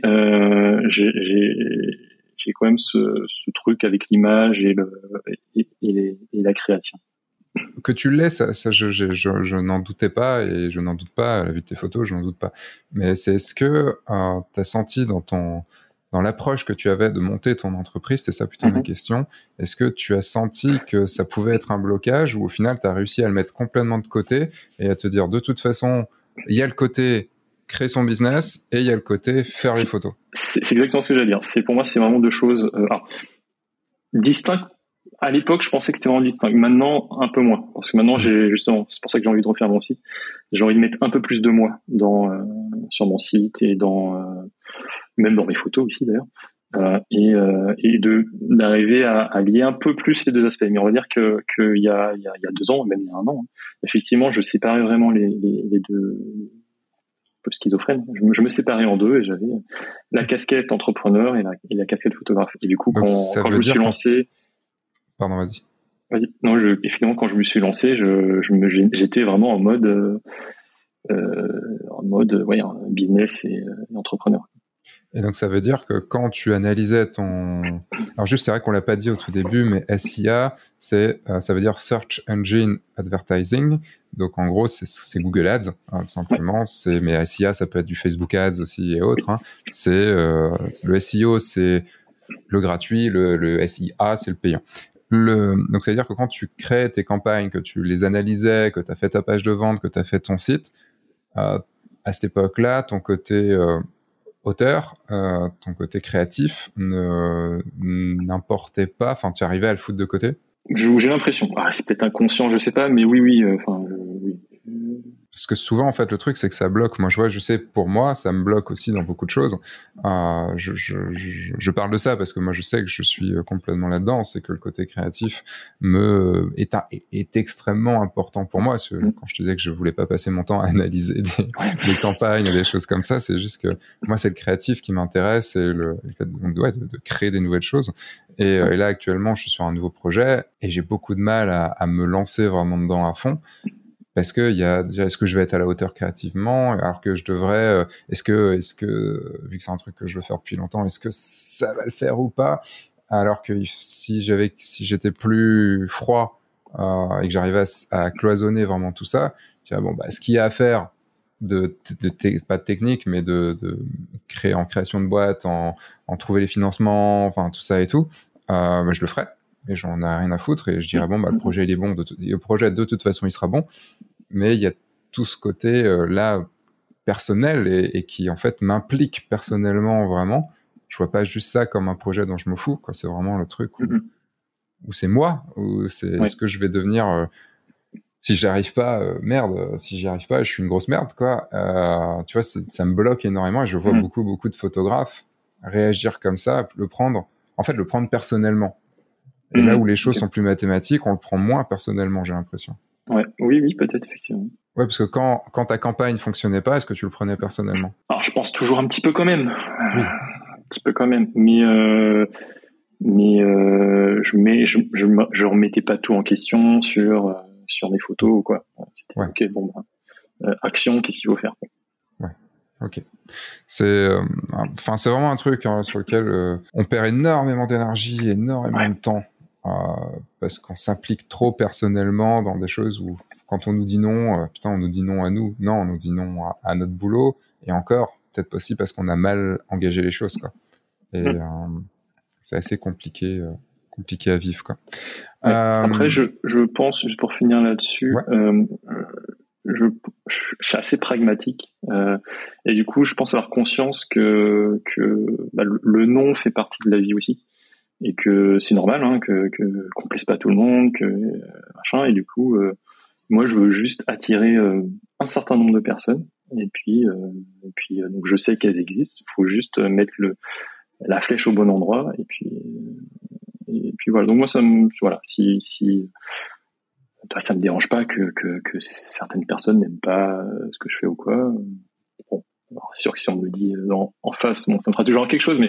j'ai quand même ce truc avec l'image et la création. Que tu l'aies, ça je n'en doutais pas, et je n'en doute pas, à la vue de tes photos, je n'en doute pas. Mais est-ce que tu as senti dans l'approche que tu avais de monter ton entreprise, c'était ça plutôt ma question, est-ce que tu as senti que ça pouvait être un blocage, ou au final tu as réussi à le mettre complètement de côté et à te dire de toute façon, il y a le côté créer son business et il y a le côté faire les photos? C'est exactement ce que j'allais dire. Pour moi, c'est vraiment deux choses distinctes. À l'époque, je pensais que c'était vraiment distinct. Maintenant, un peu moins. Parce que maintenant, justement, c'est pour ça que j'ai envie de refaire mon site. J'ai envie de mettre un peu plus de moi sur mon site et même dans mes photos aussi d'ailleurs. Et d'arriver à lier un peu plus les deux aspects. Mais on va dire qu'il y a 2 ans, même il y a 1 an, effectivement, je séparais vraiment les deux, un peu schizophrène. Je me séparais en deux et j'avais la casquette entrepreneur et la casquette photographe. Et du coup, quand je me suis lancé, Pardon, vas-y. Vas-y. Non, effectivement, quand je me suis lancé, j'étais vraiment en mode business et entrepreneur. Et donc, ça veut dire que quand tu analysais ton... Alors juste, c'est vrai qu'on l'a pas dit au tout début, mais SIA, ça veut dire Search Engine Advertising. Donc, en gros, c'est Google Ads, tout simplement. Ouais. Mais SIA, ça peut être du Facebook Ads aussi et autres. Le SEO, c'est le gratuit. Le SIA, c'est le payant. Donc, ça veut dire que quand tu crées tes campagnes, que tu les analysais, que tu as fait ta page de vente, que tu as fait ton site, à cette époque-là, ton côté auteur, ton côté créatif n'importait pas, enfin tu arrivais à le foutre de côté? J'ai l'impression, c'est peut-être inconscient, je sais pas, mais oui, oui. Parce que souvent, en fait, le truc, c'est que ça bloque. Moi, je sais, pour moi, ça me bloque aussi dans beaucoup de choses. Je parle de ça parce que moi, je sais que je suis complètement là-dedans. C'est que le côté créatif est extrêmement important pour moi. Parce que quand je te disais que je voulais pas passer mon temps à analyser des campagnes, des choses comme ça, c'est juste que moi, c'est le créatif qui m'intéresse et le fait de créer des nouvelles choses. Et là, actuellement, je suis sur un nouveau projet et j'ai beaucoup de mal à me lancer vraiment dedans à fond. Parce que il y a déjà, est-ce que je vais être à la hauteur créativement, alors que je devrais, est-ce que, vu que c'est un truc que je veux faire depuis longtemps, est-ce que ça va le faire ou pas? Alors que si j'étais plus froid et que j'arrivais à cloisonner vraiment tout ça, je dirais, bon, bah, ce qu'il y a à faire pas de technique, mais de créer en création de boîte, en trouver les financements, enfin tout ça et tout, bah, je le ferai. Et j'en ai rien à foutre et je dirais bon bah le projet il est bon, le projet de toute façon il sera bon, mais il y a tout ce côté là personnel et qui en fait m'implique personnellement vraiment. Je vois pas juste ça comme un projet dont je me fous, quoi. C'est vraiment le truc où c'est moi, où c'est est-ce que je vais devenir si j'y arrive pas, merde, si j'y arrive pas, je suis une grosse merde, quoi. Tu vois, ça me bloque énormément et je vois beaucoup de photographes réagir comme ça, le prendre personnellement. Et là où les choses sont plus mathématiques, on le prend moins personnellement, j'ai l'impression. Ouais, oui, peut-être, effectivement. Ouais, parce que quand ta campagne fonctionnait pas, est-ce que tu le prenais personnellement? Alors, je pense toujours un petit peu quand même. Oui. Un petit peu quand même. Mais je remettais pas tout en question sur mes photos ou quoi. C'était ok, bon, action, qu'est-ce qu'il faut faire? Ouais. Ok. C'est vraiment un truc sur lequel on perd énormément d'énergie, énormément de temps, parce qu'on s'implique trop personnellement dans des choses où quand on nous dit non, on nous dit non à nous. Non, on nous dit non à notre boulot. Et encore, peut-être aussi parce qu'on a mal engagé les choses, quoi. Et c'est assez compliqué à vivre, quoi. Ouais. Après, je pense, juste pour finir là-dessus, je suis assez pragmatique et du coup je pense avoir conscience que le non fait partie de la vie aussi et que c'est normal qu'on plaise pas à tout le monde, que machin, et du coup moi je veux juste attirer un certain nombre de personnes et puis donc je sais qu'elles existent, il faut juste mettre la flèche au bon endroit et puis voilà. Donc moi voilà, si toi, ça me dérange pas que certaines personnes n'aiment pas ce que je fais ou quoi. Bon, c'est sûr que si on me dit en face, bon, ça me fera toujours quelque chose, mais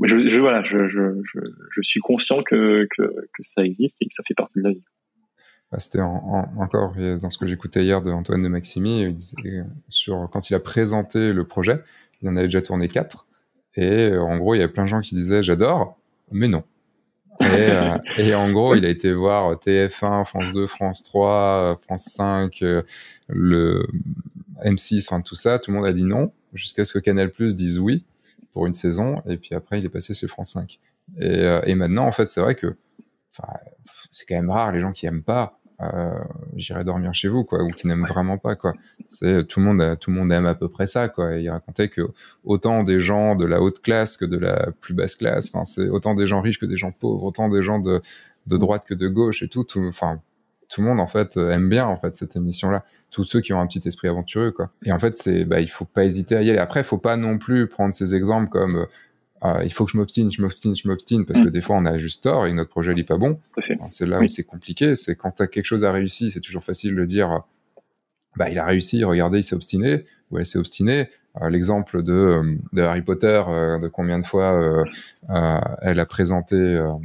je suis conscient que ça existe et que ça fait partie de la vie. C'était encore dans ce que j'écoutais hier de Antoine de Maximi, il disait quand il a présenté le projet, il en avait déjà tourné 4, et en gros, il y a plein de gens qui disaient j'adore, mais non. Et en gros, il a été voir TF1, France 2, France 3, France 5, le M6, enfin tout ça, tout le monde a dit non, jusqu'à ce que Canal+ dise oui pour une saison, et puis après il est passé chez France 5. Et maintenant, en fait, c'est vrai que c'est quand même rare les gens qui aiment pas. J'irai dormir chez vous, quoi, ou qui n'aiment vraiment pas, quoi. C'est tout le monde aime à peu près ça, quoi. Et il racontait que autant des gens de la haute classe que de la plus basse classe, enfin c'est autant des gens riches que des gens pauvres, autant des gens de droite que de gauche et tout le monde en fait aime bien en fait cette émission-là. Tous ceux qui ont un petit esprit aventureux, quoi. Et en fait il faut pas hésiter à y aller. Après, il faut pas non plus prendre ces exemples comme il faut que je m'obstine, parce que des fois on a juste tort et notre projet n'est pas bon. C'est là où c'est compliqué, c'est quand t'as quelque chose à réussir, c'est toujours facile de dire il a réussi, regardez, il s'est obstiné, ou elle s'est obstinée. L'exemple de Harry Potter, de combien de fois elle a présenté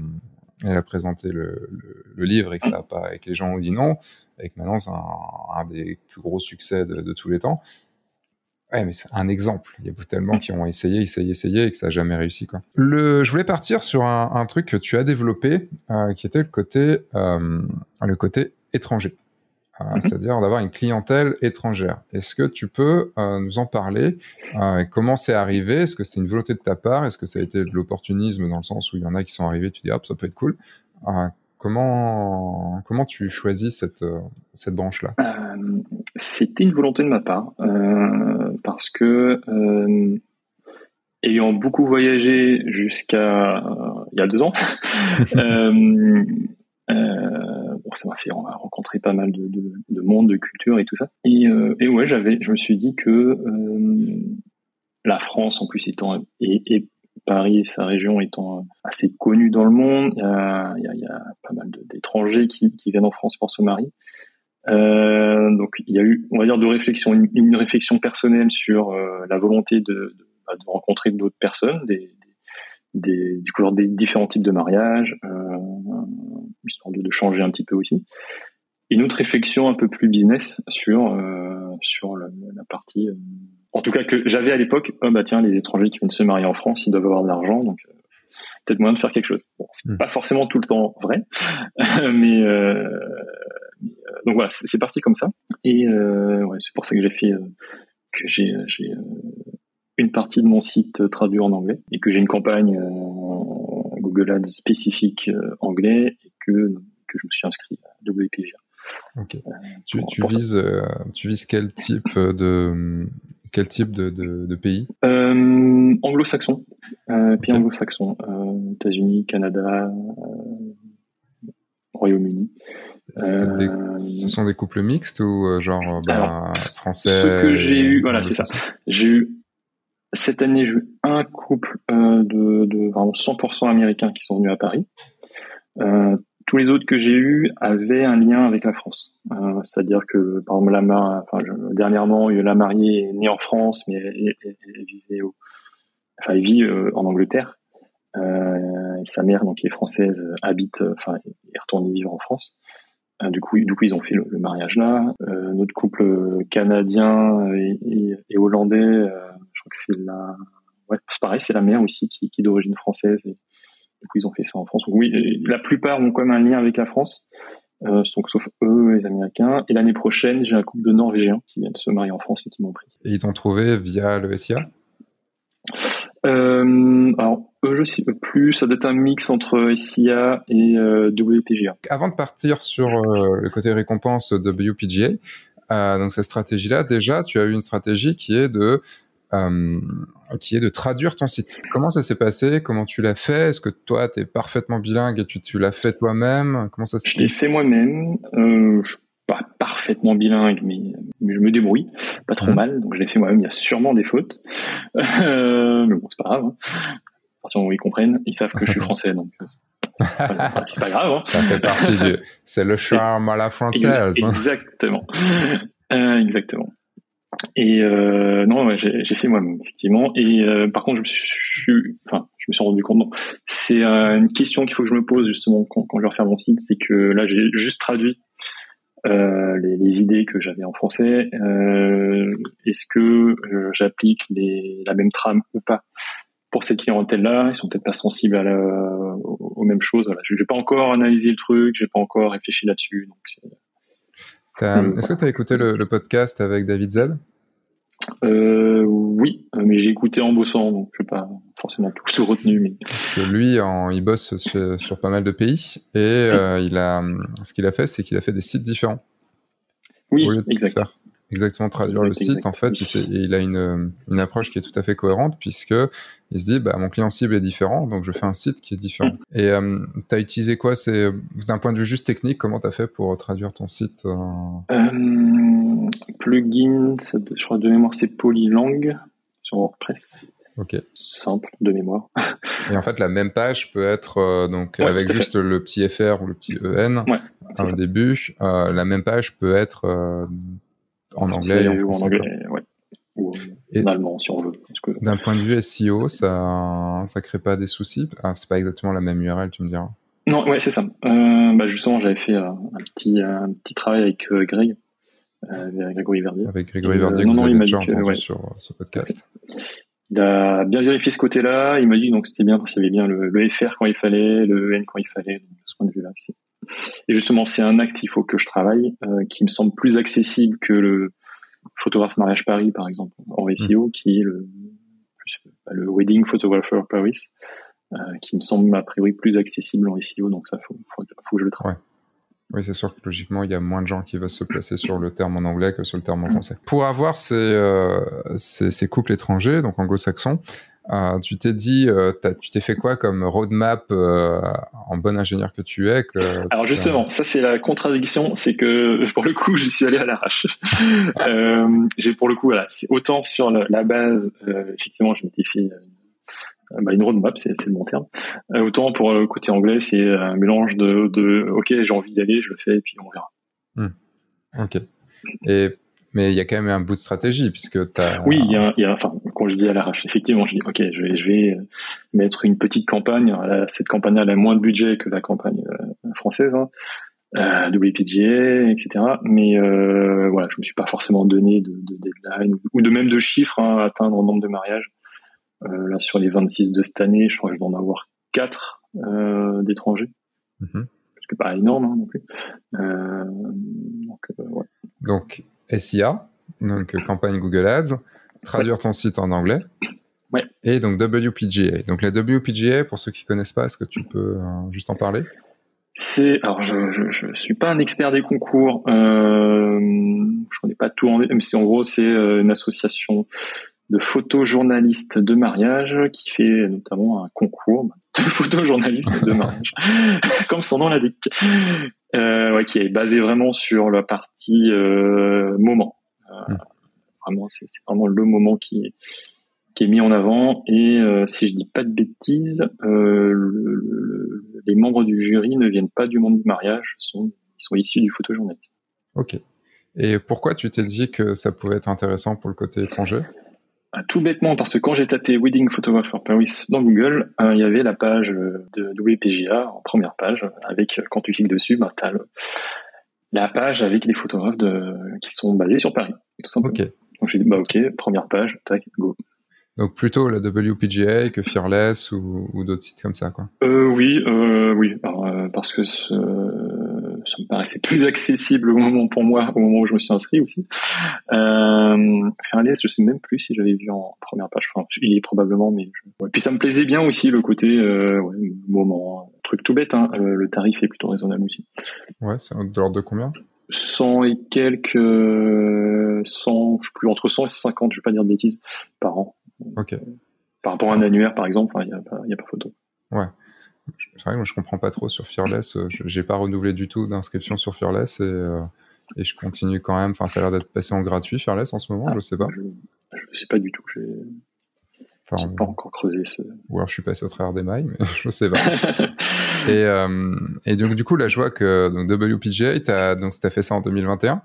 le livre et que ça a pas, et que les gens ont dit non, et que maintenant c'est un des plus gros succès de tous les temps. Ouais, mais c'est un exemple. Il y a tellement qui ont essayé et que ça n'a jamais réussi, quoi. Je voulais partir sur un truc que tu as développé, qui était le côté étranger. C'est-à-dire d'avoir une clientèle étrangère. Est-ce que tu peux nous en parler? Comment c'est arrivé? Est-ce que c'était une volonté de ta part? Est-ce que ça a été de l'opportunisme, dans le sens où il y en a qui sont arrivés, tu dis hop, ça peut être cool. Comment tu choisis cette branche-là? C'était une volonté de ma part, parce que ayant beaucoup voyagé jusqu'à il y a 2 ans, bon, ça m'a fait rencontrer pas mal de monde, de culture et tout ça. Et ouais, je me suis dit que la France, en plus, et Paris et sa région étant assez connue dans le monde, il y a pas mal d'étrangers qui viennent en France pour se marier. Donc il y a eu, on va dire, une réflexion personnelle sur la volonté de rencontrer d'autres personnes, découvrir des différents types de mariages, histoire de changer un petit peu aussi. Une autre réflexion un peu plus business sur la partie, en tout cas que j'avais à l'époque. Tiens, les étrangers qui viennent se marier en France, ils doivent avoir de l'argent, donc peut-être moyen de faire quelque chose. Bon, c'est pas forcément tout le temps vrai, mais donc voilà, c'est parti comme ça. Et ouais, c'est pour ça que j'ai une partie de mon site traduit en anglais et que j'ai une campagne Google Ads spécifique anglais et que je me suis inscrit à WPGA. Ok. Tu vises quel type de pays? Anglo-saxon, pays anglo-saxon, États-Unis, Canada, Royaume-Uni. Ce sont des couples mixtes ou alors, français? Ce que j'ai eu, voilà, c'est ça. Cette année, j'ai eu un couple de vraiment 100% américains qui sont venus à Paris. Tous les autres que j'ai eus avaient un lien avec la France. C'est-à-dire que, par exemple, dernièrement, la mariée est née en France, mais elle vit en Angleterre. Et sa mère, donc qui est française, est retournée vivre en France. Du coup, ils ont fait le mariage là. Notre couple canadien et hollandais, je crois que c'est pareil, c'est la mère aussi qui est d'origine française. Et du coup, ils ont fait ça en France. Donc, oui, la plupart ont quand même un lien avec la France, sauf eux, les Américains. Et l'année prochaine, j'ai un couple de Norvégiens qui viennent se marier en France et qui m'ont pris. Et ils t'ont trouvé via le SIA? Alors, eux, je sais plus, ça doit être un mix entre SIA et WPGA. Avant de partir sur le côté récompense de WPGA, donc cette stratégie-là, déjà, tu as eu une stratégie qui est de traduire ton site. Comment ça s'est passé? Comment tu l'as fait? Est-ce que toi, tu es parfaitement bilingue et tu l'as fait toi-même? Comment ça se fait? Je l'ai fait moi-même. Je suis pas parfaitement bilingue, mais je me débrouille pas trop mal. Donc je l'ai fait moi-même. Il y a sûrement des fautes, mais bon, c'est pas grave. Hein. À partir du moment où ils comprennent, ils savent que je suis français, donc c'est pas grave. Hein. Ça fait partie c'est le charme à la française. Exactement. Exactement. Et non, ouais, j'ai fait moi-même effectivement. Et par contre, je me suis rendu compte. Non, c'est une question qu'il faut que je me pose justement quand je vais refaire mon site, c'est que là, j'ai juste traduit les idées que j'avais en français. Est-ce que j'applique la même trame ou pas pour cette clientèle-là? Ils sont peut-être pas sensibles aux mêmes choses. Voilà, j'ai pas encore analysé le truc, j'ai pas encore réfléchi là-dessus. Donc est-ce que tu as écouté le podcast avec David Z? Oui, mais j'ai écouté en bossant, donc je n'ai pas forcément tout retenu. Mais... Parce que lui, il bosse sur pas mal de pays, et ce qu'il a fait, c'est qu'il a fait des sites différents. Oui, au lieu de faire exactement traduire le site, en fait, il a une approche qui est tout à fait cohérente, puisque il se dit, mon client cible est différent, donc je fais un site qui est différent. Et tu as utilisé quoi? C'est d'un point de vue juste technique, comment tu as fait pour traduire ton site? Plugin, je crois de mémoire, c'est Polylang sur WordPress. Ok. Simple de mémoire. Et en fait, la même page peut être avec juste le petit FR ou le petit EN au début. La même page peut être en anglais et en français. En anglais, ouais. Ou en allemand, si on veut. D'un point de vue SEO, ça crée pas des soucis? C'est pas exactement la même URL, tu me diras. Non, ouais, c'est ça. Justement, j'avais fait un petit travail avec Greg. Grégory Verdier. Avec Grégory Verdier, que vous avez déjà entendu sur ce podcast. Il a bien vérifié ce côté-là. Il m'a dit donc c'était bien parce qu'il y avait bien le FR quand il fallait, le N quand il fallait. Donc, de ce point de vue-là. Et justement, c'est un acte qu'il faut que je travaille, qui me semble plus accessible que le photographe mariage Paris, par exemple, en SEO, qui est le Wedding Photographer Paris, qui me semble a priori plus accessible en SEO. Donc ça, faut que je le travaille. Ouais. Oui, c'est sûr que logiquement, il y a moins de gens qui vont se placer sur le terme en anglais que sur le terme en français. Pour avoir ces couples étrangers, donc anglo-saxons, tu t'es dit, tu t'es fait quoi comme roadmap en bon ingénieur que tu es Alors justement, ça c'est la contradiction, c'est que pour le coup, j'y suis allé à l'arrache. J'ai pour le coup, voilà, c'est autant sur la base, effectivement, je m'étais fait une roadmap, c'est le bon terme. Autant pour le côté anglais, c'est un mélange de ok, j'ai envie d'y aller, je le fais et puis on verra. Ok. Mais il y a quand même un bout de stratégie puisque t'as. Oui, enfin, quand je dis à l'arrache, effectivement, je dis ok, je vais mettre une petite campagne. Cette campagne a moins de budget que la campagne française, hein, WPGA, etc. Mais voilà, je me suis pas forcément donné de deadline ou de même de chiffres à atteindre en nombre de mariages. Là, sur les 26 de cette année, je crois que je vais en avoir 4 d'étrangers. Ce qui n'est pas énorme non plus. Ouais. Donc, SIA, donc campagne Google Ads, traduire ton site en anglais. Ouais. Et donc WPGA. Donc la WPGA, pour ceux qui connaissent pas, est-ce que tu peux juste en parler? Alors je suis pas un expert des concours. Je connais pas tout même si en gros c'est une association de photojournalistes de mariage qui fait notamment un concours de photojournalisme de mariage, comme son nom l'indique, qui est basé vraiment sur la partie moment. Vraiment, c'est vraiment le moment qui est mis en avant et si je dis pas de bêtises, les membres du jury ne viennent pas du monde du mariage, ils sont issus du photojournalisme. Ok. Et pourquoi tu t'es dit que ça pouvait être intéressant pour le côté étranger? Tout bêtement, parce que quand j'ai tapé Wedding Photographer Paris dans Google, il y avait la page de WPGA en première page, avec, quand tu cliques dessus, t'as la page avec les photographes qui sont basés sur Paris, tout simplement. Ok. Donc j'ai dit, ok, première page, tac, go. Donc plutôt la WPGA que Fearless ou d'autres sites comme ça, quoi. Oui. Alors, parce que ça me paraissait plus accessible au moment où je me suis inscrit aussi. Fearless, je sais même plus si j'avais vu en première page. Enfin, il y est probablement, mais puis ça me plaisait bien aussi le côté moment, truc tout bête. Hein, le tarif est plutôt raisonnable aussi. Ouais, c'est de l'ordre de combien? 100 et quelques, 100, je sais plus, entre 100 et 150, je vais pas dire de bêtises, par an. Ok. Par rapport à un annuaire, par exemple, il y a pas photo. Ouais. C'est vrai que moi je comprends pas trop sur Fearless. J'ai pas renouvelé du tout d'inscription sur Fearless et je continue quand même. Enfin, ça a l'air d'être passé en gratuit Fearless en ce moment, je sais pas. Je sais pas du tout. J'ai pas encore creusé ce. Ou alors je suis passé au travers des mailles, mais je sais pas. Et donc du coup là je vois que donc WPGA, t'as fait ça en 2021.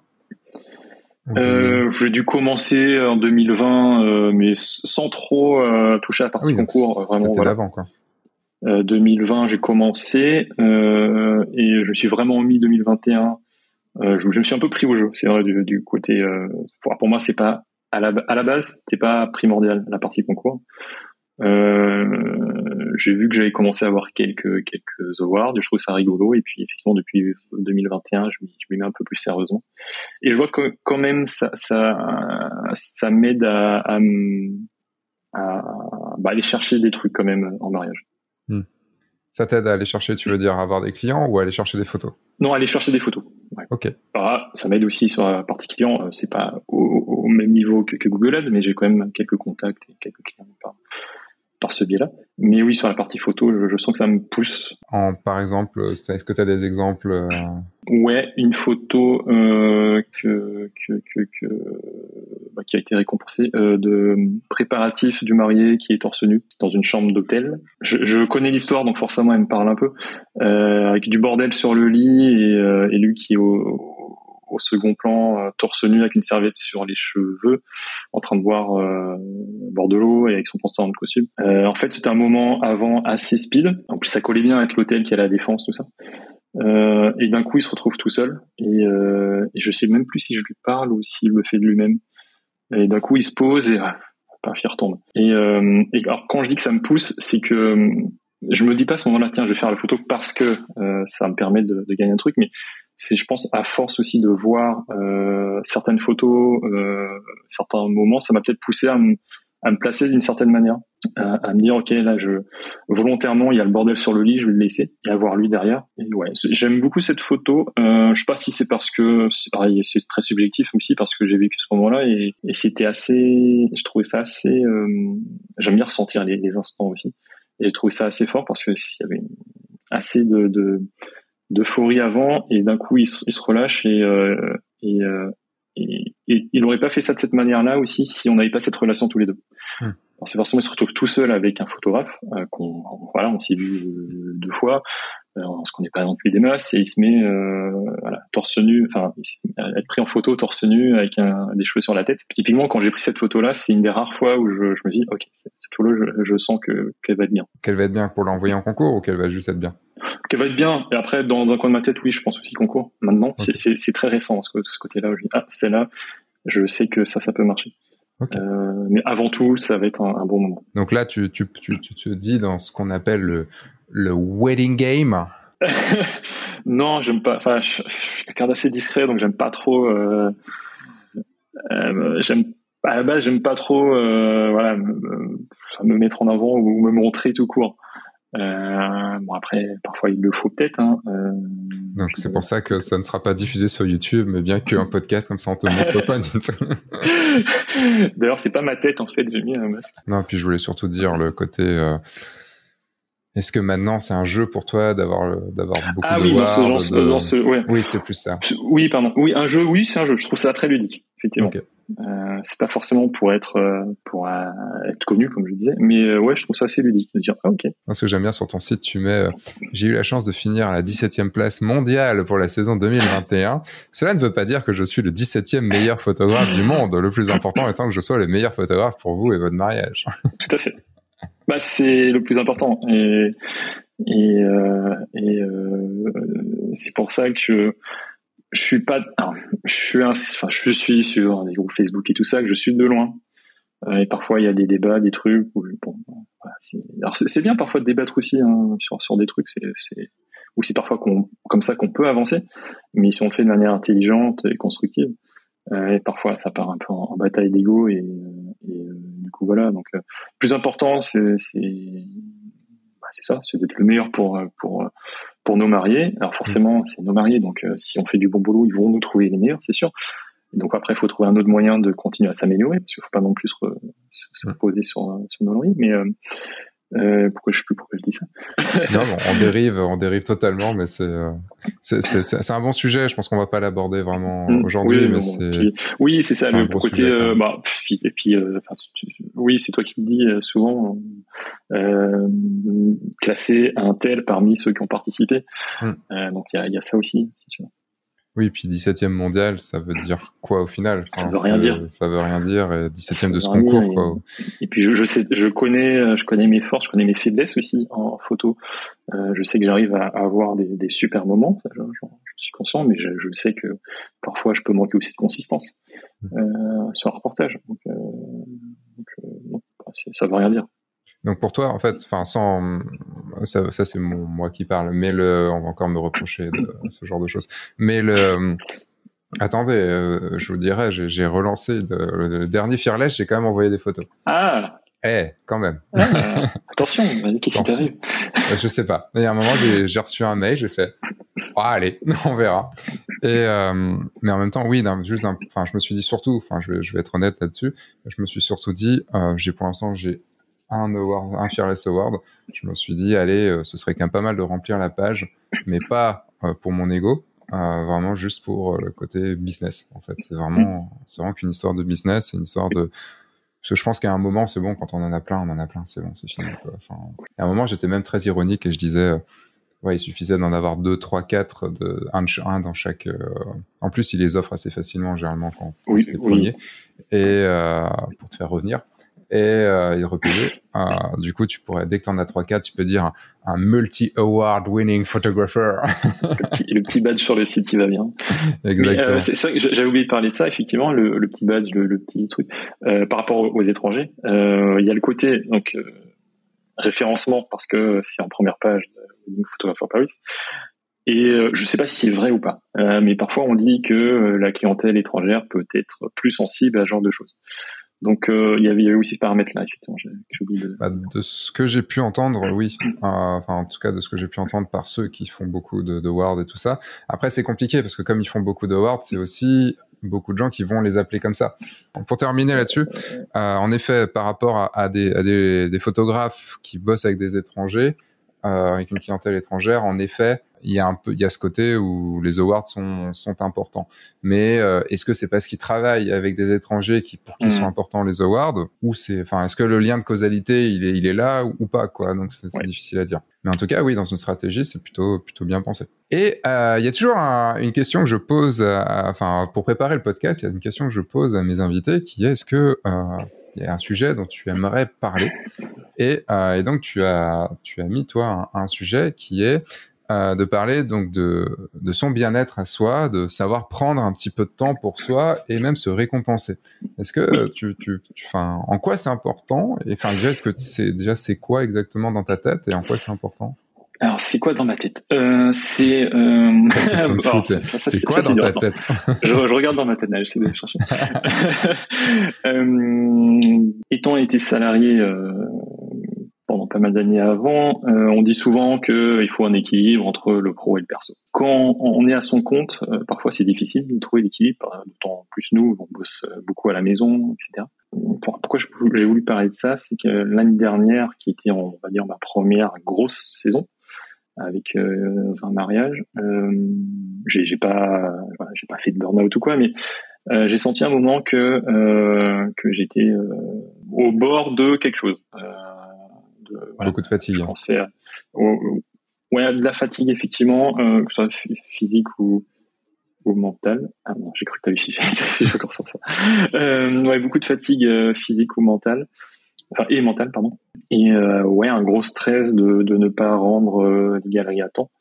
J'ai dû commencer en 2020, mais sans trop toucher à la partie concours. Vraiment, c'était d'avant, quoi. 2020, j'ai commencé et je suis vraiment mis 2021. Je me suis un peu pris au jeu. C'est vrai du côté. Pour moi, c'est pas à la base, c'était pas primordial la partie concours. J'ai vu que j'avais commencé à avoir quelques awards, je trouve ça rigolo, et puis effectivement depuis 2021 je m'y mets un peu plus sérieusement et je vois que quand même ça m'aide à aller chercher des trucs quand même en mariage. Ça t'aide à aller chercher, tu veux dire avoir des clients ou à aller chercher des photos? Non, aller chercher des photos. Ouais. Ok. Alors, ça m'aide aussi sur la partie client, c'est pas au même niveau que Google Ads, mais j'ai quand même quelques contacts et quelques clients par ce biais-là. Mais oui, sur la partie photo, je sens que ça me pousse. Par exemple, est-ce que tu as des exemples Ouais, une photo qui a été récompensée de préparatif du marié qui est torse nu dans une chambre d'hôtel. Je connais l'histoire, donc forcément elle me parle un peu. Avec du bordel sur le lit et lui qui est au second plan, torse nu avec une serviette sur les cheveux, en train de boire bord de l'eau et avec son pantalon de costume. En fait, c'était un moment avant assez speed. En plus, ça collait bien avec l'hôtel qui est à la Défense, tout ça. Et d'un coup, il se retrouve tout seul. Et je sais même plus si je lui parle ou s'il le fait de lui-même. Et d'un coup, il se pose et paf, il retombe. Et alors, quand je dis que ça me pousse, c'est que je me dis pas à ce moment-là, tiens, je vais faire la photo parce que ça me permet de gagner un truc, mais c'est, je pense, à force aussi de voir certaines photos, certains moments, ça m'a peut-être poussé à me placer d'une certaine manière, à me dire ok là volontairement il y a le bordel sur le lit, je vais le laisser et avoir lui derrière. Et ouais, j'aime beaucoup cette photo. Je sais pas si c'est parce que c'est très subjectif aussi parce que j'ai vécu ce moment-là et c'était assez, je trouvais ça assez. J'aime bien ressentir les instants aussi et j'ai trouvé ça assez fort parce que s'il y avait assez d'euphorie avant et d'un coup il se relâche et il n'aurait pas fait ça de cette manière-là aussi si on n'avait pas cette relation tous les deux. Alors c'est forcément il se retrouve tout seul avec un photographe on s'est vu 2 fois, on se connaît pas non plus des masses et il se met torse nu, être pris en photo torse nu avec des cheveux sur la tête. Typiquement quand j'ai pris cette photo-là, c'est une des rares fois où je me dis ok cette photo je sens qu'elle va être bien. Qu'elle va être bien pour l'envoyer en concours ou qu'elle va juste être bien? Qu'elle va être bien. Et après, dans un coin de ma tête, oui, je pense aussi concours. Maintenant, okay. c'est très récent, ce côté-là. Où je dis, celle-là, je sais que ça peut marcher. Okay. Mais avant tout, ça va être un bon moment. Donc là, tu te dis dans ce qu'on appelle le wedding game. Non, j'aime pas. Enfin, je suis quelqu'un d'assez discret, donc j'aime pas trop. À la base, j'aime pas trop. Me mettre en avant ou me montrer tout court. Après, parfois il le faut peut-être. Donc c'est pour ça que ça ne sera pas diffusé sur YouTube, mais bien qu'un podcast comme ça on te montre pas. D'ailleurs, c'est pas ma tête en fait, j'ai mis un masque. Non, puis je voulais surtout dire le côté. Est-ce que maintenant c'est un jeu pour toi d'avoir beaucoup de wards ouais. Oui, c'était plus ça. Oui, pardon. Oui, un jeu. Oui, c'est un jeu. Je trouve ça très ludique, effectivement. Okay. C'est pas forcément pour être connu comme je disais, mais ouais, je trouve ça assez ludique de dire ok. Ce que j'aime bien sur ton site, tu mets j'ai eu la chance de finir à la 17e place mondiale pour la saison 2021. Cela ne veut pas dire que je suis le 17e meilleur photographe du monde. Le plus important étant que je sois le meilleur photographe pour vous et votre mariage. Tout à fait. C'est le plus important et c'est pour ça que je suis pas. Alors, je suis sur des groupes Facebook et tout ça, que je suis de loin. Et parfois il y a des débats, des trucs où alors c'est bien parfois de débattre aussi sur des trucs. C'est parfois comme ça qu'on peut avancer, mais si on le fait de manière intelligente et constructive. Et parfois ça part un peu en bataille d'ego et du coup voilà. Donc le plus important c'est ça, c'est d'être le meilleur pour nos mariés. Alors forcément, c'est nos mariés, donc si on fait du bon boulot, ils vont nous trouver les meilleurs, c'est sûr. Donc après, il faut trouver un autre moyen de continuer à s'améliorer, parce qu'il ne faut pas non plus se reposer sur nos lauriers. Mais pourquoi je dis ça? Non, on dérive totalement, mais c'est un bon sujet. Je pense qu'on va pas l'aborder vraiment aujourd'hui, mais c'est ça. Le côté, oui, c'est toi qui le dis souvent. Classer un tel parmi ceux qui ont participé. Donc il y a ça aussi, c'est sûr. Oui, puis 17e mondial, ça veut dire quoi au final? Ça veut rien dire. Ça veut rien dire. Et 17e de ce concours, quoi. Et puis je connais mes forces, je connais mes faiblesses aussi en photo. Je sais que j'arrive à avoir des super moments, ça, je suis conscient, mais je sais que parfois je peux manquer aussi de consistance sur un reportage. Donc ça veut rien dire. Donc pour toi, en fait, ça c'est moi qui parle, mais on va encore me reprocher de ce genre de choses. Mais attendez, je vous dirais, j'ai relancé le dernier Fearless, j'ai quand même envoyé des photos. Ah. Quand même. Attention, qu'est-ce qui t'arrive? Je sais pas. Il y a un moment, j'ai reçu un mail, j'ai fait, allez, on verra. Et mais en même temps, oui, je me suis dit surtout, je vais être honnête là-dessus, je me suis surtout dit, pour l'instant, j'ai un Fearless Award. Je me suis dit, allez, ce serait quand même pas mal de remplir la page, mais pas pour mon ego, vraiment juste pour le côté business. En fait, c'est vraiment qu'une histoire de business, c'est une histoire de. Parce que je pense qu'à un moment, c'est bon, quand on en a plein, c'est bon, c'est fini, quoi. À un moment, j'étais même très ironique et je disais, il suffisait d'en avoir 2, 3, 4, un dans chaque. En plus, ils les offrent assez facilement, généralement, quand c'est les premiers, et pour te faire revenir. Et il repayer. Du coup, tu pourrais, dès que tu en as 3-4, tu peux dire un multi-award winning photographer. le petit badge sur le site qui va bien. Exactement. C'est ça que j'avais oublié de parler de ça, effectivement, le petit badge, le petit truc. Par rapport aux étrangers, il y a le côté donc référencement, parce que c'est en première page de Wedding Photographer Paris. Et je sais pas si c'est vrai ou pas, mais parfois on dit que la clientèle étrangère peut être plus sensible à ce genre de choses. Donc il y avait aussi ce paramètre-là, effectivement. J'ai oublié de... De ce que j'ai pu entendre, oui. Enfin, en tout cas, de ce que j'ai pu entendre par ceux qui font beaucoup de awards et tout ça. Après, c'est compliqué parce que comme ils font beaucoup d'awards, c'est aussi beaucoup de gens qui vont les appeler comme ça. Pour terminer là-dessus, en effet, par rapport à des photographes qui bossent avec des étrangers, avec une clientèle étrangère, en effet, il y a ce côté où les awards sont importants. Mais est-ce que c'est parce qu'ils travaillent avec des étrangers pour qui sont importants les awards, ou est-ce que le lien de causalité il est là ou pas, quoi. Donc c'est difficile à dire. Mais en tout cas, oui, dans une stratégie, c'est plutôt bien pensé. Et il y a toujours une question que je pose, pour préparer le podcast, il y a une question que je pose à mes invités qui est est-ce que il y a un sujet dont tu aimerais parler et donc tu as mis toi un sujet qui est de parler donc de son bien-être à soi, de savoir prendre un petit peu de temps pour soi et même se récompenser. Est-ce que en quoi c'est important? Et c'est quoi exactement dans ta tête et en quoi c'est important? Alors, c'est quoi dans ma tête? C'est quoi dans ta tête? Je regarde dans ma tête, là, j'essaie de chercher. Étant été salarié pendant pas mal d'années avant, on dit souvent qu'il faut un équilibre entre le pro et le perso. Quand on est à son compte, parfois c'est difficile de trouver l'équilibre, d'autant plus nous, on bosse beaucoup à la maison, etc. Pourquoi j'ai voulu parler de ça, c'est que l'année dernière, qui était, on va dire, ma première grosse saison, avec 20 mariages, j'ai pas fait de burn-out ou quoi, mais j'ai senti un moment que j'étais au bord de quelque chose. Beaucoup de fatigue. Je pensais de la fatigue, effectivement, que ce soit physique ou mentale. Ah non, j'ai cru que t'avais j'ai encore sur ça. Beaucoup de fatigue physique ou mentale. Et mentale, pardon. Et un gros stress de ne pas rendre les galeries à temps.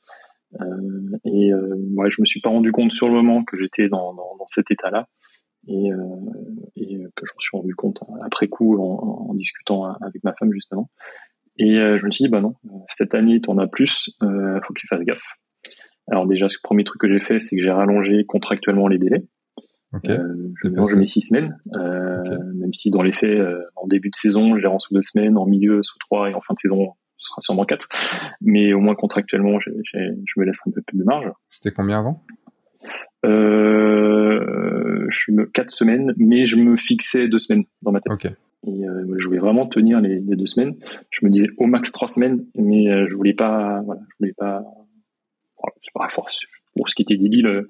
Je me suis pas rendu compte sur le moment que j'étais dans cet état-là. Et que je me suis rendu compte après coup en discutant avec ma femme, justement. Et je me suis dit, non, cette année, t'en as plus, faut que tu fasses gaffe. Alors déjà, ce premier truc que j'ai fait, c'est que j'ai rallongé contractuellement les délais. Okay. Je mets 6 semaines, même si dans les faits, en début de saison, je les rends sous 2 semaines, en milieu sous 3 et en fin de saison, ce sera sûrement 4. Mais au moins contractuellement, je me laisse un peu plus de marge. C'était combien avant 4 semaines, mais je me fixais 2 semaines dans ma tête. Okay. Et je voulais vraiment tenir les 2 semaines. Je me disais au max 3 semaines, mais je voulais pas, c'est pas force pour ce qui était des deals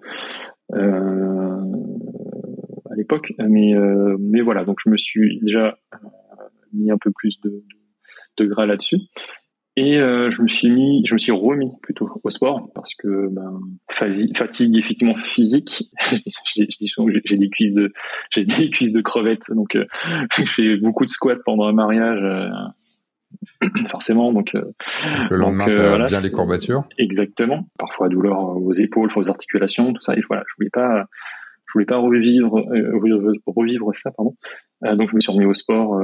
à l'époque, mais voilà. Donc je me suis déjà mis un peu plus de gras là-dessus. Et je me suis remis plutôt au sport parce que fatigue effectivement physique. j'ai des cuisses de crevettes, donc je fais beaucoup de squats pendant un mariage, forcément. Donc le lendemain, t'as bien les courbatures. Exactement. Parfois douleur aux épaules, aux articulations, tout ça. Et voilà, je voulais pas revivre ça, pardon. Donc je me suis remis au sport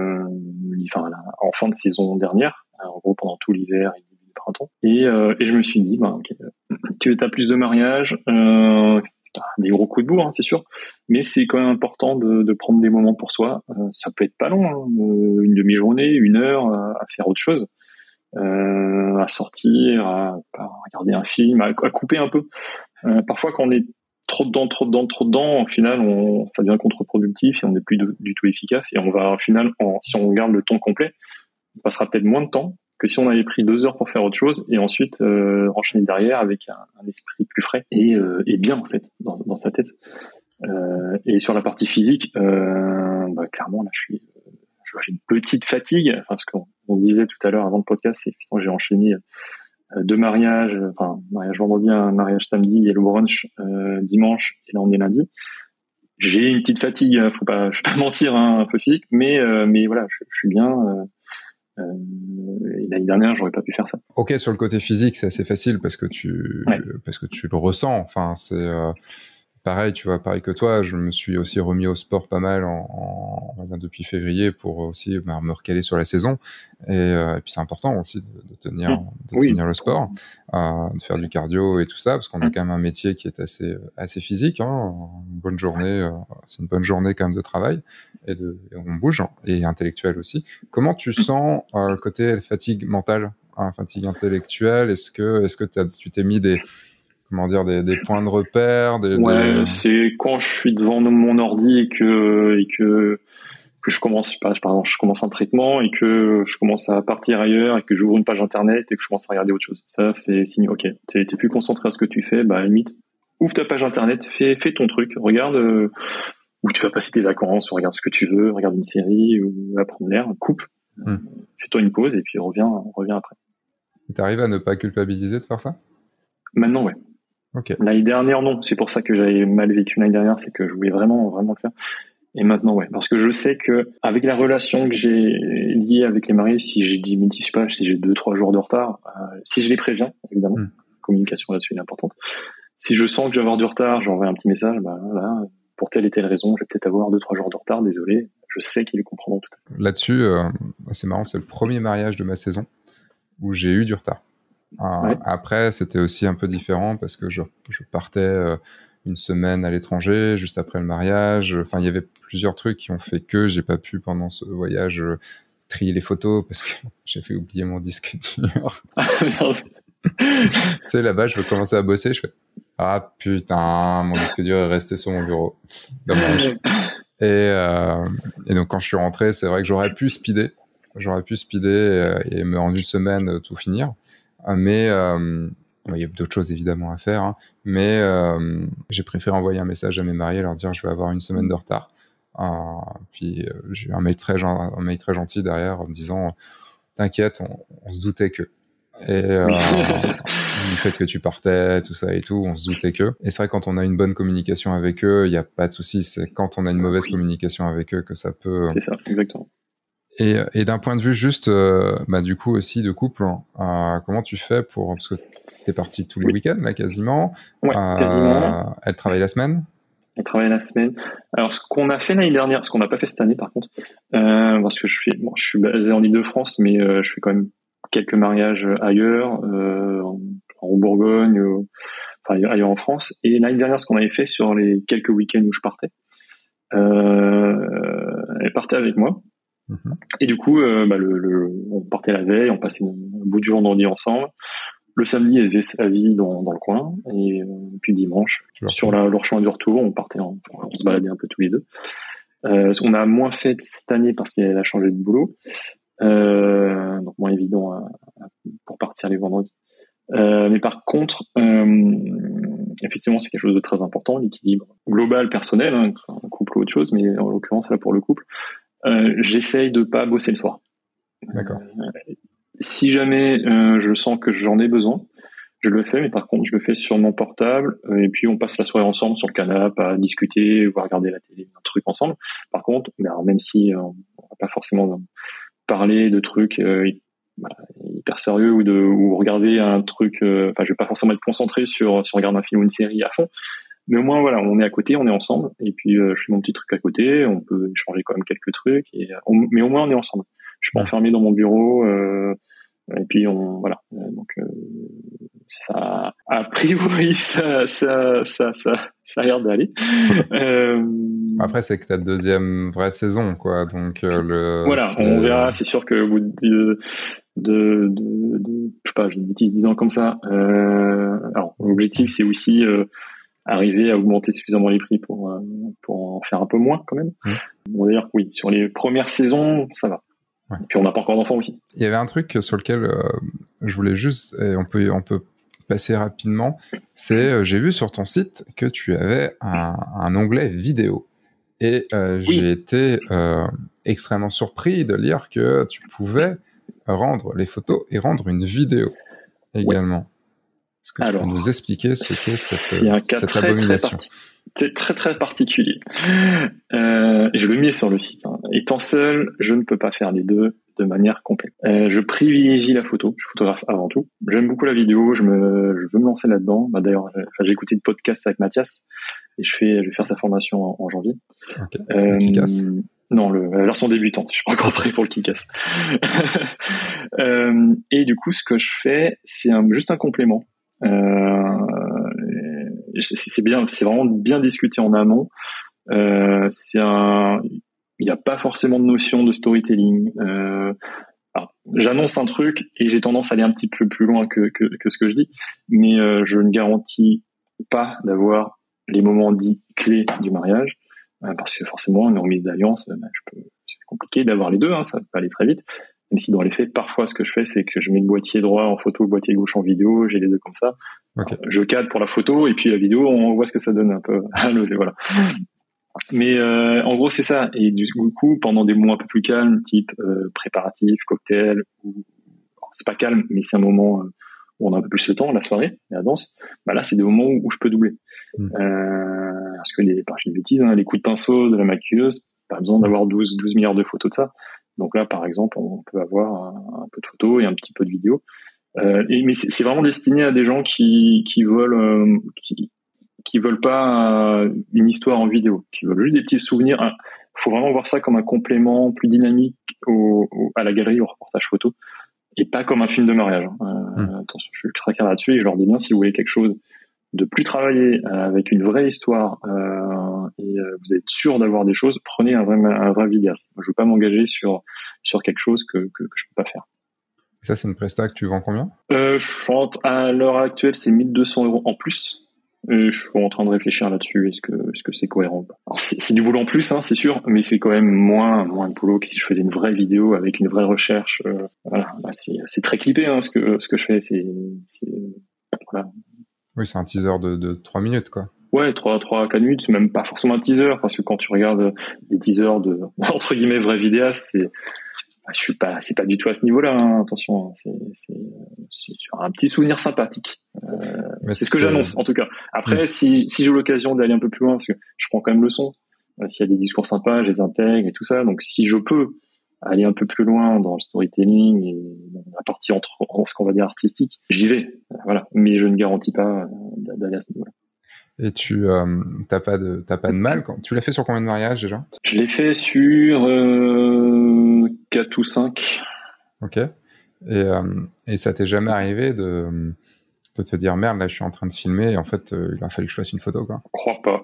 en fin de saison dernière, en gros pendant tout l'hiver et le printemps. Et je me suis dit, tu as plus de mariages, des gros coups de bourre, c'est sûr, mais c'est quand même important de prendre des moments pour soi. Ça peut être pas long, hein, une demi-journée, 1 heure à faire autre chose, à sortir, à regarder un film, à couper un peu. Parfois quand on est trop dedans, au final, ça devient contre-productif et on n'est plus du tout efficace. Et on va, au final, si on garde le temps complet, on passera peut-être moins de temps que si on avait pris 2 heures pour faire autre chose et ensuite enchaîner derrière avec un esprit plus frais et bien, en fait, dans sa tête. Et sur la partie physique, clairement, là, j'ai une petite fatigue, parce qu'on disait tout à l'heure avant le podcast, c'est que j'ai enchaîné 2 mariages, mariage vendredi, un mariage samedi et le brunch dimanche, et là on est lundi. J'ai une petite fatigue, je vais pas mentir, un peu physique, mais voilà, je suis bien. Et l'année dernière, j'aurais pas pu faire ça. Ok, sur le côté physique, c'est assez facile parce que tu le ressens. Enfin, c'est pareil, tu vois, pareil que toi, je me suis aussi remis au sport pas mal depuis février pour aussi me recaler sur la saison. Et puis c'est important aussi de tenir le sport, de faire du cardio et tout ça, parce qu'on a quand même un métier qui est assez physique. Une bonne journée, c'est une bonne journée quand même de travail et on bouge, et intellectuel aussi. Comment tu sens le côté fatigue mentale, fatigue intellectuelle? Est-ce que tu t'es mis des points de repère, c'est quand je suis devant mon ordi et que je commence, par exemple, je commence un traitement et que je commence à partir ailleurs et que j'ouvre une page internet et que je commence à regarder autre chose. Ça, c'est signe, ok, t'es plus concentré à ce que tu fais, bah, à la limite, ouvre ta page internet, fais ton truc, regarde où tu vas passer tes vacances, ou regarde ce que tu veux, regarde une série, ou va prendre l'air, coupe, fais-toi une pause et puis reviens après. Et t'arrives à ne pas culpabiliser de faire ça? Maintenant, ouais. Okay. L'année dernière, non. C'est pour ça que j'avais mal vécu l'année dernière, c'est que je voulais vraiment le faire. Et maintenant, ouais. Parce que je sais que, avec la relation que j'ai liée avec les mariés, si j'ai 2-3 jours de retard, si je les préviens, évidemment, la communication là-dessus est importante. Si je sens que je vais avoir du retard, j'envoie un petit message, voilà, pour telle et telle raison, je vais peut-être avoir 2-3 jours de retard, désolé. Je sais qu'ils comprendront tout à fait. Là-dessus, c'est marrant, c'est le premier mariage de ma saison où j'ai eu du retard. Ouais. Après, c'était aussi un peu différent parce que je partais une semaine à l'étranger, juste après le mariage. Enfin, il y avait plusieurs trucs qui ont fait que j'ai pas pu, pendant ce voyage, trier les photos parce que j'avais oublié mon disque dur. Tu sais, là-bas, je veux commencer à bosser, je fais « Ah putain, mon disque dur est resté sur mon bureau. Dommage. » Et donc, quand je suis rentré, c'est vrai que j'aurais pu speeder et me rendre une semaine tout finir. Mais il y a d'autres choses évidemment à faire, mais j'ai préféré envoyer un message à mes mariés, leur dire je vais avoir une semaine de retard. Puis j'ai eu un mail très gentil derrière me disant t'inquiète, on se doutait que. Et du fait que tu partais, tout ça et tout, on se doutait que. Et c'est vrai, quand on a une bonne communication avec eux, il n'y a pas de souci. C'est quand on a une mauvaise communication avec eux que ça peut. C'est ça, exactement. Et d'un point de vue juste, du coup aussi de couple, comment tu fais parce que t'es parti tous les week-ends là quasiment. Ouais, quasiment. Elle travaille la semaine. Elle travaille la semaine. Alors ce qu'on a fait l'année dernière, ce qu'on n'a pas fait cette année par contre, parce que je suis basé en Île-de-France, mais je fais quand même quelques mariages ailleurs, en Bourgogne, ailleurs en France. Et l'année dernière, ce qu'on avait fait sur les quelques week-ends où je partais, elle partait avec moi. Et du coup, on partait la veille, on passait un bout du vendredi ensemble. Le samedi, elle faisait sa vie dans le coin. Et puis dimanche, sur leur chemin du retour, on se baladait un peu tous les deux. On a moins fait cette année parce qu'elle a changé de boulot. Donc moins évident pour partir les vendredis. Mais par contre, effectivement, c'est quelque chose de très important, l'équilibre global, personnel, un couple ou autre chose, mais en l'occurrence, là, pour le couple, j'essaye de pas bosser le soir. D'accord. Si jamais je sens que j'en ai besoin, je le fais, mais par contre, je le fais sur mon portable, et puis on passe la soirée ensemble sur le canapé à discuter, ou à regarder la télé, un truc ensemble. Par contre, même si on va pas forcément parler de trucs hyper sérieux ou regarder un truc, je vais pas forcément être concentré sur regarder un film ou une série à fond. Mais au moins, voilà, on est à côté, on est ensemble, et puis je fais mon petit truc à côté, on peut échanger quand même quelques trucs, mais au moins on est ensemble. Je suis pas enfermé dans mon bureau, et puis voilà. Donc ça, a priori, ça a l'air d'aller. Après, c'est que ta deuxième vraie saison, quoi. Donc voilà, on verra. C'est sûr que au bout je sais pas, j'ai une bêtise 10 ans comme ça. Alors l'objectif, c'est aussi arriver à augmenter suffisamment les prix pour en faire un peu moins quand même. On va dire que oui, sur les premières saisons, ça va. Ouais. Et puis on n'a pas encore d'enfants aussi. Il y avait un truc sur lequel je voulais juste, et on peut passer rapidement, c'est j'ai vu sur ton site que tu avais un onglet vidéo. Et j'ai été extrêmement surpris de lire que tu pouvais rendre les photos et rendre une vidéo également. Ouais. Est-ce que tu peux nous expliquer ce qu'est cette abomination? C'est très très particulier. Je le mets sur le site. Étant seul, je ne peux pas faire les deux de manière complète. Je privilégie la photo. Je photographe avant tout. J'aime beaucoup la vidéo. Je veux me lancer là-dedans. D'ailleurs, j'ai écouté le podcast avec Mathias et je vais faire sa formation en janvier. Ok. Le Kick-Ass. Non, la version débutante. Je suis pas encore prêt pour le Kick-Ass. Et du coup, ce que je fais, c'est juste un complément. C'est vraiment bien discuté en amont. Il n'y a pas forcément de notion de storytelling. Alors, j'annonce un truc et j'ai tendance à aller un petit peu plus loin que ce que je dis, mais je ne garantis pas d'avoir les moments dits clés du mariage, parce que forcément, une remise d'alliance, c'est compliqué d'avoir les deux, hein, ça peut aller très vite. Même si dans les faits, parfois, ce que je fais, c'est que je mets le boîtier droit en photo, le boîtier gauche en vidéo, j'ai les deux comme ça. Okay. Je cadre pour la photo et puis la vidéo, on voit ce que ça donne un peu à lever, voilà. Mais en gros, c'est ça. Et du coup, pendant des moments un peu plus calmes, type préparatif, cocktail, c'est pas calme, mais c'est un moment où on a un peu plus le temps, la soirée, la danse. Bah là, c'est des moments où je peux doubler. Parce que je dis des bêtises, hein, les coups de pinceau de la maquilleuse, pas besoin d'avoir 12 milliards de photos de ça. Donc là, par exemple, on peut avoir un peu de photos et un petit peu de vidéos. Mais c'est vraiment destiné à des gens qui veulent pas une histoire en vidéo, qui veulent juste des petits souvenirs. Faut vraiment voir ça comme un complément plus dynamique à la galerie, au reportage photo, et pas comme un film de mariage. Attention, je suis très clair là-dessus et je leur dis bien, si vous voulez quelque chose de plus travaillé, avec une vraie histoire, et vous êtes sûr d'avoir des choses, prenez un vrai vidéaste. Je veux pas m'engager sur quelque chose que je peux pas faire. Ça, c'est une presta que tu vends combien? À l'heure actuelle, c'est 1 200 € en plus. Je suis en train de réfléchir là-dessus. Est-ce que c'est cohérent? Alors, c'est du boulot en plus, hein, c'est sûr, mais c'est quand même moins de boulot que si je faisais une vraie vidéo avec une vraie recherche. Voilà, là, c'est très clippé, hein, ce que je fais. Voilà. Oui, c'est un teaser de 3 minutes, quoi. Ouais, 3-4 minutes, c'est même pas forcément un teaser, parce que quand tu regardes les teasers de, entre guillemets, vrais vidéastes, c'est pas du tout à ce niveau-là, hein, attention, c'est sur un petit souvenir sympathique. C'est ce que j'annonce, en tout cas. Après, si j'ai l'occasion d'aller un peu plus loin, parce que je prends quand même le son, s'il y a des discours sympas, je les intègre et tout ça, donc si je peux aller un peu plus loin dans le storytelling et dans la partie entre ce qu'on va dire artistique, j'y vais, voilà. Mais je ne garantis pas d'aller à ce niveau-là. Et tu t'as pas de mal quand tu l'as fait sur combien de mariages déjà? Je l'ai fait sur 4 ou 5. Ok. Et ça t'est jamais arrivé de te dire merde, là je suis en train de filmer et en fait il a fallu que je fasse une photo, quoi? Je crois pas.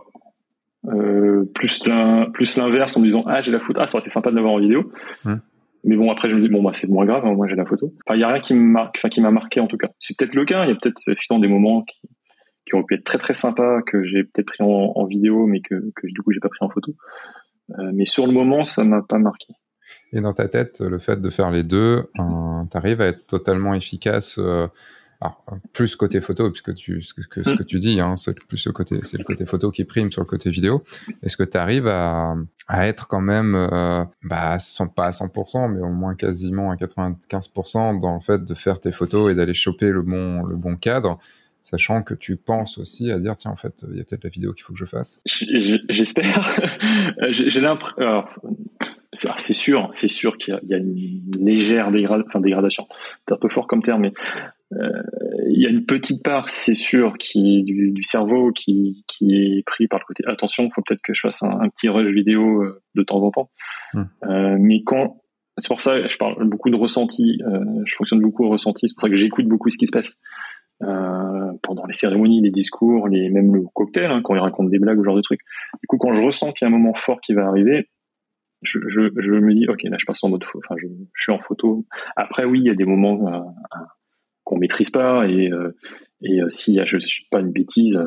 Plus l'inverse, en me disant j'ai la photo, ça aurait été sympa de l'avoir en vidéo. Mais bon, après je me dis c'est moins grave, hein, moi j'ai la photo. Enfin, il y a rien qui m'a marqué en tout cas. C'est peut-être le cas, il y a peut-être effectivement des moments qui auraient pu être très très sympas, que j'ai peut-être pris en vidéo, mais que du coup j'ai pas pris en photo. Mais sur le moment, ça m'a pas marqué. Et dans ta tête, le fait de faire les deux, t'arrives à être totalement efficace, alors, plus côté photo, puisque ce que tu dis, hein, c'est le côté photo qui prime sur le côté vidéo. Est-ce que tu arrives à être quand même, pas à 100%, mais au moins quasiment à 95% dans le fait de faire tes photos et d'aller choper le bon cadre, sachant que tu penses aussi à dire, tiens, en fait, il y a peut-être la vidéo qu'il faut que je fasse? J'espère. J'ai l'impression... C'est sûr qu'il y a une légère dégradation. C'est un peu fort comme terme, mais il y a une petite part, c'est sûr, du cerveau qui est pris par le côté attention, il faut peut-être que je fasse un petit rush vidéo de temps en temps. Mais c'est pour ça que je parle beaucoup de ressenti, je fonctionne beaucoup au ressenti, c'est pour ça que j'écoute beaucoup ce qui se passe pendant les cérémonies, les discours, même le cocktail, hein, quand ils racontent des blagues ou ce genre de trucs. Du coup, quand je ressens qu'il y a un moment fort qui va arriver, je me dis ok, là je passe en mode photo, je suis en photo. Après oui, il y a des moments qu'on maîtrise pas et si je suis pas une bêtise,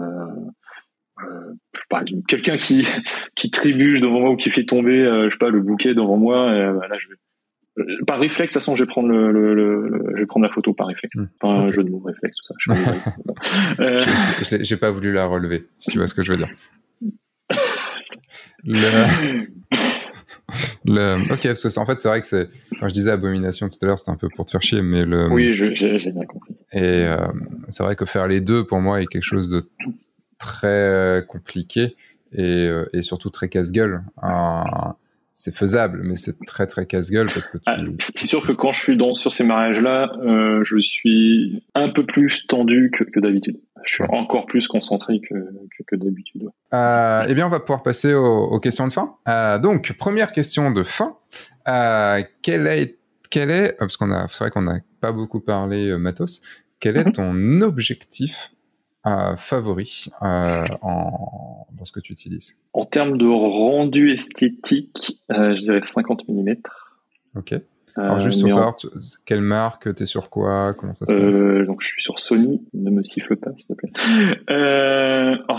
je sais pas, quelqu'un qui trébuche devant moi ou qui fait tomber je sais pas le bouquet devant moi, là je vais par réflexe, de toute façon, je vais prendre je vais prendre la photo par réflexe. Pas un jeu de mots, réflexe, tout ça. J'ai pas voulu la relever, si tu vois ce que je veux dire. Ok, parce que en fait, c'est vrai que quand je disais abomination tout à l'heure, c'était un peu pour te faire chier, mais oui, j'ai bien compris. Et c'est vrai que faire les deux, pour moi, est quelque chose de très compliqué et surtout très casse-gueule. C'est faisable, mais c'est très très casse-gueule parce que c'est sûr que quand je suis sur ces mariages-là, je suis un peu plus tendu que d'habitude. je suis encore plus concentré que d'habitude. Eh bien, on va pouvoir passer aux questions de fin. Donc, première question de fin. Quel est, parce c'est vrai qu'on n'a pas beaucoup parlé matos, quel est ton objectif favori dans ce que tu utilises? En termes de rendu esthétique, je dirais 50 mm. Ok. Alors juste pour savoir, quelle marque, t'es sur quoi, comment ça se passe? Donc je suis sur Sony, ne me siffle pas s'il te plaît. Alors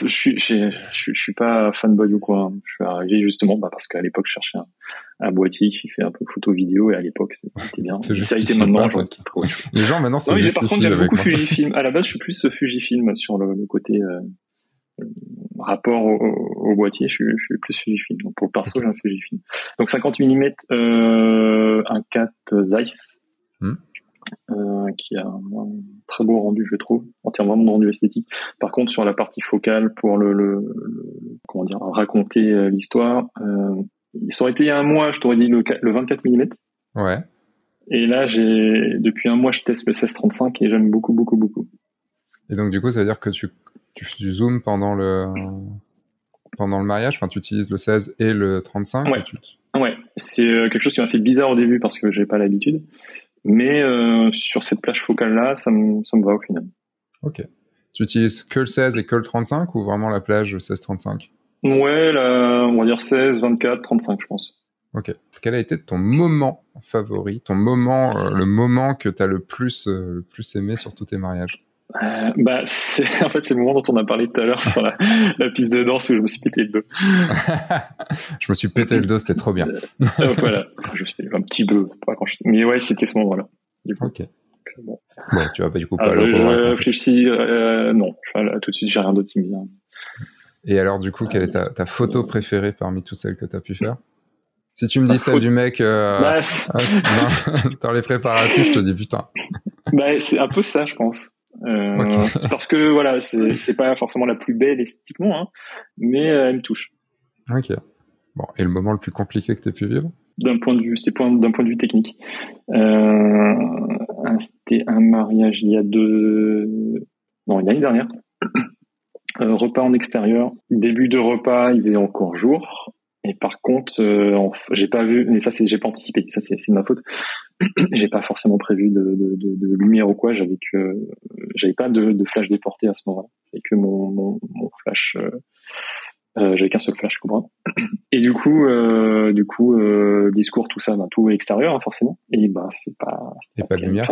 je suis pas fanboy ou quoi. Je suis arrivé justement parce qu'à l'époque je cherchais un boîtier qui fait un peu photo vidéo et à l'époque c'était bien. Ça a été maintenant. Les gens maintenant c'est juste. Par contre j'aime beaucoup Fujifilm. À la base je suis plus Fujifilm sur le côté rapport au boîtier, je suis plus Fujifilm. Donc pour le perso, j'ai un Fujifilm. Donc 50 mm, un 4 Zeiss, qui a un très beau rendu, je trouve, en termes vraiment de rendu esthétique. Par contre, sur la partie focale, pour comment dire, raconter l'histoire, ça aurait été il y a un mois, je t'aurais dit le 24 mm. Ouais. Et là, depuis un mois, je teste le 16-35 et j'aime beaucoup, beaucoup, beaucoup. Et donc, du coup, ça veut dire que tu zoomes pendant le mariage, enfin, tu utilises le 16 et le 35? Ouais. Ouais. C'est quelque chose qui m'a fait bizarre au début parce que j'ai pas l'habitude. Mais sur cette plage focale-là, ça me va au final. Ok. Tu utilises que le 16 et que le 35 ou vraiment la plage 16-35? Ouais, on va dire 16, 24, 35, je pense. Ok. Quel a été ton moment favori, le moment que tu as le plus aimé sur tous tes mariages? C'est le moment dont on a parlé tout à l'heure sur la piste de danse où je me suis pété le dos. Je me suis pété le dos, c'était trop bien. Voilà, je me suis fait un petit peu, pas grand chose. Mais ouais, c'était ce moment-là. Ok. Bon, tu vas pas du coup pas je réfléchis, non, là, tout de suite, j'ai rien d'autre qui me vient. Et alors, du coup, quelle est ta photo préférée parmi toutes celles que tu as pu faire? Si tu me dis celle du mec dans les préparatifs, je te dis putain. C'est un peu ça, je pense. Okay. C'est parce que voilà, c'est pas forcément la plus belle esthétiquement, hein, mais elle me touche. Ok. Bon, et le moment le plus compliqué que tu as pu vivre? D'un point de vue technique. C'était un mariage l'année dernière. Repas en extérieur. Début de repas, il faisait encore jour. Et par contre, j'ai pas vu, mais ça j'ai pas anticipé. Ça c'est de ma faute. J'ai pas forcément prévu de lumière ou quoi. J'avais pas de flash déporté à ce moment-là. J'avais que mon flash. J'avais qu'un seul flash, je comprends. Et du coup, discours, tout ça, tout est extérieur, hein, forcément. Et c'est pas. Et pas de lumière.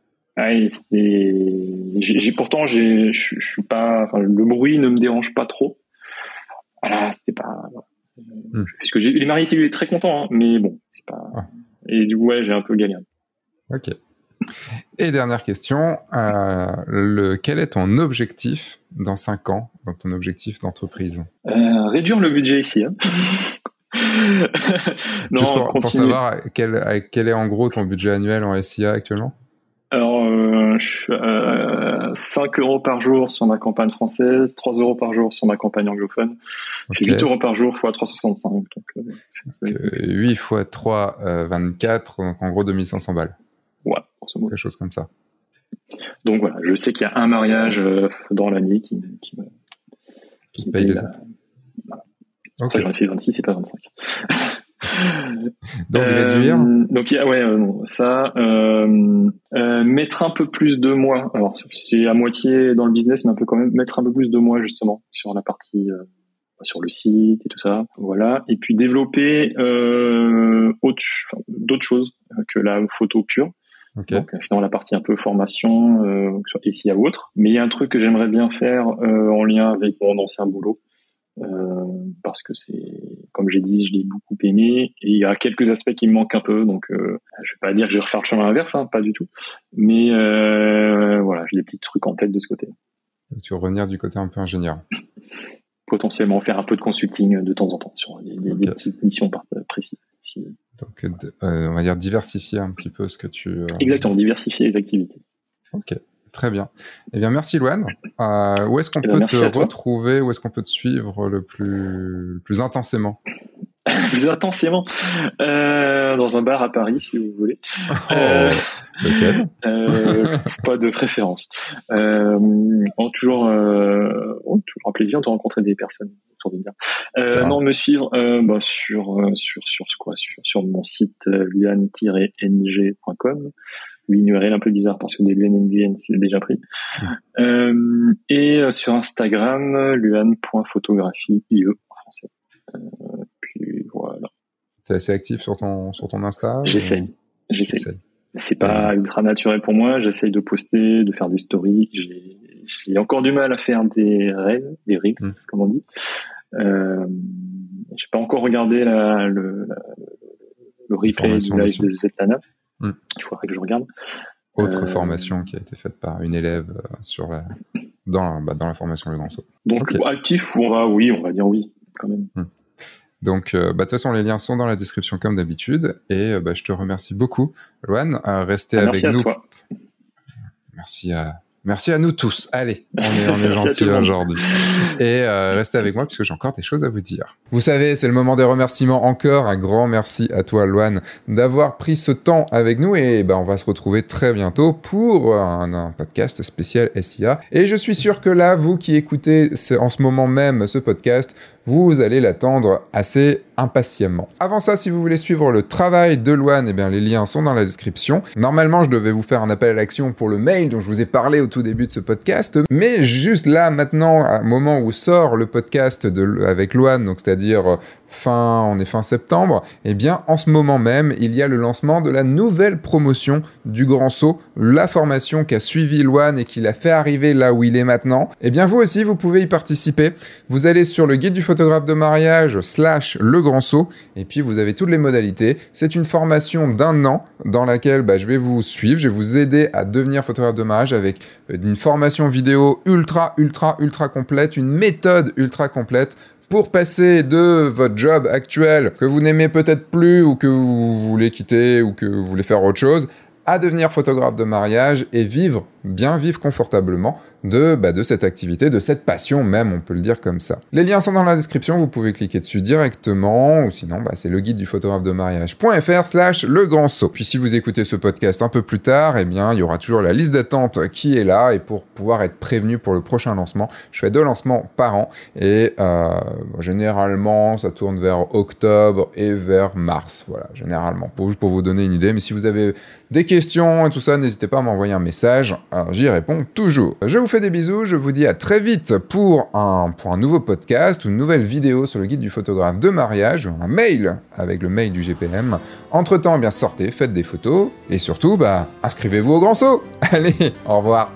Pourtant, je suis pas. Le bruit ne me dérange pas trop. Voilà, c'était pas. Je fais ce que j'ai. Les mariés étaient très contents, hein, mais bon, c'est pas. Ah. Et du coup, j'ai un peu galéré. Ok. Et dernière question, quel est ton objectif dans 5 ans, donc ton objectif d'entreprise? Réduire le budget ici. Hein. Non, juste pour savoir quel est en gros ton budget annuel en SIA actuellement? Alors, je suis à 5 € par jour sur ma campagne française, 3 € par jour sur ma campagne anglophone. Okay. J'ai 8 € par jour fois 365. Donc 8 fois 3, 24, donc en gros 2500 balles. Ouais, quelque chose comme ça. Donc voilà, je sais qu'il y a un mariage dans l'année qui paye les autres. Voilà. Okay. Ça, j'en ai fait 26 et pas 25. Donc réduire. Donc ça, mettre un peu plus de moi. Alors c'est à moitié dans le business, mais quand même mettre un peu plus de moi justement sur la partie, sur le site et tout ça. Voilà. Et puis développer d'autres choses que la photo pure. Okay. Donc finalement la partie un peu formation sur SIA ou autre. Mais il y a un truc que j'aimerais bien faire en lien avec mon ancien boulot. Parce que comme j'ai dit, je l'ai beaucoup aimé et il y a quelques aspects qui me manquent un peu, donc je vais pas dire que je vais refaire le chemin inverse, hein, pas du tout, mais voilà, j'ai des petits trucs en tête de ce côté. Donc, tu veux revenir du côté un peu ingénieur, potentiellement faire un peu de consulting de temps en temps sur des petites missions précises. Donc on va dire diversifier un petit peu ce que tu... Exactement, diversifier les activités. Ok. Très bien. Eh bien, merci Loan. Où est-ce qu'on peut te retrouver? Où est-ce qu'on peut te suivre le plus intensément? plus intensément, dans un bar à Paris, si vous voulez. Lequel Pas de préférence. Toujours un plaisir de rencontrer des personnes autour de bien. Non, me suivre sur mon site luan-ng.com. Une URL un peu bizarre parce que des luan-ng c'est déjà pris. Et sur Instagram, luan.photographie IE en français. Puis voilà. T'es assez actif sur ton Insta? J'essaye. C'est pas ultra naturel pour moi. J'essaye de poster, de faire des stories. J'ai encore du mal à faire des reels, comme on dit. J'ai pas encore regardé le replay du live de Svetlana. Il faudrait que je regarde. Autre formation qui a été faite par une élève dans la formation Le Grand Saut. Donc actif, on va dire oui, quand même. Donc, de toute façon, les liens sont dans la description comme d'habitude. Et je te remercie beaucoup, Loan. Restez avec nous. Merci à toi. Merci à nous tous. Allez, on est gentils aujourd'hui. Et restez avec moi puisque j'ai encore des choses à vous dire. Vous savez, c'est le moment des remerciements. Encore un grand merci à toi, Loan, d'avoir pris ce temps avec nous. Et on va se retrouver très bientôt pour un podcast spécial SIA. Et je suis sûr que là, vous qui écoutez en ce moment même ce podcast, vous allez l'attendre assez impatiemment. Avant ça, si vous voulez suivre le travail de Loan, les liens sont dans la description. Normalement, je devais vous faire un appel à l'action pour le mail dont je vous ai parlé au tout début de ce podcast, mais juste là, maintenant, à un moment où sort le podcast avec Loan, donc c'est-à-dire fin septembre, en ce moment même, il y a le lancement de la nouvelle promotion du Grand Saut, la formation qu'a suivi Loan et qui l'a fait arriver là où il est maintenant. Vous aussi, vous pouvez y participer. Vous allez sur le guide du photographe de mariage / le Grand Saut, et puis vous avez toutes les modalités. C'est une formation d'1 an dans laquelle je vais vous suivre, je vais vous aider à devenir photographe de mariage avec une formation vidéo ultra complète, une méthode ultra complète pour passer de votre job actuel que vous n'aimez peut-être plus ou que vous voulez quitter ou que vous voulez faire autre chose à devenir photographe de mariage et vivre confortablement de cette activité, de cette passion même, on peut le dire comme ça. Les liens sont dans la description, vous pouvez cliquer dessus directement, ou sinon c'est le guide du photographe de mariage.fr/ le grand saut. Puis si vous écoutez ce podcast un peu plus tard, il y aura toujours la liste d'attente qui est là, et pour pouvoir être prévenu pour le prochain lancement, je fais 2 lancements par an, et généralement ça tourne vers octobre et vers mars, voilà, généralement, pour vous donner une idée, mais si vous avez des questions et tout ça, n'hésitez pas à m'envoyer un message, j'y réponds toujours. Je vous fais des bisous, je vous dis à très vite pour un nouveau podcast ou une nouvelle vidéo sur le guide du photographe de mariage, ou un mail avec le mail du GPM. Entre-temps, sortez, faites des photos, et surtout, inscrivez-vous au Grand Saut. Allez, au revoir.